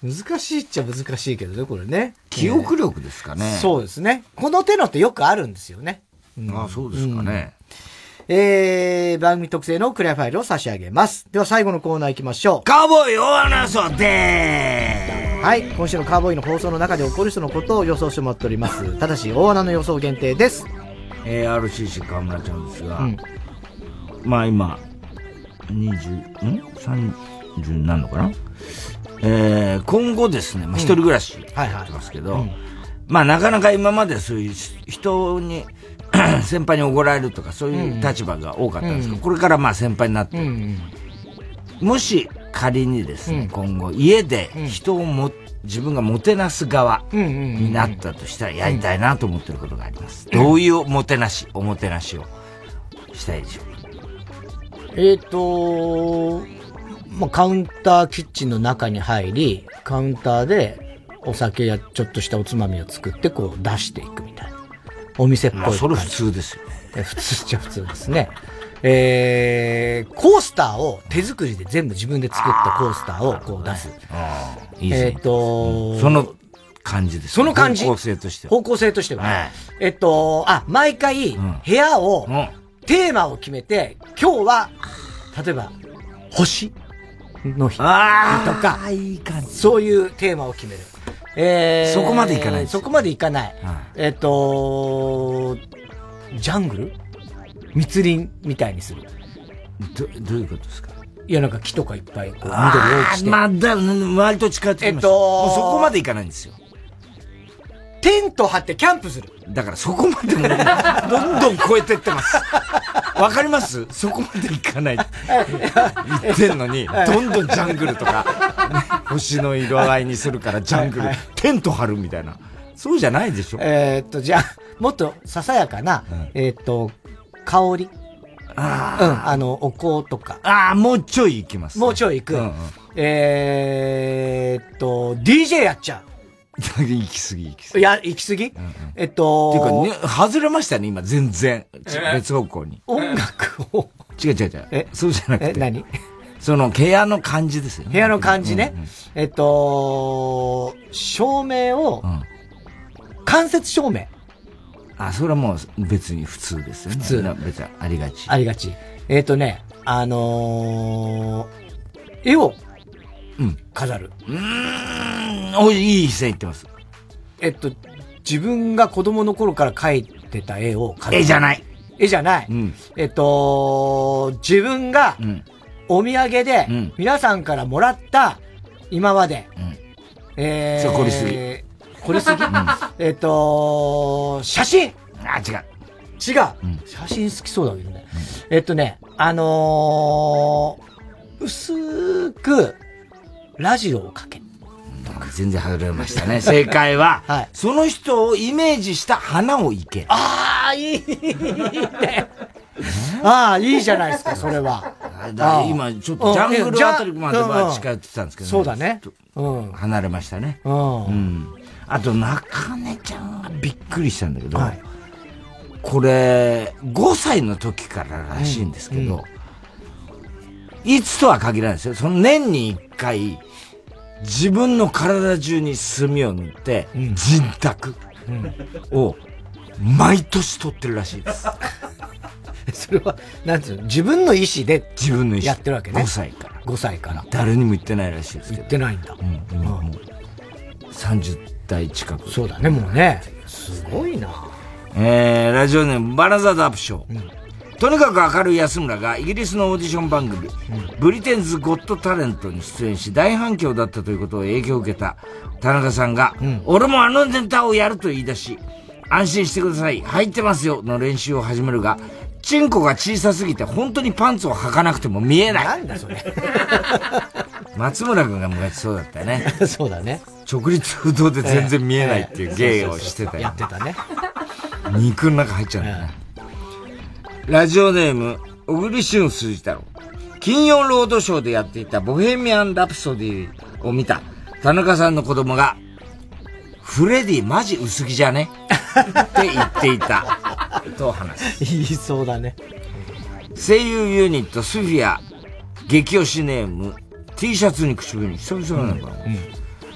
難しいっちゃ難しいけどね、これね。 記憶力ですかね。 えー、そうですね。この手のってよくあるんですよね。 うん、ああ、そうですかね。 うん、えー、番組特製のクリアファイルを差し上げます。では最後のコーナー行きましょう。 カーボーイ大穴ソでーはい。今週のカーボーイの放送の中で起こる人のことを予想してもらっております。ただし、大穴の予想限定です。 えー、アールシーシー 河村ちゃんですが、うん、まあ今、にじゅう、ん ?さんじゅう になるのかな、えー、今後ですね、まあ、一人暮らしやってますけど、うんはいはいうん、まあなかなか今までそういう人に先輩におごられるとかそういう立場が多かったんですけど、うん、これからまあ先輩になって、うんうん、もし仮にですね、うん、今後家で人をも、自分がもてなす側になったとしたらやりたいなと思ってることがあります。うん、どういうもてなし、おもてなしをしたいでしょうか。 えっと、まあ、カウンターキッチンの中に入り、カウンターでお酒やちょっとしたおつまみを作ってこう出していくみたいな。お店っぽい。まあ、 それ普通ですよね。普通っちゃ普通ですね。えー、コースターを手作りで全部自分で作ったコースターをこう出す。 ああ、いいですね。 えっと、 うん、その感じです。 その感じ。 方向性としては。 方向性としては。はい、えっと、あ、毎回、部屋を、うん、テーマを決めて、今日は、例えば、星の日とか、 いい感じ。 そういうテーマを決める。えー、 そこまでいかない。 そこまでいかない。はい、えっと、ジャングル密林みたいにする。 ど、どういうことですか？ いや、なんか木とかいっぱい、こう、緑多くして。 まあ、だ、割と近寄ってきました。えっと、もうそこまでいかないんですよ。 テント張ってキャンプする。 だからそこまでもどんどん超えてってます。わかります？そこまでいかない。言ってんのに、どんどんジャングルとか、ね、星の色合いにするからジャングル、はいはい、テント張るみたいな。そうじゃないでしょ？ えー、っと、じゃあ、もっとささやかな、うん、えー、っと、香り。ああ。うん、あの、お香とか。 ああ、もうちょい行きます、 ね。もうちょい行く。うんうん、えーっと、ディージェー やっちゃう。 行き過ぎ、行き過ぎ。 いや、行き過ぎ、うんうん、えっとー。っていうかね、外れましたね、今、全然。別方向に。 音楽を。 違う違う違う。え、そうじゃなくて。 え、何その、部屋の感じですよね。 部屋の感じね。うんうん、えっと、照明を、うん、間接照明。 あ、それはもう別に普通ですよね。 普通。 別にありがち。 ありがち。えっとね、あのー、絵を、うん。飾る。 うーん。おい、いい線いってます。 えっと、自分が子供の頃から描いてた絵を飾る。絵じゃない。 絵じゃない。 うん。 えっと、自分が、お土産で、皆さんからもらった、今まで。うん。えー。 それ凝りすぎ。 凝りすぎ、うん、えっと、写真。 あ、違う。 違う、うん。写真好きそうだけどね。うん、えっとね、あのー、薄く、ラジオをかける。 全然外れましたね。正解は、はい、その人をイメージした花を生ける。 ああ、いいね。ああ、いいじゃないですか、それは。 だ今、ちょっとジャングルあたりまでは近寄ってたんですけど、 ね、そうだね。 うん。離れましたね。 うん。 うん。あと、中根ちゃんがびっくりしたんだけど、はい、これ、ごさいの時かららしいんですけど、うんうん、いつとは限らないですよ。その年にいっかい、自分の体中に墨を塗って、うん、人卓を毎年取ってるらしいです。 それは、なんていうの、自分の意思で自分の意思やってるわけね。 ごさいから。 ごさいから。 誰にも言ってないらしいですけど。 言ってないんだ。 うん、今もうさんじゅう代近く。 そうだね、もうね。すごいな。 えー、ラジオネームバラザードアップショー。うん、とにかく明るい安村がイギリスのオーディション番組、うん、ブリテンズ・ゴット・タレントに出演し大反響だったということを影響を受けた田中さんが、うん、俺もあのネタをやると言い出し、安心してください、入ってますよの練習を始めるが、チンコが小さすぎて本当にパンツを履かなくても見えない。 なんだそれ。 松村君が昔そうだったよね。 そうだね。 直立不動で全然見えないっていう芸をしてたよ、ね。 やってたね。 肉の中入っちゃうんだよね。ラジオネーム、小栗旬筋太郎。金曜ロードショーでやっていたボヘミアン・ラプソディを見た田中さんの子供が、フレディマジ薄着じゃねって言っていた。と話す。 言いそうだね。 声優ユニットスフィア、激推しネーム、T シャツに口紅、久々なのかな、うんうん、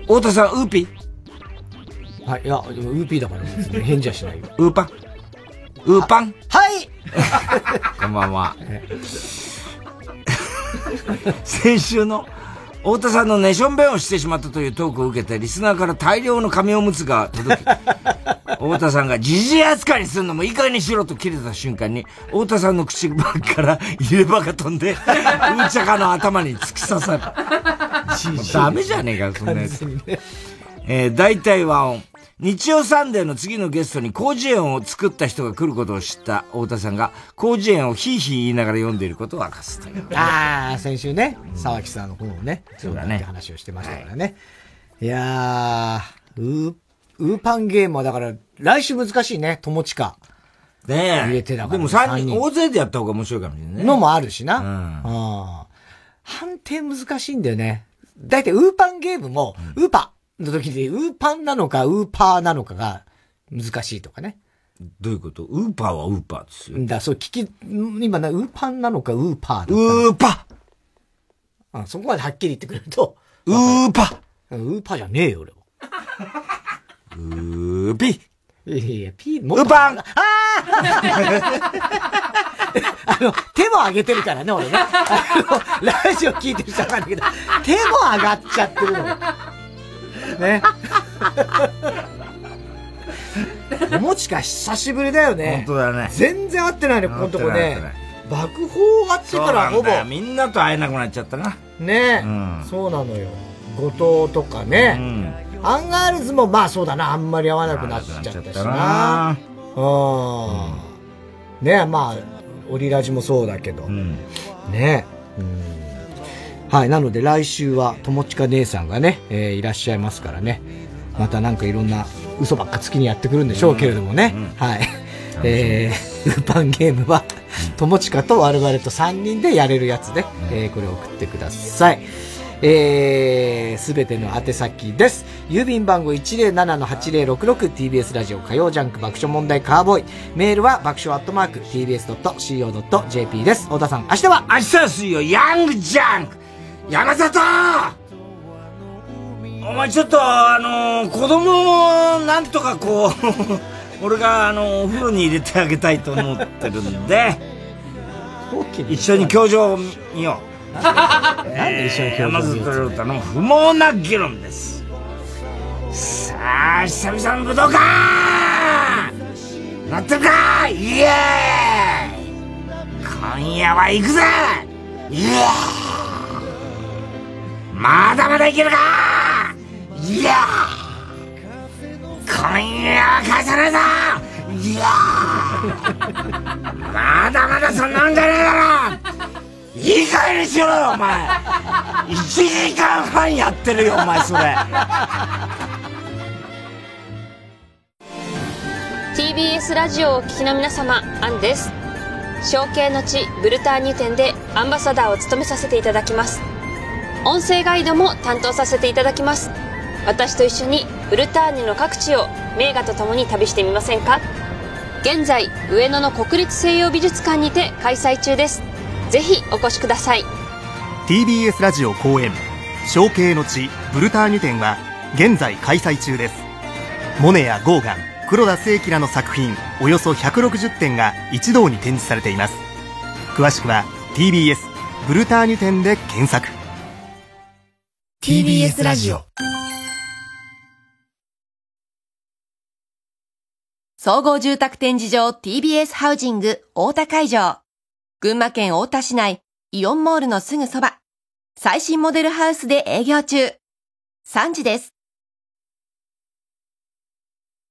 太田さん、ウーピーはい、いや、ウーピーだから別に返事はしないよ。 ウーパンウーパンはいこんばんは。先週の太田さんのネション弁をしてしまったというトークを受けて、リスナーから大量の紙おむつが届き、太田さんがジジイ扱いにするのもいい加減にしろと切れた瞬間に、太田さんの口ばから入れ歯が飛んで、うーちゃかの頭に突き刺さる。ダメじゃねえかよ、そんなやつ。えー、大体和音。日曜サンデーの次のゲストに広辞苑を作った人が来ることを知った太田さんが、広辞苑をヒーヒー言いながら読んでいることを明かすという。 ああ、先週ね、沢木さんの方をね、そうだね。って話をしてましたからね。はい、いやー、ウー、ウーパンゲームはだから、来週難しいね、友近。 ねえ。 入れてだから、 でもさんにん、大勢でやった方が面白いかもしれないね。 のもあるしな。 うん。 あ判定難しいんだよね。だいたいウーパンゲームも、うん、ウーパの時にウーパンなのかウーパーなのかが難しいとかね。 どういうこと？ウーパーはウーパーですよ。 だ、そう聞き、今な、ウーパンなのかウーパーなのか。 ウーパーあ、そこまではっきり言ってくれると。 ウーパーウーパーじゃねえよ、俺は。 ウーピーいやいや、ピー、 ウーパンああの、手も上げてるからね、俺ね。あの、ラジオ聞いてる人なんだけど、手も上がっちゃってるのよ。ね。友近久しぶりだよね。 本当だね。 全然会ってないね、ここのとこね。爆砲終わってからほぼ。 みんなと会えなくなっちゃったな。 ね、うん、そうなのよ。後藤とかね。うん、アンガールズもまあそうだな、あんまり会わなくなっちゃったしな。うん。ね、まあ、オリラジもそうだけど。うん、ね。うんはい。なので来週は友近姉さんがね、えー、いらっしゃいますからね。またなんかいろんな嘘ばっかつきにやってくるんでしょうけれどもね。うんうん、はい。えー、ウーパンゲームは、友近と我々とさんにんでやれるやつで、えー、これを送ってください。えー、すべての宛先です。郵便番号 いちゼロななのはちゼロろくろく ティービーエス ラジオ火曜ジャンク爆笑問題カーボーイ。メールは爆笑アットマーク ティービーエスドットシーオードットジェーピー です。太田さん、明日は明日は水曜ヤングジャンク山里お前ちょっとあのー、子供をなんとかこう俺があのー、お風呂に入れてあげたいと思ってるんで一緒に教場を見ようなんで一緒に教場を見よう、 山里亮太の不毛な議論です。さあ久々の武道館なってるかイエーイ今夜は行くぜイエーイまだまだいけるかいや今夜は返さないぞいやまだまだそんなんじゃねえだろいい加減にしろよお前いちじかんはんやってるよお前それティービーエス ラジオをお聞きの皆様、アンです。承継の地ブルターニュ店でアンバサダーを務めさせていただきます。音声ガイドも担当させていただきます。私と一緒にブルターニュの各地を名画とともに旅してみませんか。現在上野の国立西洋美術館にて開催中です。ぜひお越しください。 ティービーエス ラジオ公演承継の地ブルターニュ展は現在開催中です。モネやゴーガン、黒田清輝らの作品およそひゃくろくじゅってんが一堂に展示されています。詳しくは ティービーエス ブルターニュ展で検索。 ティービーエス ラジオ総合住宅展示場 ティービーエス ハウジング大田会場。群馬県太田市内イオンモールのすぐそば。最新モデルハウスで営業中。さんじです。